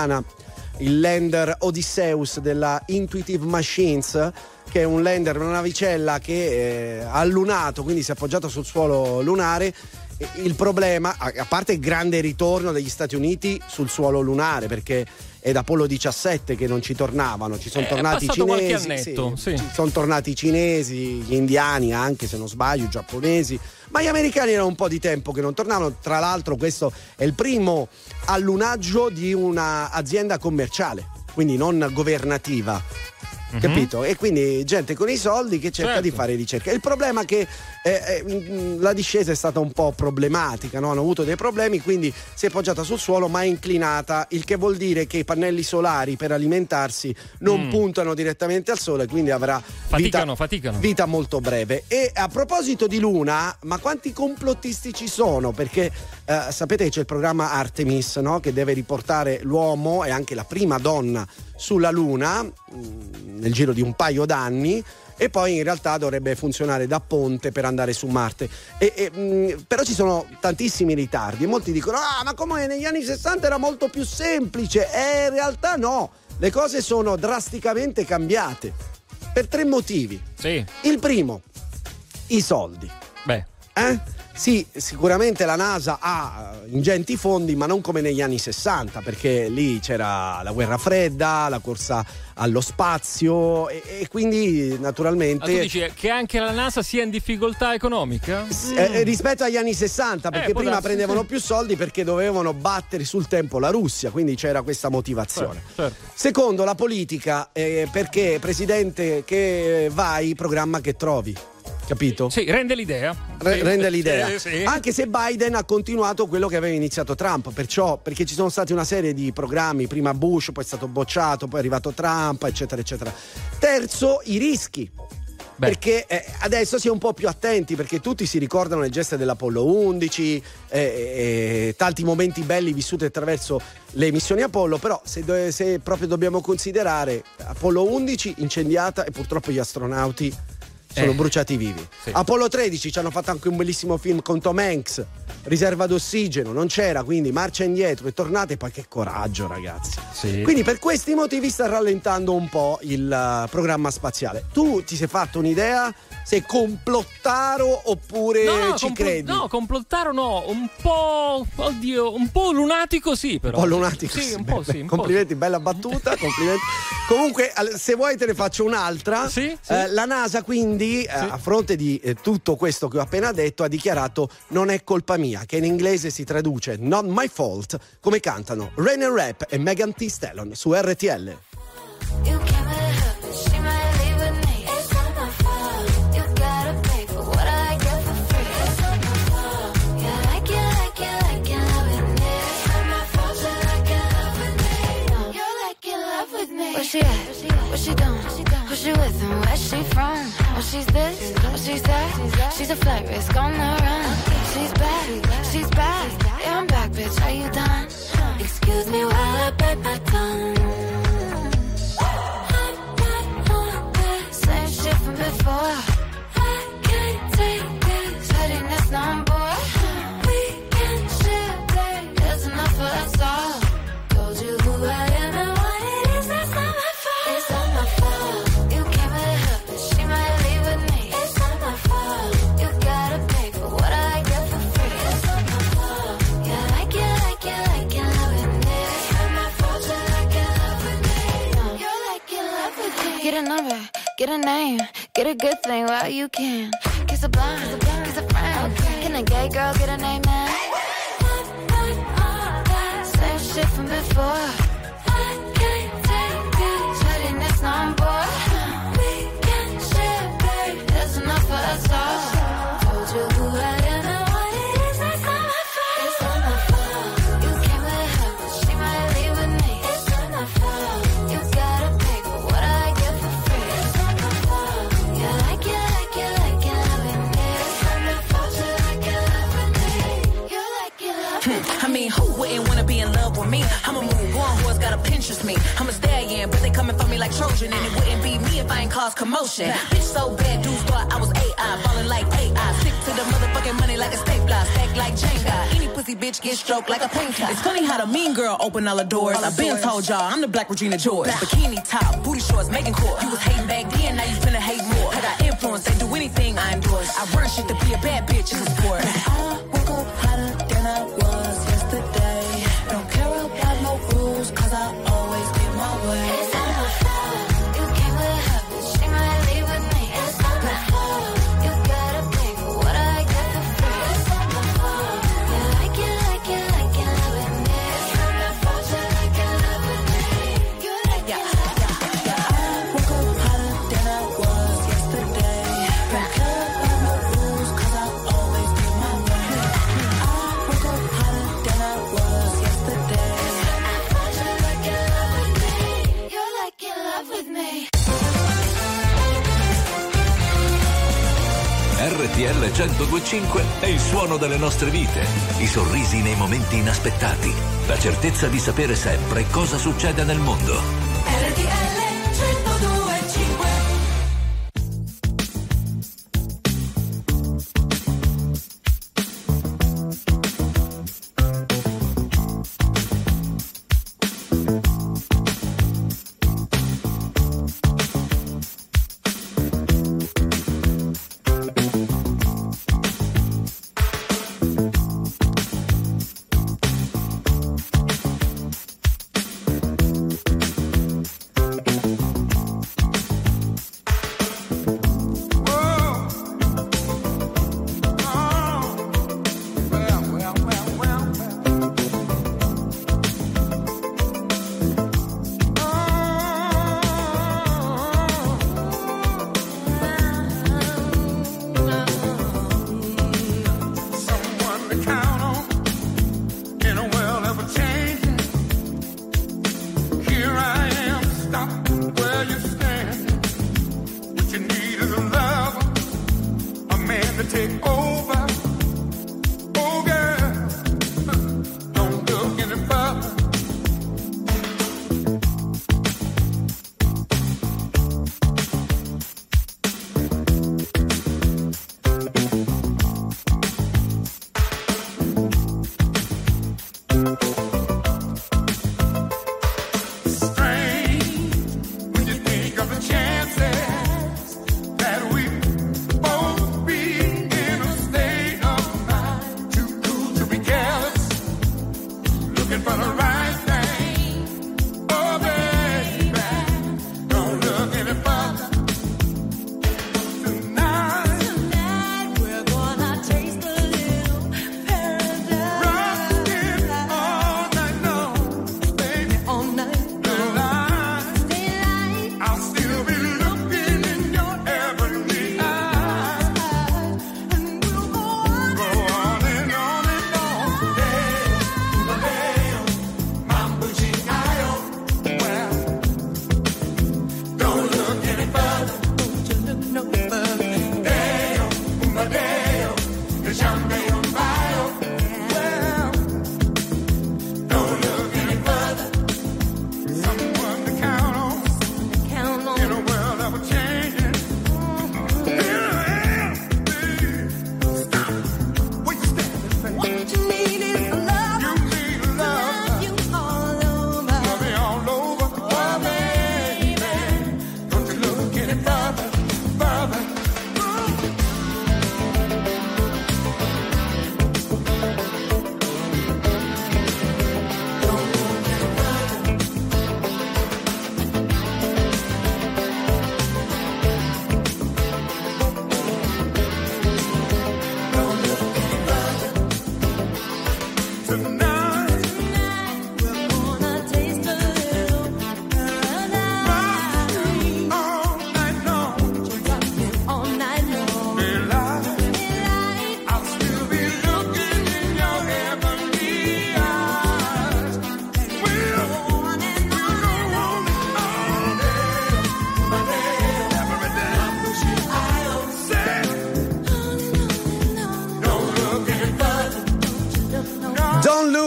il lander Odysseus della Intuitive Machines, che è un lander, una navicella che eh, ha lunato, quindi si è appoggiato sul suolo lunare. Il problema, a parte il grande ritorno degli Stati Uniti sul suolo lunare, perché è da Apollo diciassette che non ci tornavano, ci sono Eh, tornati i è passato qualche cinesi, annetto, sì, sì. ci sono tornati i cinesi, gli indiani anche se non sbaglio, i giapponesi, ma gli americani erano un po' di tempo che non tornavano. Tra l'altro questo è il primo allunaggio di un'azienda commerciale, quindi non governativa. Mhm. Capito? E quindi gente con i soldi che cerca Certo. di fare ricerca. Il problema è che eh, eh, la discesa è stata un po' problematica, no? Hanno avuto dei problemi, quindi si è poggiata sul suolo ma è inclinata, il che vuol dire che i pannelli solari per alimentarsi non Mm. puntano direttamente al sole, quindi avrà Faticano, vita, faticano. vita molto breve. E a proposito di Luna, ma quanti complottisti ci sono? Perché eh, sapete che c'è il programma Artemis, no? Che deve riportare l'uomo e anche la prima donna sulla Luna mh, nel giro di un paio d'anni, e poi in realtà dovrebbe funzionare da ponte per andare su Marte. E, e, mh, però ci sono tantissimi ritardi e molti dicono: ah, ma come negli anni sessanta era molto più semplice. E in realtà no, le cose sono drasticamente cambiate per tre motivi. Sì. Il primo, i soldi. Beh. Eh? Sì, sicuramente la NASA ha ingenti fondi, ma non come negli anni sessanta, perché lì c'era la guerra fredda, la corsa allo spazio e, e quindi naturalmente... Ah, tu dici che anche la NASA sia in difficoltà economica? Eh, rispetto agli anni sessanta, perché Eh, può prima darsi, prendevano sì. più soldi perché dovevano battere sul tempo la Russia, quindi c'era questa motivazione. Certo, certo. Secondo, la politica, eh, perché presidente che vai, programma che trovi. Capito? Sì, rende l'idea. Re- Sì. rende l'idea. Sì, sì. Anche se Biden ha continuato quello che aveva iniziato Trump, perciò perché ci sono stati una serie di programmi, prima Bush, poi è stato bocciato, poi è arrivato Trump, eccetera eccetera. Terzo, i rischi. Beh. Perché eh, adesso si è un po' più attenti, perché tutti si ricordano le gesta dell'Apollo undici, eh, eh, tanti momenti belli vissuti attraverso le missioni Apollo, però se, do- se proprio dobbiamo considerare Apollo undici incendiata e purtroppo gli astronauti sono Eh. bruciati vivi. Sì. Apollo tredici ci hanno fatto anche un bellissimo film con Tom Hanks, riserva d'ossigeno, non c'era, quindi marcia indietro e tornate, poi che coraggio ragazzi. Sì. Quindi per questi motivi sta rallentando un po' il uh, programma spaziale. Tu ti sei fatto un'idea se complottaro oppure No, ci compl- credi? no, complottaro no, un po', oddio, un po' lunatico sì, però. Un po' lunatico, Sì, un beh, po' sì. beh, un po' complimenti, bella battuta, complimenti. Comunque, al- se vuoi te ne faccio un'altra. Sì, sì. Eh, la NASA quindi, eh, a fronte di eh, tutto questo che ho appena detto, ha dichiarato non è colpa mia, che in inglese si traduce not my fault, come cantano Rainer Rapp e Megan Thee Stallion su R T L. You can't help it, she might leave with me. It's not my fault. You gotta pay for what I get for free. It's not my fault. Yeah, like it, like it, like it, love with me. It's not my fault. You like it, love with me. You're like in love with me. Where she at? What she doing? Who she with and where she from? Oh, she's this, oh, she's that. She's a flight risk on the run. She's back, she's back. Yeah, I'm back, bitch. Are you done? Excuse me while I bite my tongue. Same shit from before. I can't take this pettiness no more. We can share, babe. There's enough for us all. Told you who I am and what it is. That's not my fault. It's not my fault. You can't really help it. She might leave with me. It's not my fault. You gotta pay for what I get for free. It's not my fault. Yeah, like it, like it, like it, love with me. It's not my fault. You like it, love with me. No, you're like in love with me. Get a number. Get a name, get a good thing while you can. Kiss a blind, kiss a friend. Can a gay girl get an amen? Same shit from before. I can't take this pettiness no more. We can share, babe. There's enough for us all. Told you who I am and what it is. That's not my fault. It's not my fault. You can't really help it. She might leave with me. It's mean, who wouldn't wanna be in love with me? I'm a move on, who's gotta Pinterest me? I'm a stallion, but they coming for me like Trojan, and it wouldn't be me if I ain't cause commotion. Bitch so bad, dudes thought I was A I, ballin' like A I. Stick to the motherfucking money like a stapler, stack like Jenga. Any pussy bitch get stroked like a painter. It's funny how the mean girl open all the doors. I've been told y'all I'm the Black Regina George. Bikini top, booty shorts, making court. You was hating back then, now you finna hate more. I got influence, they do anything I endorse. I run shit to be a bad bitch in the sport. I woke up hotter than I was yesterday. Don't care about no rules, cause I always get my way. It's not my fault, you came with her, but she might leave with me. It's not my fault, you gotta pay for what I get for free. It's not my fault, you like it, like it, like it, love with me. It's not my fault, you like it, love with me. You like it, love with me. I woke up hotter than I was yesterday. Don't care about no rules, cause I always get my way. I woke up hotter than I was yesterday. R T L centodue e cinque è il suono delle nostre vite, i sorrisi nei momenti inaspettati, la certezza di sapere sempre cosa succede nel mondo. R T L centodue e cinque.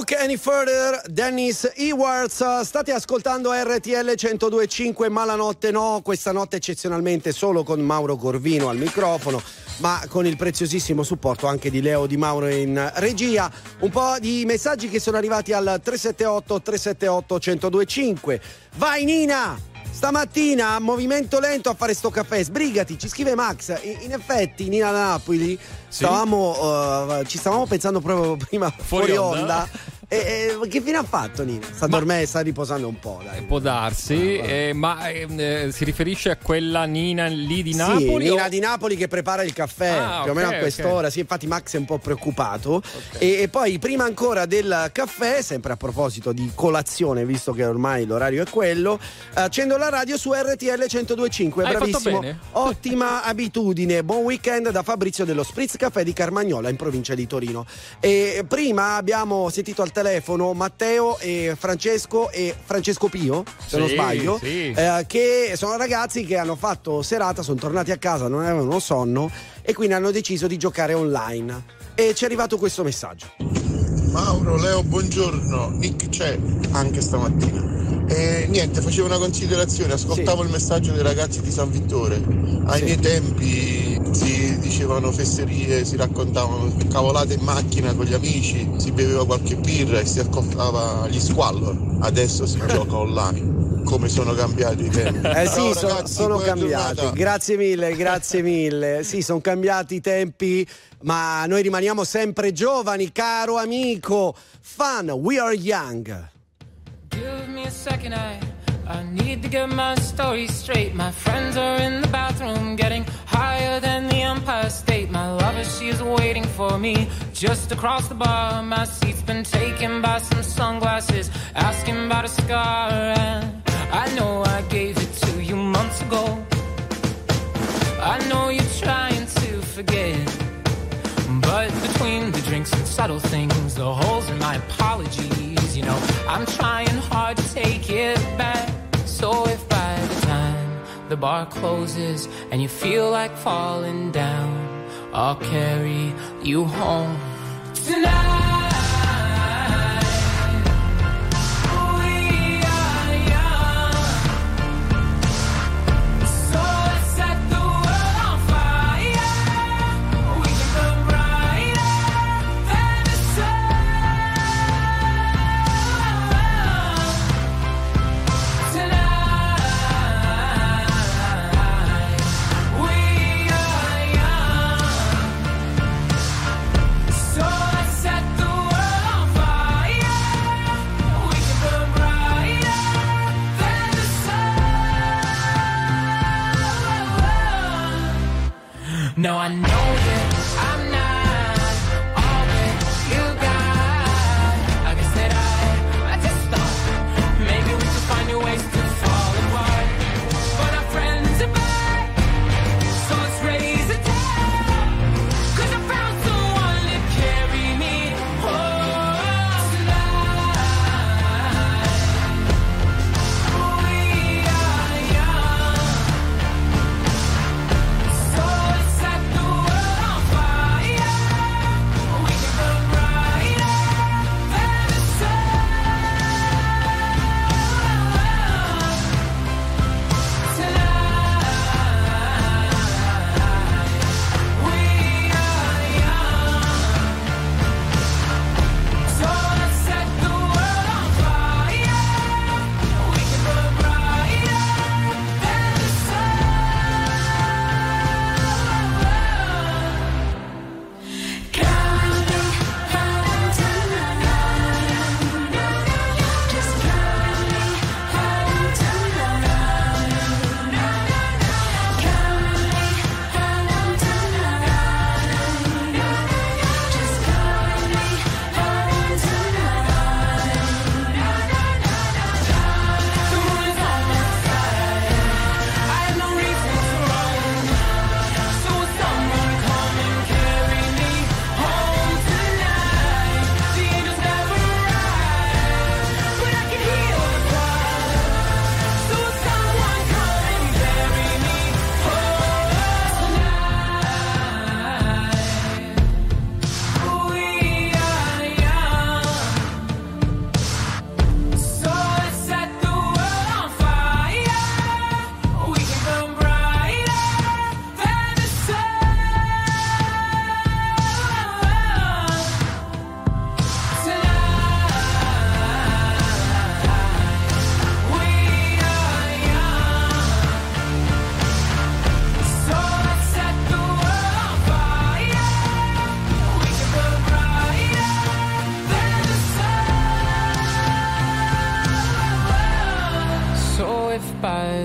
Look Any Further, Dennis Edwards. State ascoltando R T L centodue e cinque, ma la notte no, questa notte eccezionalmente solo con Mauro Corvino al microfono, ma con il preziosissimo supporto anche di Leo Di Mauro in regia. Un po' di messaggi che sono arrivati al tre sette otto tre sette otto centodue e cinque. Vai Nina! Stamattina movimento lento a fare sto caffè, sbrigati, ci scrive Max. In effetti Nina da Napoli, Sì? stavamo, uh, ci stavamo pensando proprio prima fuori, Fuori onda, onda. E, e che fine ha fatto Nina? Sta dormendo, sta riposando un po', dai. Può darsi, eh, ma eh, si riferisce a quella Nina lì di Sì, Napoli? Nina o- di Napoli che prepara il caffè, Ah, più o meno ok, a quest'ora. ok. Sì, infatti Max è un po' preoccupato. E, e poi prima ancora del caffè, sempre a proposito di colazione, visto che ormai l'orario è quello, accendo la radio su R T L centodue e cinque. Hai fatto Bravissimo, bene. ottima abitudine. Buon weekend da Fabrizio dello Spritz Caffè di Carmagnola in provincia di Torino. E prima abbiamo sentito al telefono Matteo e Francesco e Francesco Pio, se Sì, non sbaglio, sì. eh, che sono ragazzi che hanno fatto serata, sono tornati a casa, non avevano sonno e quindi hanno deciso di giocare online. E ci è arrivato questo messaggio. Mauro, Leo, buongiorno. Nick c'è anche stamattina. E niente, facevo una considerazione, ascoltavo Sì. il messaggio dei ragazzi di San Vittore. Ai Sì. miei tempi si dicevano fesserie, si raccontavano cavolate in macchina con gli amici, si beveva qualche birra e si ascoltava gli squallor. Adesso si gioca online. Come sono cambiati i tempi. Eh sì, Ciao, so- ragazzi, sono buona cambiati. giornata. Grazie mille, grazie mille. Sì, sono cambiati i tempi, ma noi rimaniamo sempre giovani, caro amico. Fun, we are young. Give me a second, I, I need to get my story straight. My friends are in the bathroom getting higher than the Empire State. My lover, she is waiting for me just across the bar. My seat's been taken by some sunglasses, asking about a scar. And I know I gave it to you months ago. I know you're trying to forget. But between the drinks and subtle things, the holes in my apologies, you know, I'm trying hard to take it back. So if by the time the bar closes and you feel like falling down, I'll carry you home tonight. No, I know that I'm not all that you got. I guess that I, I just thought maybe we could find new ways to fall apart. But our friends are back, so let's raise a toast. 'Cause I found someone to carry me home tonight. We are young, so let's set the world.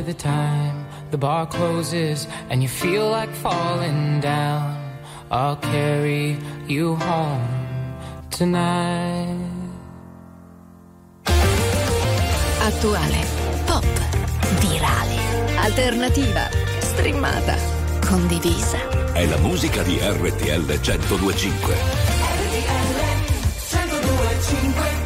the time the bar closes and you feel like falling down, I'll carry you home tonight. Attuale, pop, virale, alternativa, streamata, condivisa. È la musica di R T L centodue e cinque. R T L centodue e cinque.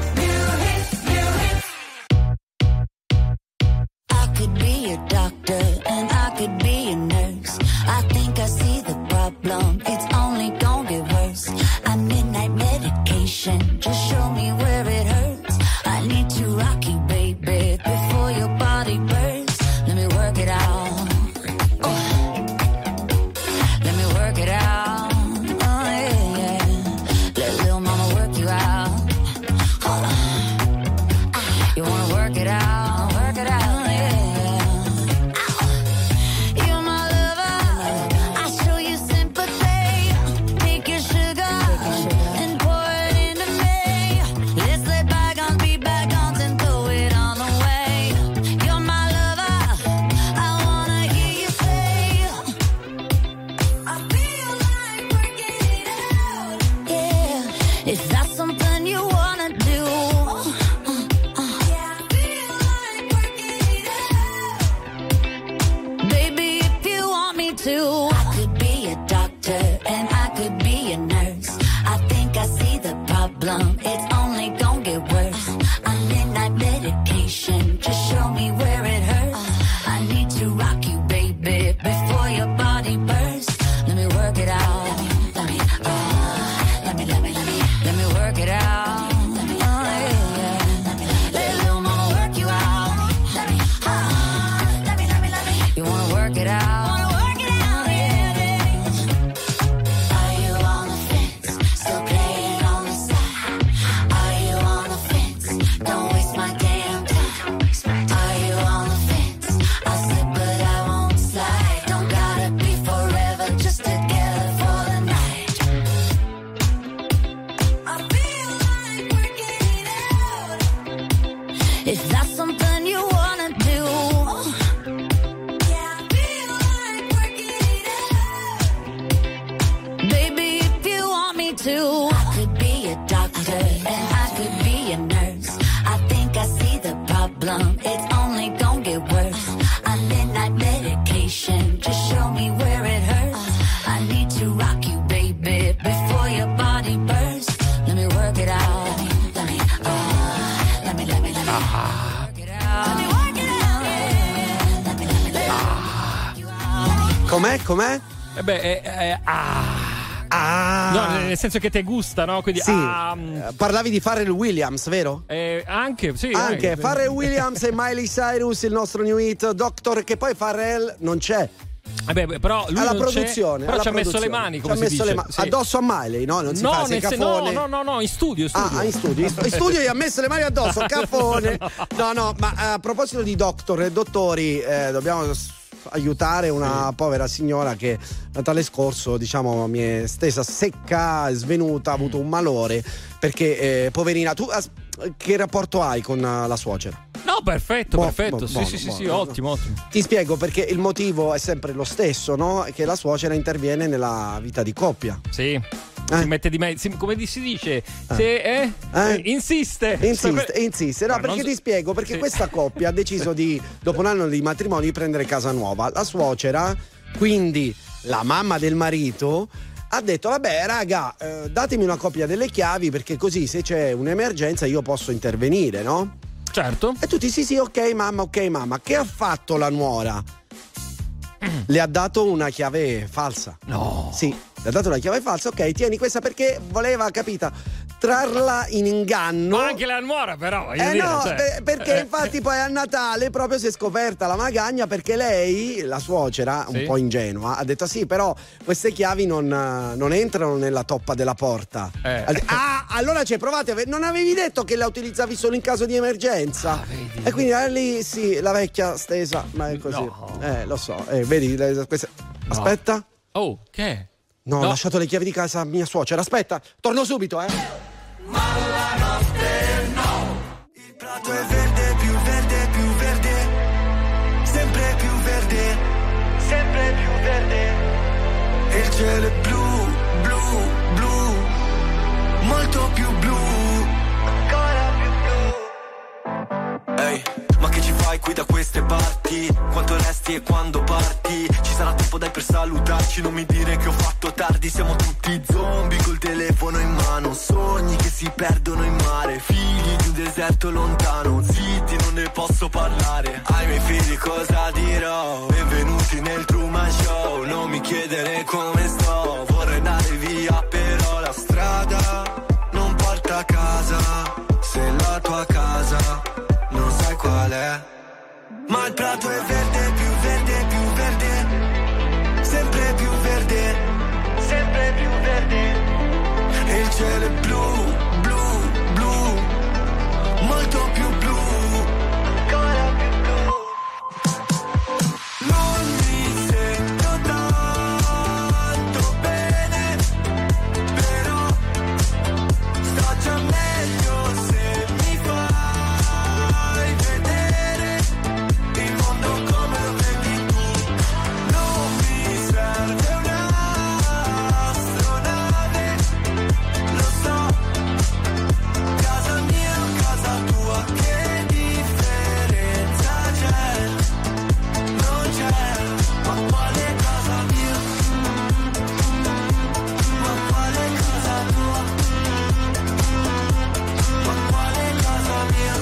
I could be a doctor and I could be a nurse. I think I see the problem, it's only gonna get worse. I midnight medication, just show me where it hurts. I need to rock you, baby, before your body bursts. Let me work it out. Oh. Let me work it out. Oh, yeah, yeah. Let little mama work you out. Hold on. Ah, you wanna work it out? Work it out. It's only gonna get worse. I'm midnight medication, just show me where it hurts. I need to rock you, baby, before your body bursts. Let me work it out. Let me, uh, let me, let me, let me, let me work it out. Let me, oh, yeah, yeah. Let me, let little mama work you out. Let me, uh, let me, let me, let me. You wanna work it out? Is that something you wanna do? Yeah, I feel like working it out. Baby, if you want me to, I could be a doctor and I could be a nurse. I think I see the problem, it's only gonna get worse. I'm midnight medication, just show me where it hurts. I need to rock you, baby, before your body bursts. Let me work it out. Let me, uh, let me, let me, let me. Ah. Com'è? Com'è? Eh beh, eh, eh, ah. Ah. No, nel senso che te gusta, no? Quindi sì. ah, Parlavi di Pharrell Williams, vero? Eh, anche, sì. Anche anche. Pharrell Williams e Miley Cyrus, il nostro new hit Doctor, che poi Pharrell non c'è. Eh beh, però lui alla non produzione, c'è, però alla ci ha messo produzione. le mani, come ci ha si messo dice. le ma- Sì. addosso a Miley, no? Non si no, fa, sei nel sen- cafone. no, no, no, no, in studio, in studio. Ah, in studio, in stu- in studio gli ha messo le mani addosso, cafone. No, no, ma a proposito di doctor e dottori, eh, dobbiamo s- aiutare una sì. povera signora che Natale scorso, diciamo, mi è stesa secca, svenuta, ha avuto un malore perché eh, poverina, tu as- che rapporto hai con uh, la suocera? No, perfetto, Bo- perfetto. bo- sì, buono, sì, sì, buono, sì, buono. ottimo, ottimo. Ti spiego perché il motivo è sempre lo stesso, no? Che la suocera interviene nella vita di coppia. Sì. Eh? Si mette di mezzo, come si dice? Se, eh? Eh? Insiste. Insiste, insiste. No, Ma perché non- ti spiego, perché sì. questa coppia ha deciso di, dopo un anno di matrimonio, di prendere casa nuova. La suocera, quindi la mamma del marito, ha detto vabbè raga, eh, datemi una copia delle chiavi perché così se c'è un'emergenza io posso intervenire, no? Certo. E tutti sì sì ok mamma, ok mamma. Che ha fatto la nuora? Le ha dato una chiave falsa. No. Sì, le ha dato una chiave falsa. Ok, tieni questa perché voleva, capita, trarla in inganno. Ma anche la nuora, però. voglio Eh dire, no, cioè. per- perché Eh. infatti poi a Natale proprio si è scoperta la magagna perché lei, la suocera, un Sì. po' ingenua, ha detto sì, però queste chiavi non, non entrano nella toppa della porta. Eh. Ha detto, ah, allora ci hai provate, non avevi detto che la utilizzavi solo in caso di emergenza? Ah, vedi. E quindi eh, lì sì, la vecchia stesa, ma è così. No. Eh, lo so, eh, vedi, le- queste- No. aspetta. Oh, che è? No, ho No. lasciato le chiavi di casa a mia suocera, aspetta, torno subito, eh. Il prato è verde, più verde, più verde. Sempre e il cielo è blu, blu, blu, molto più blu, ancora più blu. Ehi, ma che ci fai qui da queste parti? Quanto resti e quando parti? Ci sarà tempo dai per salutarci, non mi dire che ho fatto tardi. Siamo tutti zombie col telefono in mano, sogni che si perdono in mare, figli di un deserto lontano, zitti non ne posso parlare. Ai miei figli cosa dirò? Benvenuti nel Truman Show, non mi chiedere come sto, vorrei andare via però la strada non porta a casa. Se la tua casa non sai qual è, ma il prato è verde, più verde, più verde, sempre più verde, sempre più verde, e il cielo è blu, blu, blu, molto più blu, ancora più blu. Non mi sento tanto bene, però sto già meglio se mi fai vedere il mondo come lo vedi tu. Non mi serve un'astronave, lo so, casa mia o casa tua, che differenza c'è? Non c'è, ma quale casa mia? Ma quale casa tua? Ma quale casa mia?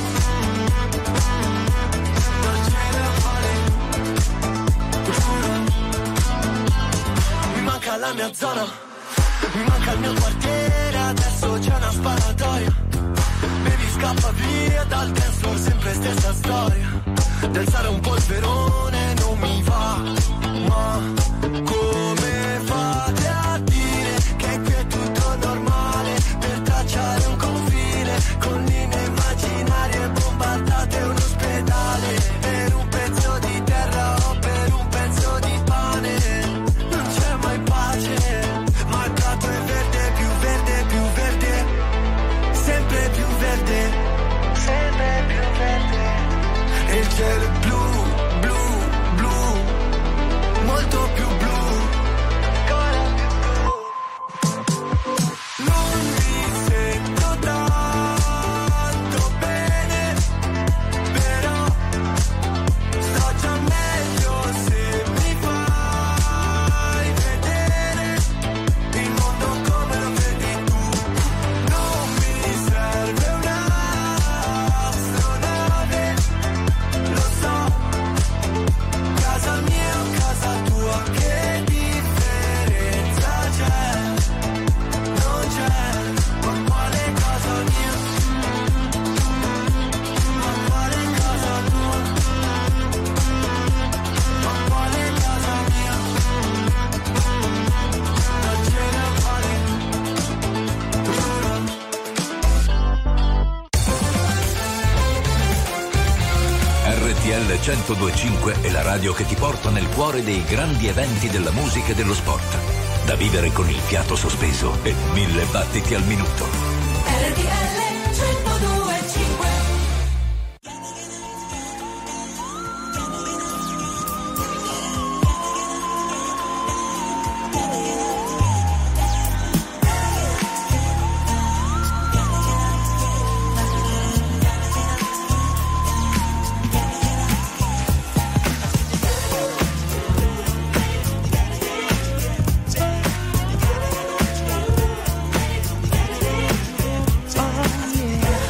Non ce ne fare, giuro. Mi manca la mia zona, mi manca il mio quartiere, adesso c'è una sparatoria. Baby scappa via dal dance floor, sempre stessa storia. D'alzare un polverone non mi va, ma come fate a dire che qui è tutto normale? Per tracciare un confine con linee immaginarie, bombardate un ospedale per un pezzo di terra o per un pezzo di pane. Non c'è mai pace, ma il prato è verde, più verde, più verde, sempre più verde, sempre più verde, e il cielo è blu, blu, blu, molto più blu, ancora più blu. Non mi sento tanto bene, però sto già meglio se mi fai vedere il mondo come lo vedi tu. Non mi serve un'astronave, lo so, casa mia o casa tua, che differenza c'è? Non c'è, ma quale casa mia? Ma quale casa tua? Ma quale casa mia? Non ce ne fare, giuro. R T L centodue e cinque è la radio che ti porta nel cuore dei grandi eventi della musica e dello sport. Da vivere con il fiato sospeso e mille battiti al minuto. R T L centodue e cinque. Oh yeah.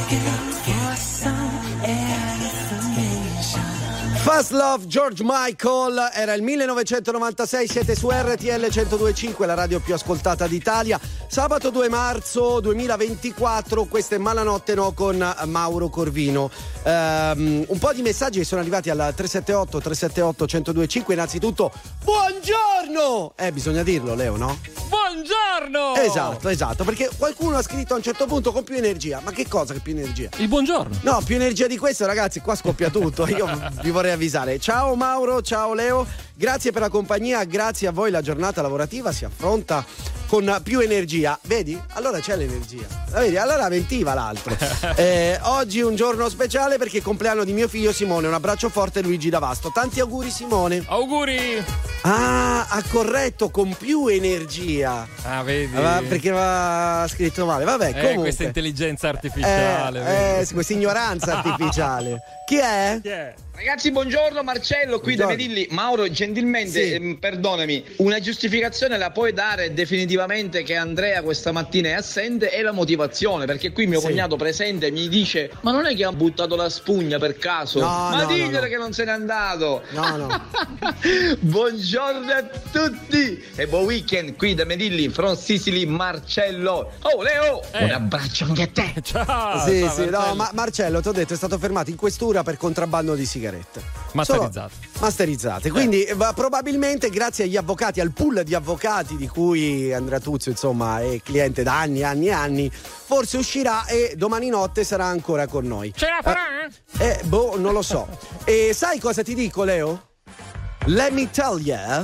looking for some information. Fast Love, George Michael, era il millenovecentonovantasei, siete su R T L centodue e cinque, la radio più ascoltata d'Italia. Sabato due marzo duemilaventiquattro, questa è Malanotte No con Mauro Corvino. Um, un po' di messaggi che sono arrivati al tre sette otto tre sette otto centodue e cinque. Innanzitutto, buongiorno! Eh, bisogna dirlo, Leo, no? Buongiorno! Esatto, esatto, perché qualcuno ha scritto a un certo punto con più energia. Ma che cosa che più energia? Il buongiorno. No, più energia di questo, ragazzi, qua scoppia tutto. Io vi vorrei avvisare. Ciao Mauro, ciao Leo, grazie per la compagnia, grazie a voi la giornata lavorativa si affronta con più energia. Vedi? Allora c'è l'energia. La vedi? Allora ventiva l'altro. eh, oggi un giorno speciale perché è il compleanno di mio figlio Simone. Un abbraccio forte, Luigi D'Avasto. Tanti auguri Simone. Auguri. Ah, ha corretto con più energia. Ah, vedi? Ah, perché va scritto male. Vabbè, eh, comunque. Questa intelligenza artificiale. Eh, eh, questa ignoranza artificiale. Chi è? Chi è? Ragazzi, buongiorno, Marcello qui Buongiorno. da Medilli. Mauro, gentilmente, Sì. ehm, perdonami, una giustificazione la puoi dare definitivamente che Andrea questa mattina è assente e la motivazione, perché qui mio Sì. cognato presente mi dice ma non è che ha buttato la spugna per caso? No, ma no, diglielo no, no. che non se n'è andato. No, no. Buongiorno a tutti e buon weekend qui da Medilli, from Sicily, Marcello. Oh Leo, Eh. un abbraccio anche a te. Ciao. sì, ciao, sì, no, Marcello. ma Marcello, ti ho detto, è stato fermato in questura per contrabbando di sigarette. Masterizzate. Solo masterizzate. Quindi eh, va- probabilmente grazie agli avvocati, al pool di avvocati di cui Andrea Tuzio, insomma, è cliente da anni, anni e anni, forse uscirà e domani notte sarà ancora con noi. Ce la farà? Eh, eh, boh, non lo so. E sai cosa ti dico, Leo? Let me tell ya.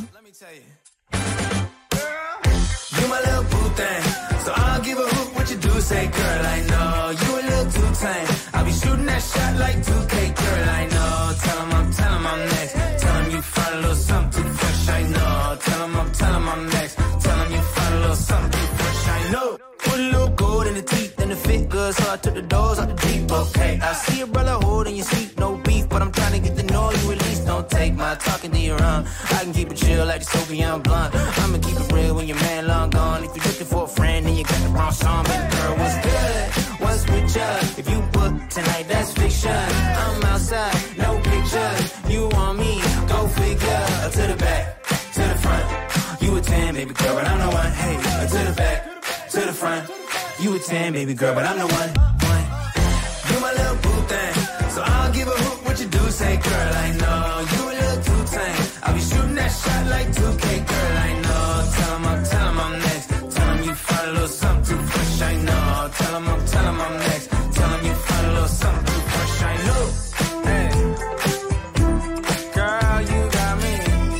You my little boo thing, so I'll give a hoot what you do. Say, girl, I know you a little too tame. I'll be shooting that shot like two K, girl, I know. Tell 'em I'm, tell 'em I'm next. Tell 'em you find a little something too fresh, I know. Tell 'em I'm, tell 'em I'm next. Tell 'em you find a little something too fresh, I know. Put a little gold in the teeth and the fit good, so I took the doors out the Jeep, okay. I see your brother holding your seat, no beef, but I'm trying to get to know you at least. Don't take my talking to your own. I can keep it chill like the Soviet blunt. I'ma keep it real when your man long gone. If you're looking for a friend, then you got the wrong song. Baby girl, what's good? What's with ya? If you book tonight, that's fiction. I'm outside, no pictures. You want me? Go figure. To the back, to the front. You a ten, baby girl, but I'm the one. Hey, to the back, to the front. You a ten, baby girl, but I'm the one. one. You my little boo thing, so I'll give a hoot what you do. Say, girl, I know you a little too tame. I'll be shooting that shot like two K, girl, I know. Tell 'em I'm, tell 'em I'm next. Tell 'em you find a little something too fresh, I know. Tell 'em I'm, tell 'em I'm next. Tell 'em you find a little something too fresh, I know. Hey, girl, you got me.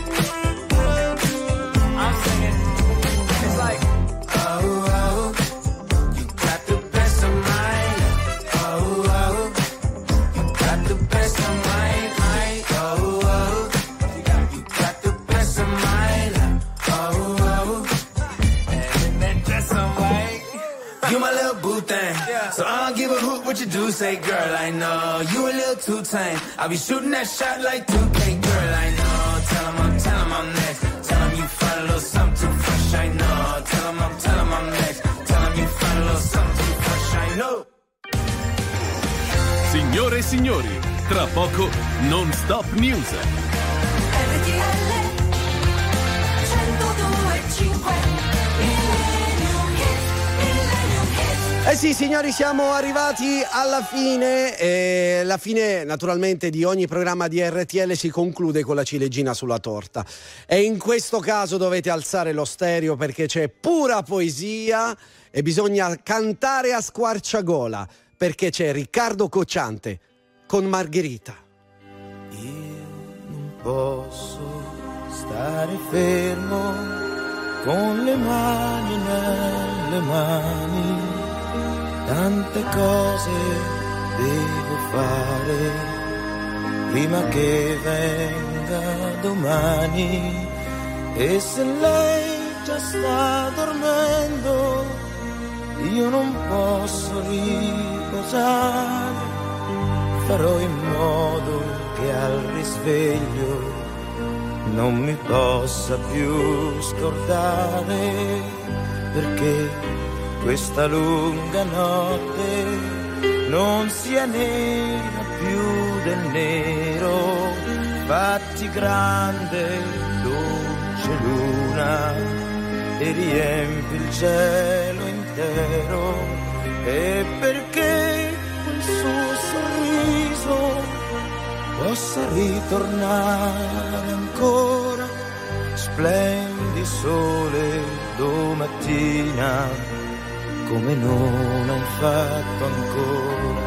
I'm singing. It's like, oh, oh, you got the best of mine. Oh, oh, you got the best of mine. I, oh, oh, you got the best of mine. Oh, oh, and that dress on white. You my little boo thing, so I'll give a hoot what you do. Say, girl, I know you a little too tame. I'll be shooting that shot like two K, girl, I know. Tell 'em I'm, tell 'em I'm next. Tell 'em you find a little something too fresh, I know. Tell 'em I'm, tell 'em I'm next. Tell 'em you find a little something too fresh, I know. Signore e signori, tra poco Non Stop News. R T L centodue e cinque. Millennium Hits, Millennium Hits. Eh sì, signori, siamo arrivati alla fine. E la fine, naturalmente, di ogni programma di R T L si conclude con la ciliegina sulla torta. E in questo caso dovete alzare lo stereo perché c'è pura poesia e bisogna cantare a squarciagola perché c'è Riccardo Cocciante con Margherita. Posso stare fermo con le mani nelle mani, tante cose devo fare prima che venga domani, e se lei già sta dormendo io non posso riposare, farò in modo che al risveglio non mi possa più scordare, perché questa lunga notte non sia nera più del nero, fatti grande, dolce luna, e riempi il cielo intero, e perché quel suo sorriso possa ritornare ancora, splendi sole domattina, come non hai fatto ancora.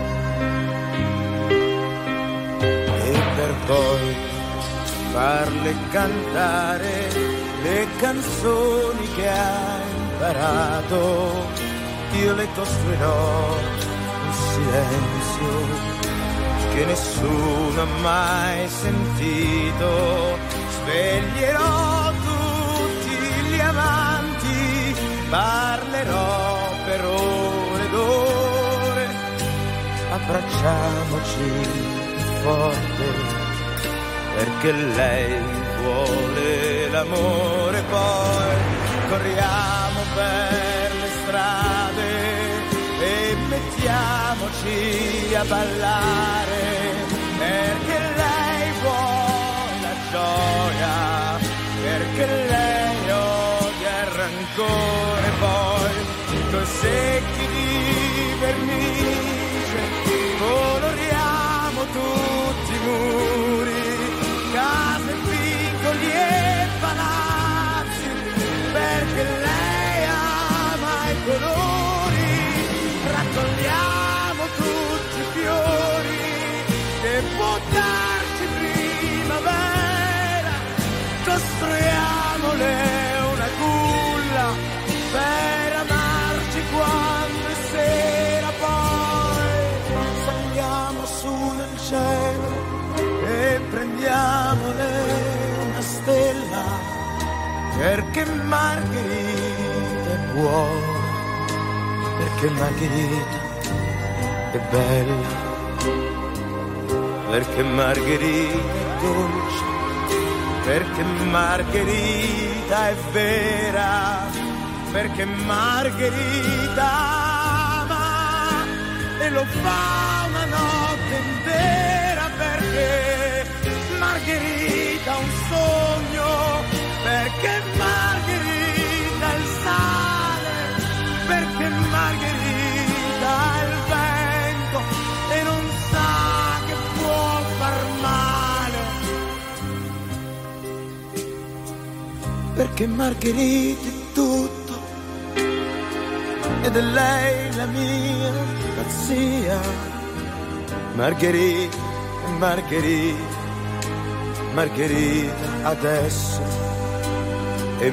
E per poi farle cantare le canzoni che hai imparato, io le costruirò in silenzio che nessuno ha mai sentito, sveglierò tutti gli amanti, parlerò per ore ed ore, abbracciamoci forte, perché lei vuole l'amore, poi corriamo per le strade e mettiamoci a ballare, perché lei vuole la gioia, perché lei odia il rancore, poi coi secchi di vernice coloriamo tutti i muri, case, piccoli e palazzi, perché lei ama i colori, raccogliamo tutti i fiori che può darci primavera, costruiamole una culla per amarci quando è sera, poi saliamo su nel cielo e prendiamole una stella, perché Margherita è buona, perché Margherita è bella, perché Margherita è dolce, perché Margherita è vera, perché Margherita ama e lo fa una notte intera, perché Margherita ha un sogno, perché Margherita è il sale, perché Margherita è il vento e non sa che può far male, perché Margherita è tutto ed è lei la mia pazzia, Margherita, Margherita, Margherita adesso è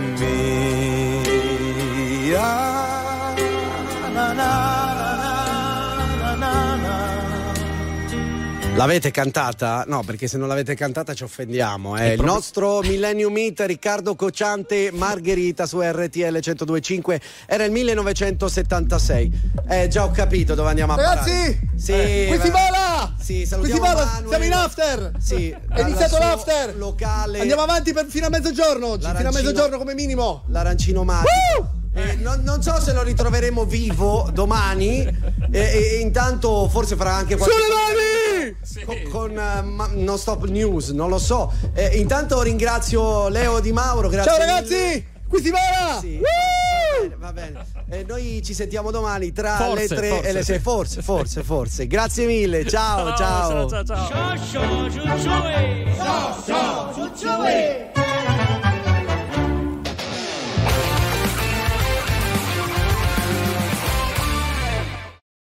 mia. Na, na, na, na, na, na. L'avete cantata? No, perché se non l'avete cantata ci offendiamo. Eh. Il proprio... nostro Millennium Hit, Riccardo Cocciante, Margherita su R T L centodue e cinque, era il millenovecentosettantasei. Eh, già ho capito dove andiamo a Ragazzi, parare. Sì, eh, qui si vola! Sì, qui salutiamo si vola, Manuel. siamo in after! Sì, è iniziato l'after! Locale. Andiamo avanti per, fino a mezzogiorno oggi, fino a mezzogiorno come minimo. L'arancino magico. Uh! Eh, non, non so se lo ritroveremo vivo domani e, e, e intanto forse farà anche qualche sulle mani con, con uh, ma, Non Stop News, non lo so. Eh, intanto ringrazio Leo Di Mauro, grazie. Ciao ragazzi, mille. qui si va! Sì, va bene, va bene. Eh, noi ci sentiamo domani tra forse, le tre forse, e le sei, sì. forse, forse, forse. Grazie mille, ciao, ciao. ciao, ciao, ciao. Ciao, ciao, ciao, ciao, ciao, ciao, ciao.